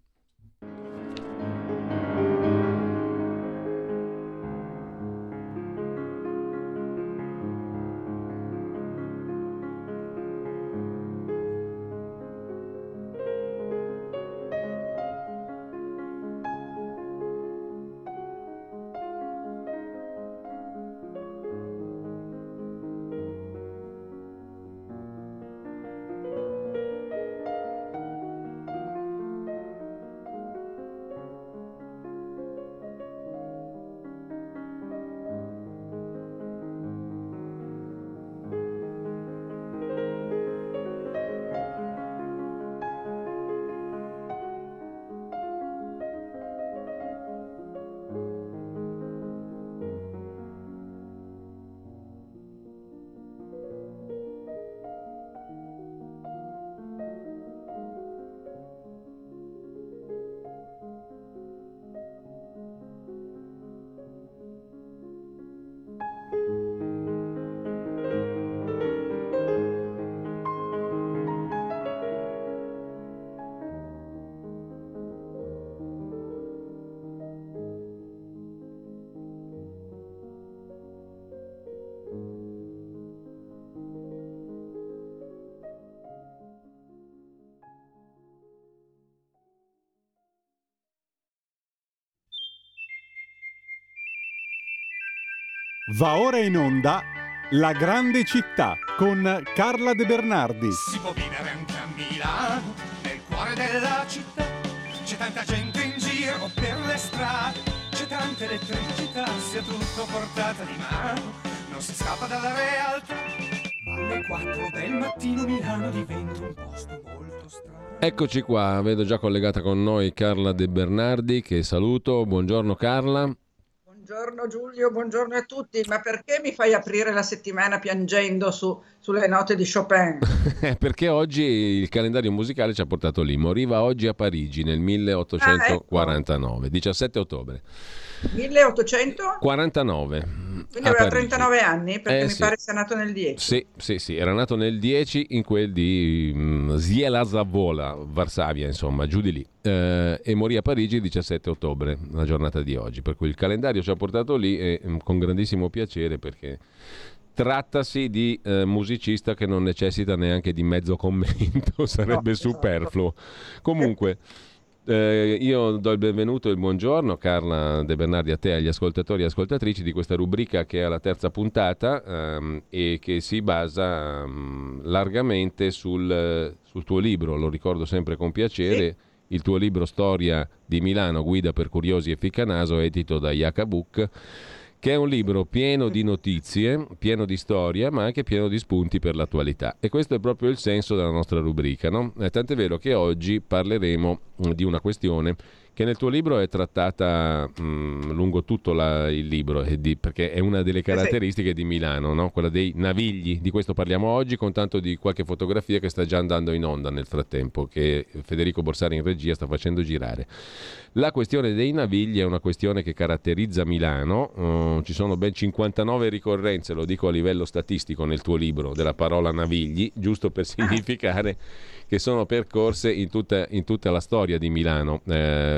Va ora in onda La Grande Città con Carla De Bernardi. Si può vivere anche a Milano, nel cuore della città. C'è tanta gente in giro per le strade, c'è tanta elettricità, sia tutto portata di mano, non si scappa dalla realtà. Alle quattro del mattino Milano diventa un posto molto strano. Eccoci qua, vedo già collegata con noi Carla De Bernardi, che saluto. Buongiorno Carla. Buongiorno Giulio, buongiorno a tutti. Ma perché mi fai aprire la settimana piangendo su, sulle note di Chopin? Perché oggi il calendario musicale ci ha portato lì. Moriva oggi a Parigi nel milleottocentoquarantanove, ah, ecco. diciassette ottobre. milleottocentoquarantanove. Quindi aveva trentanove anni, perché eh, mi sì. pare sia nato nel dieci. Sì, sì, sì, era nato nel dieci in quel di um, Zielaszavola, Varsavia, insomma, giù di lì. Eh, e morì a Parigi il diciassette ottobre, la giornata di oggi. Per cui il calendario ci ha portato lì e um, con grandissimo piacere, perché trattasi di eh, musicista che non necessita neanche di mezzo commento, sarebbe no, superfluo. Esatto. Comunque... Eh, io do il benvenuto e il buongiorno, Carla De Bernardi, a te e agli ascoltatori e ascoltatrici di questa rubrica che è alla terza puntata ehm, e che si basa ehm, largamente sul, sul tuo libro, lo ricordo sempre con piacere, sì. Il tuo libro Storia di Milano, guida per curiosi e ficcanaso, edito da Iacabook, che è un libro pieno di notizie, pieno di storia, ma anche pieno di spunti per l'attualità. E questo è proprio il senso della nostra rubrica, no? Eh, tant'è vero che oggi parleremo di una questione che nel tuo libro è trattata mh, lungo tutto la, il libro, e di, perché è una delle caratteristiche di Milano, no? Quella dei navigli. Di questo parliamo oggi, con tanto di qualche fotografia che sta già andando in onda nel frattempo, che Federico Borsari in regia sta facendo girare. La questione dei navigli è una questione che caratterizza Milano, uh, ci sono ben cinquantanove ricorrenze, lo dico a livello statistico nel tuo libro, della parola navigli, giusto per significare che sono percorse in tutta, in tutta la storia di Milano. Eh,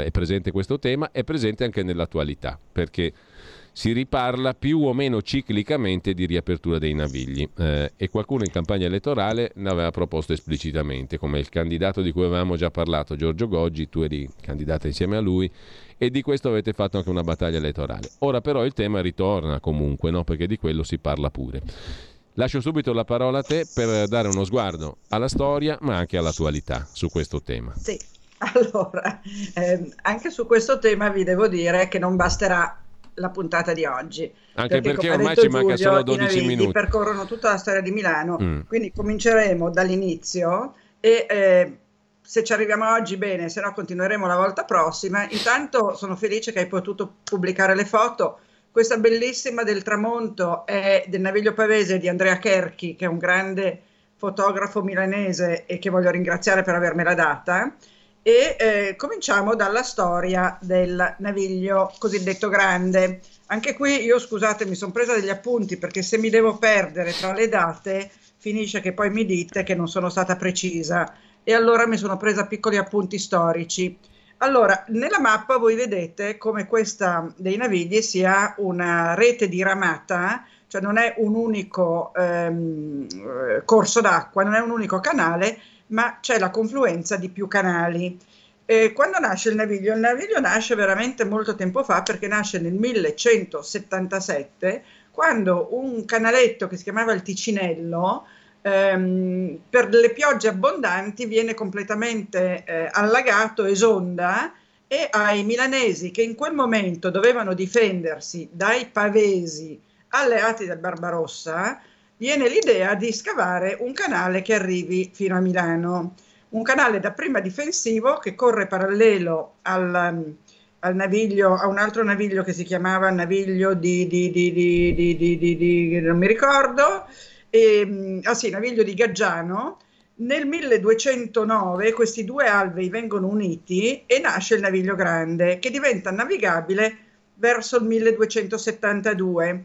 è presente questo tema, è presente anche nell'attualità, perché si riparla più o meno ciclicamente di riapertura dei navigli eh, e qualcuno in campagna elettorale ne aveva proposto esplicitamente, come il candidato di cui avevamo già parlato, Giorgio Goggi, tu eri candidata insieme a lui e di questo avete fatto anche una battaglia elettorale. Ora però il tema ritorna comunque, no? Perché di quello si parla pure. Lascio subito la parola a te per dare uno sguardo alla storia ma anche all'attualità su questo tema. Sì, allora, ehm, anche su questo tema vi devo dire che non basterà la puntata di oggi, anche perché, perché ormai ci Giulio, manca solo dodici minuti, percorrono tutta la storia di Milano, mm. quindi cominceremo dall'inizio e eh, se ci arriviamo oggi bene, se no continueremo la volta prossima. Intanto sono felice che hai potuto pubblicare le foto. Questa bellissima del tramonto è del Naviglio Pavese di Andrea Cherchi, che è un grande fotografo milanese e che voglio ringraziare per avermela data. E eh, cominciamo dalla storia del naviglio cosiddetto grande. Anche qui io, scusate, mi sono presa degli appunti perché se mi devo perdere tra le date finisce che poi mi dite che non sono stata precisa e allora mi sono presa piccoli appunti storici. Allora, nella mappa voi vedete come questa dei navigli sia una rete diramata, cioè non è un unico ehm, corso d'acqua, non è un unico canale, ma c'è la confluenza di più canali. Eh, quando nasce il naviglio? Il naviglio nasce veramente molto tempo fa, perché nasce nel millecentosettantasette, quando un canaletto che si chiamava il Ticinello, ehm, per le piogge abbondanti viene completamente eh, allagato, esonda, e ai milanesi che in quel momento dovevano difendersi dai pavesi alleati del Barbarossa, viene l'idea di scavare un canale che arrivi fino a Milano, un canale dapprima difensivo che corre parallelo al, al naviglio, a un altro naviglio che si chiamava naviglio di, di, di, di, di, di, di, di non mi ricordo, e, ah sì, naviglio di Gaggiano. Nel milleduecentonove questi due alvei vengono uniti e nasce il naviglio grande, che diventa navigabile verso il milleduecentosettantadue.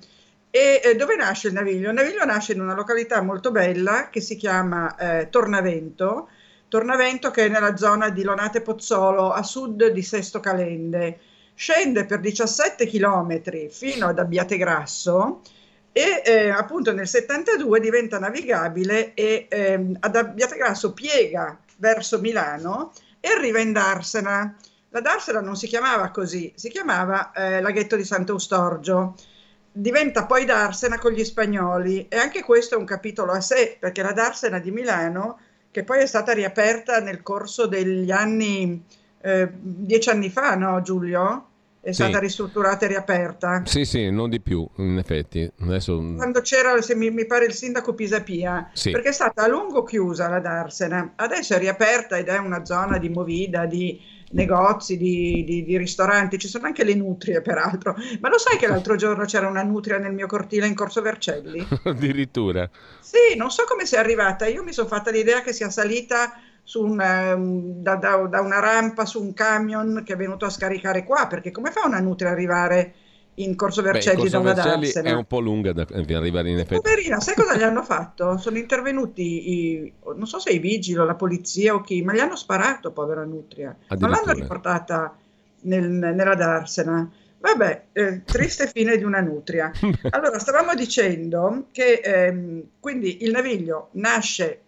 E eh, dove nasce il naviglio? Il naviglio nasce in una località molto bella che si chiama eh, Tornavento, Tornavento che è nella zona di Lonate Pozzolo, a sud di Sesto Calende. Scende per diciassette chilometri fino ad Abbiategrasso e eh, appunto nel settantadue diventa navigabile e eh, ad Abbiategrasso piega verso Milano e arriva in Darsena. La Darsena non si chiamava così, si chiamava eh, laghetto di Sant'Eustorgio. Diventa poi Darsena con gli spagnoli e anche questo è un capitolo a sé, perché la Darsena di Milano, che poi è stata riaperta nel corso degli anni, eh, dieci anni fa, no Giulio? È sì. stata ristrutturata e riaperta. Sì, sì, non di più, in effetti. Adesso... Quando c'era, se mi, mi pare, il sindaco Pisapia, sì. Perché è stata a lungo chiusa la Darsena, adesso è riaperta ed è una zona di movida, di negozi, di, di, di ristoranti, ci sono anche le nutrie peraltro, ma lo sai che l'altro giorno c'era una nutria nel mio cortile in Corso Vercelli? Addirittura? Sì, non so come sia arrivata, io mi sono fatta l'idea che sia salita su un, um, da, da, da una rampa su un camion che è venuto a scaricare qua, perché come fa una nutria ad arrivare in Corso Vercelli dalla Darsena? È un po' lunga da arrivare in effetti. Poverina, sai cosa gli hanno fatto? Sono intervenuti i, non so se i vigili o la polizia o chi, ma gli hanno sparato, povera nutria. Non l'hanno riportata nel, nella Darsena. Vabbè, eh, triste fine di una nutria. Allora, stavamo dicendo che ehm, quindi il naviglio nasce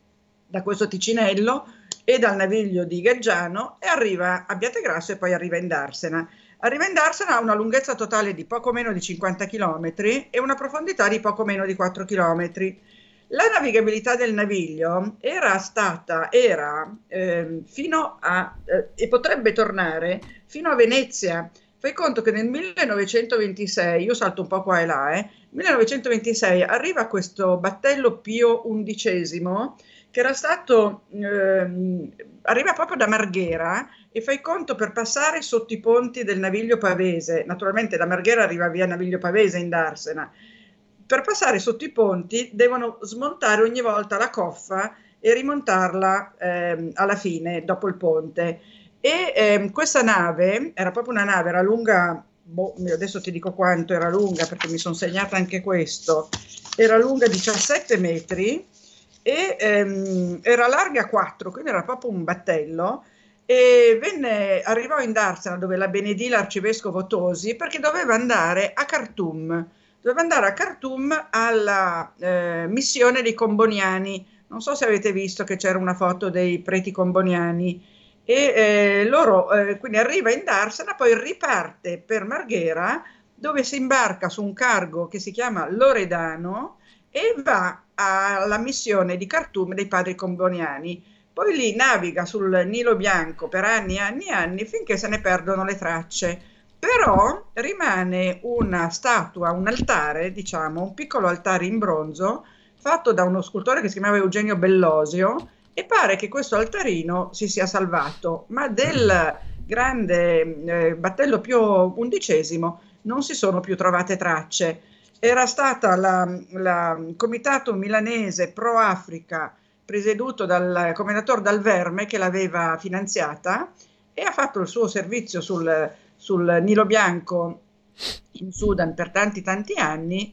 da questo Ticinello e dal naviglio di Gaggiano e arriva a Abbiategrasso e poi arriva in Darsena. Arriva in Darsena ha una lunghezza totale di poco meno di cinquanta chilometri e una profondità di poco meno di quattro chilometri. La navigabilità del naviglio era stata, era eh, fino a, eh, e potrebbe tornare fino a Venezia. Fai conto che nel millenovecentoventisei, io salto un po' qua e là, eh, millenovecentoventisei arriva questo battello Pio undicesimo, che era stato, ehm, arriva proprio da Marghera, e fai conto per passare sotto i ponti del Naviglio Pavese, naturalmente da Marghera arriva via Naviglio Pavese in Darsena, per passare sotto i ponti devono smontare ogni volta la coffa e rimontarla ehm, alla fine, dopo il ponte. E ehm, questa nave, era proprio una nave, era lunga, boh, adesso ti dico quanto era lunga perché mi sono segnata anche questo, era lunga diciassette metri e ehm, era larga quattro, quindi era proprio un battello. e venne, arrivò in Darsena, dove la benedì l'arcivescovo Tosi, perché doveva andare a Khartoum, doveva andare a Khartoum alla eh, missione dei Comboniani. Non so se avete visto che c'era una foto dei preti comboniani, e eh, loro eh, quindi arriva in Darsena, poi riparte per Marghera, dove si imbarca su un cargo che si chiama Loredano e va alla missione di Khartoum dei padri comboniani. Poi lì naviga sul Nilo Bianco per anni e anni e anni, finché se ne perdono le tracce. Però rimane una statua, un altare, diciamo, un piccolo altare in bronzo, fatto da uno scultore che si chiamava Eugenio Bellosio, e pare che questo altarino si sia salvato, ma del grande eh, battello Pio undicesimo non si sono più trovate tracce. Era stata la, la comitato milanese Pro Africa, presieduto dal commendatore Dal Verme, che l'aveva finanziata, e ha fatto il suo servizio sul, sul Nilo Bianco in Sudan per tanti tanti anni.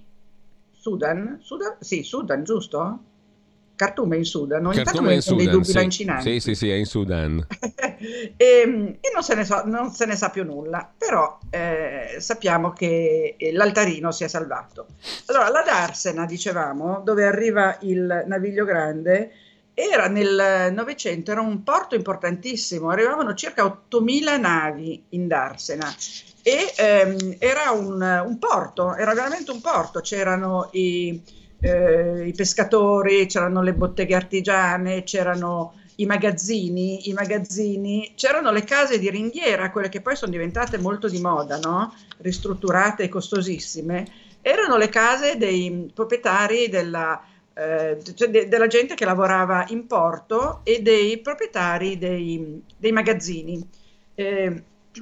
Sudan? Sudan? Sì, Sudan, giusto? Khartoum è in Sudan, ogni tanto mi sono dei dubbi lancinanti. Sì, sì, sì, è in Sudan. e, e non, se ne so, non se ne sa più nulla, però eh, sappiamo che l'altarino si è salvato. Allora, la Darsena, dicevamo, dove arriva il Naviglio Grande, era nel Novecento, era un porto importantissimo, arrivavano circa ottomila navi in Darsena, e ehm, era un, un porto, era veramente un porto, c'erano i... Eh, i pescatori, c'erano le botteghe artigiane, c'erano i magazzini, i magazzini, c'erano le case di ringhiera, quelle che poi sono diventate molto di moda, no? Ristrutturate e costosissime. Erano le case dei proprietari della, eh, cioè de, della gente che lavorava in porto e dei proprietari dei, dei magazzini. Eh,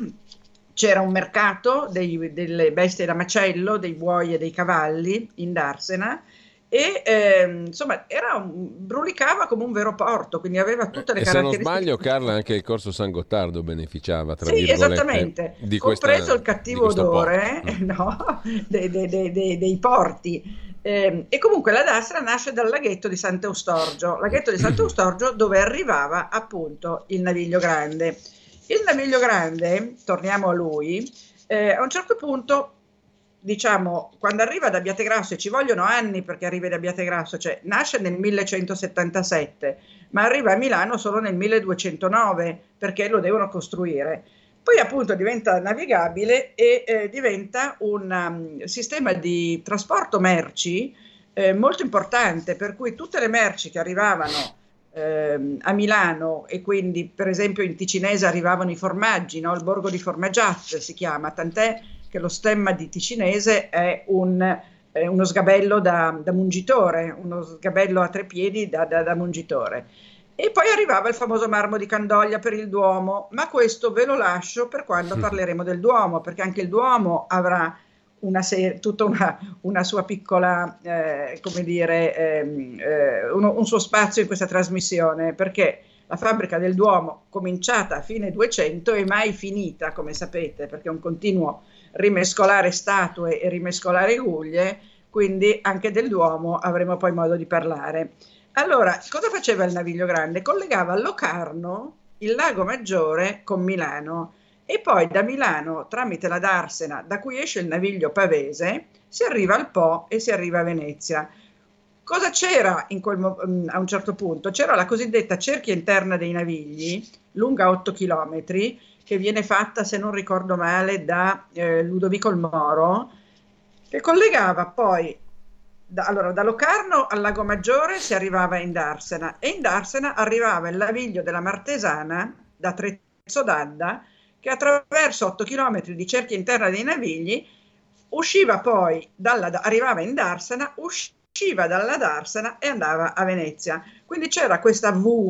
c'era un mercato dei, delle bestie da macello, dei buoi e dei cavalli in Darsena, e eh, insomma era un, brulicava come un vero porto, quindi aveva tutte le e caratteristiche. Se non sbaglio, Carla, anche il Corso San Gottardo beneficiava, tra sì, virgolette, esattamente, di compreso questa, il cattivo odore mm. no, dei, dei, dei, dei, dei porti. Eh, e comunque la Darsena nasce dal laghetto di Sant'Eustorgio, laghetto di Sant'Eustorgio dove arrivava appunto il Naviglio Grande. Il Naviglio Grande, torniamo a lui, eh, a un certo punto, diciamo, quando arriva da Abbiategrasso, e ci vogliono anni perché arrivi da Abbiategrasso, cioè nasce nel millecentosettantasette, ma arriva a Milano solo nel milleduecentonove perché lo devono costruire. Poi appunto diventa navigabile e eh, diventa un um, sistema di trasporto merci eh, molto importante, per cui tutte le merci che arrivavano eh, a Milano, e quindi per esempio in ticinese arrivavano i formaggi, no? Il borgo di Formaggiate si chiama, tant'è che lo stemma di ticinese è un, eh, uno sgabello da, da mungitore, uno sgabello a tre piedi da, da, da mungitore. E poi arrivava il famoso marmo di Candoglia per il Duomo, ma questo ve lo lascio per quando parleremo del Duomo, perché anche il Duomo avrà una serie, tutta una, una sua piccola, eh, come dire, ehm, eh, uno, un suo spazio in questa trasmissione, perché la fabbrica del Duomo, cominciata a fine duecento, è mai finita, come sapete, perché è un continuo rimescolare statue e rimescolare guglie, quindi anche del Duomo avremo poi modo di parlare. Allora, cosa faceva il Naviglio Grande? Collegava Locarno, il Lago Maggiore, con Milano, e poi da Milano, tramite la Darsena, da cui esce il Naviglio Pavese, si arriva al Po e si arriva a Venezia. Cosa c'era in quel, a un certo punto? C'era la cosiddetta cerchia interna dei Navigli, lunga otto chilometri, che viene fatta, se non ricordo male, da eh, Ludovico il Moro, che collegava poi, da, allora, da Locarno al Lago Maggiore si arrivava in Darsena, e in Darsena arrivava il Naviglio della Martesana, da Trezzo d'Adda, che attraverso otto chilometri di cerchia interna dei Navigli usciva poi, dalla, arrivava in Darsena, usciva dalla Darsena e andava a Venezia. Quindi c'era questa V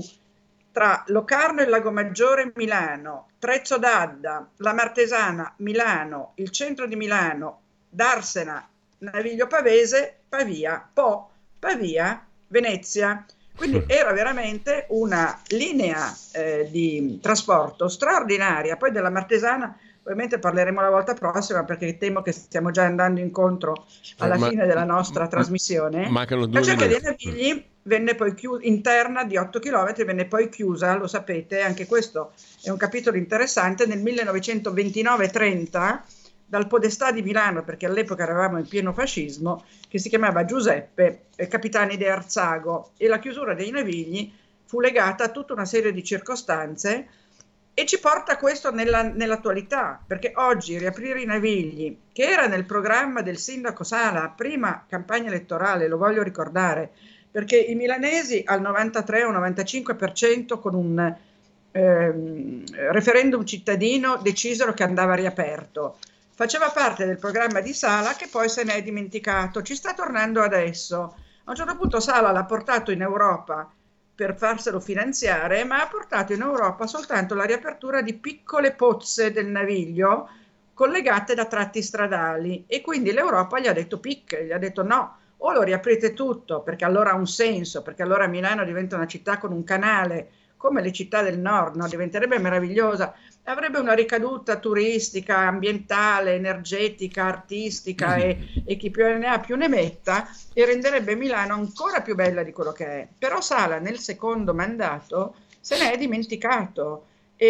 tra Locarno e Lago Maggiore Milano, Trezzo d'Adda, la Martesana Milano, il centro di Milano, Darsena, Naviglio Pavese, Pavia, Po, Pavia, Venezia. Quindi era veramente una linea eh, di trasporto straordinaria. Poi della Martesana ovviamente parleremo la volta prossima, perché temo che stiamo già andando incontro alla ma, fine della nostra trasmissione. Mancano due La cerchia dei minuti. Navigli venne poi chiusa, interna di otto chilometri, venne poi chiusa, lo sapete, anche questo è un capitolo interessante, nel millenovecentoventinove trenta dal Podestà di Milano, perché all'epoca eravamo in pieno fascismo, che si chiamava Giuseppe eh, Capitani de Arzago, e la chiusura dei Navigli fu legata a tutta una serie di circostanze e ci porta questo nella, nell'attualità, perché oggi riaprire i Navigli, che era nel programma del sindaco Sala, prima campagna elettorale, lo voglio ricordare, perché i milanesi al novantatré o novantacinque per cento con un ehm, referendum cittadino decisero che andava riaperto. Faceva parte del programma di Sala, che poi se ne è dimenticato, ci sta tornando adesso. A un certo punto Sala l'ha portato in Europa per farselo finanziare, ma ha portato in Europa soltanto la riapertura di piccole pozze del Naviglio collegate da tratti stradali, e quindi l'Europa gli ha detto pic, gli ha detto no, o lo riaprite tutto perché allora ha un senso, perché allora Milano diventa una città con un canale come le città del nord, no? Diventerebbe meravigliosa, avrebbe una ricaduta turistica, ambientale, energetica, artistica e, e chi più ne ha più ne metta, e renderebbe Milano ancora più bella di quello che è. Però Sala nel secondo mandato se ne è dimenticato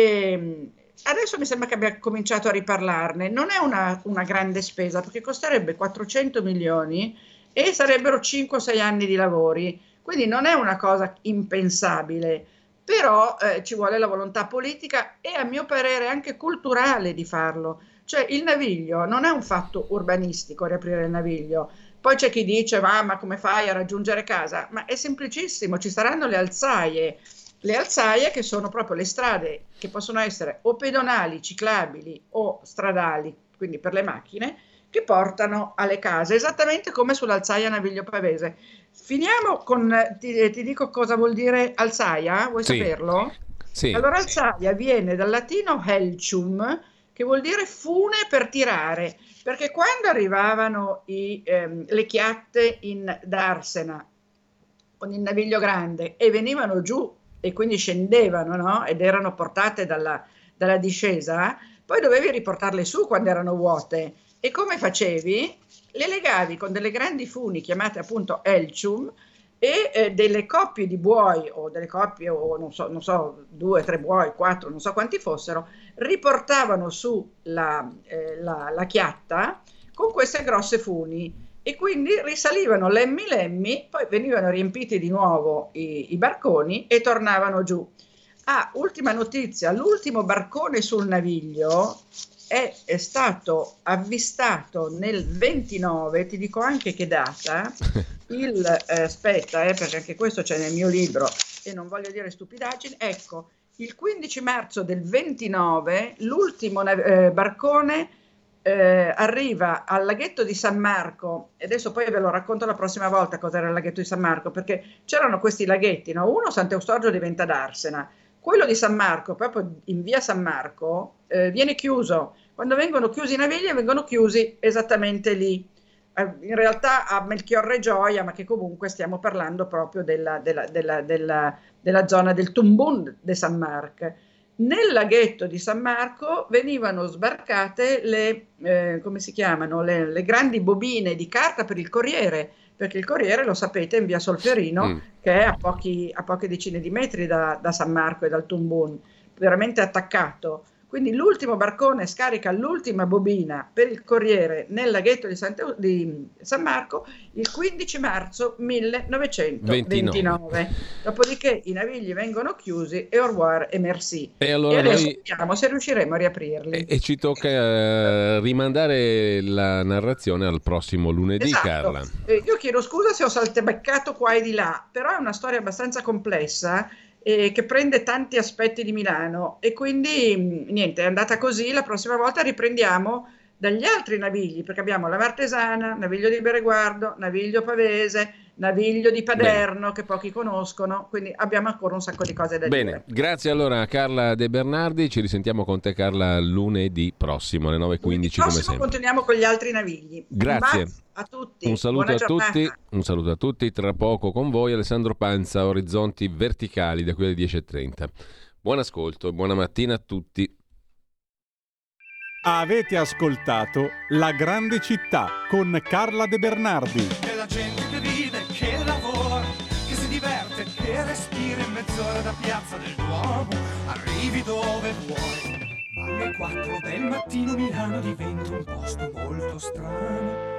e adesso mi sembra che abbia cominciato a riparlarne. Non è una, una grande spesa, perché costerebbe quattrocento milioni e sarebbero cinque o sei anni di lavori, quindi non è una cosa impensabile. Però eh, ci vuole la volontà politica e a mio parere anche culturale di farlo. Cioè il Naviglio non è un fatto urbanistico, riaprire il Naviglio. Poi c'è chi dice va, ma come fai a raggiungere casa? Ma è semplicissimo, ci saranno le alzaie. Le alzaie che sono proprio le strade che possono essere o pedonali, ciclabili o stradali, quindi per le macchine, che portano alle case, esattamente come sull'alzaia Naviglio Pavese. Finiamo con, ti, ti dico cosa vuol dire alzaia, vuoi sì. saperlo? Sì. Allora alzaia viene dal latino helcium, che vuol dire fune per tirare, perché quando arrivavano i, ehm, le chiatte in Darsena con il Naviglio Grande e venivano giù e quindi scendevano, no? Ed erano portate dalla, dalla discesa, poi dovevi riportarle su quando erano vuote. E come facevi? Le legavi con delle grandi funi chiamate appunto elcium e eh, delle coppie di buoi o delle coppie o non so, non so, due, tre buoi, quattro, non so quanti fossero, riportavano su la, eh, la, la chiatta con queste grosse funi e quindi risalivano lemmi lemmi, poi venivano riempiti di nuovo i, i barconi e tornavano giù. Ah, ultima notizia, l'ultimo barcone sul Naviglio È, è stato avvistato nel ventinove, ti dico anche che data, il, eh, aspetta, eh, perché anche questo c'è nel mio libro e non voglio dire stupidaggini, ecco, il quindici marzo del ventinove l'ultimo eh, barcone eh, arriva al laghetto di San Marco, e adesso poi ve lo racconto la prossima volta cos'era il laghetto di San Marco, perché c'erano questi laghetti, no? Uno Sant'Eustorgio diventa Darsena, quello di San Marco, proprio in via San Marco, eh, viene chiuso. Quando vengono chiusi i Navigli, vengono chiusi esattamente lì. Eh, in realtà a Melchiorre Gioia, ma che comunque stiamo parlando proprio della, della, della, della, della zona del Tumbun de San Marco. Nel laghetto di San Marco venivano sbarcate le, eh, come si chiamano, le, le grandi bobine di carta per il Corriere, perché il Corriere, lo sapete, è in via Solferino, mm. che è a, pochi, a poche decine di metri da, da San Marco e dal Tumbun, veramente attaccato. Quindi l'ultimo barcone scarica l'ultima bobina per il Corriere nel laghetto di, Sante, di San Marco il quindici marzo millenovecentoventinove. ventinove. Dopodiché i Navigli vengono chiusi e au revoir e merci. E, allora e adesso noi... vediamo se riusciremo a riaprirli. E, e ci tocca uh, rimandare la narrazione al prossimo lunedì, esatto. Carla. Eh, io chiedo scusa se ho saltebeccato qua e di là, però è una storia abbastanza complessa eh, che prende tanti aspetti di Milano e quindi mh, niente, è andata così. La prossima volta riprendiamo dagli altri Navigli, perché abbiamo la Martesana, Naviglio di Bereguardo, Naviglio Pavese, Naviglio di Paderno, bene, che pochi conoscono, quindi abbiamo ancora un sacco di cose da bene, dire. Bene, grazie allora a Carla De Bernardi, ci risentiamo con te Carla lunedì prossimo alle nove e quindici come sempre. Continuiamo con gli altri Navigli. Grazie a tutti. Un saluto a tutti, un saluto a tutti, tra poco con voi Alessandro Panza, Orizzonti Verticali da qui alle dieci e trenta. Buon ascolto e buona mattina a tutti. Avete ascoltato La Grande Città con Carla De Bernardi. Che la gente che vive, che lavora, che si diverte e respiri in mezz'ora da Piazza del Duomo, arrivi dove vuoi. Ma alle quattro del mattino Milano diventa un posto molto strano.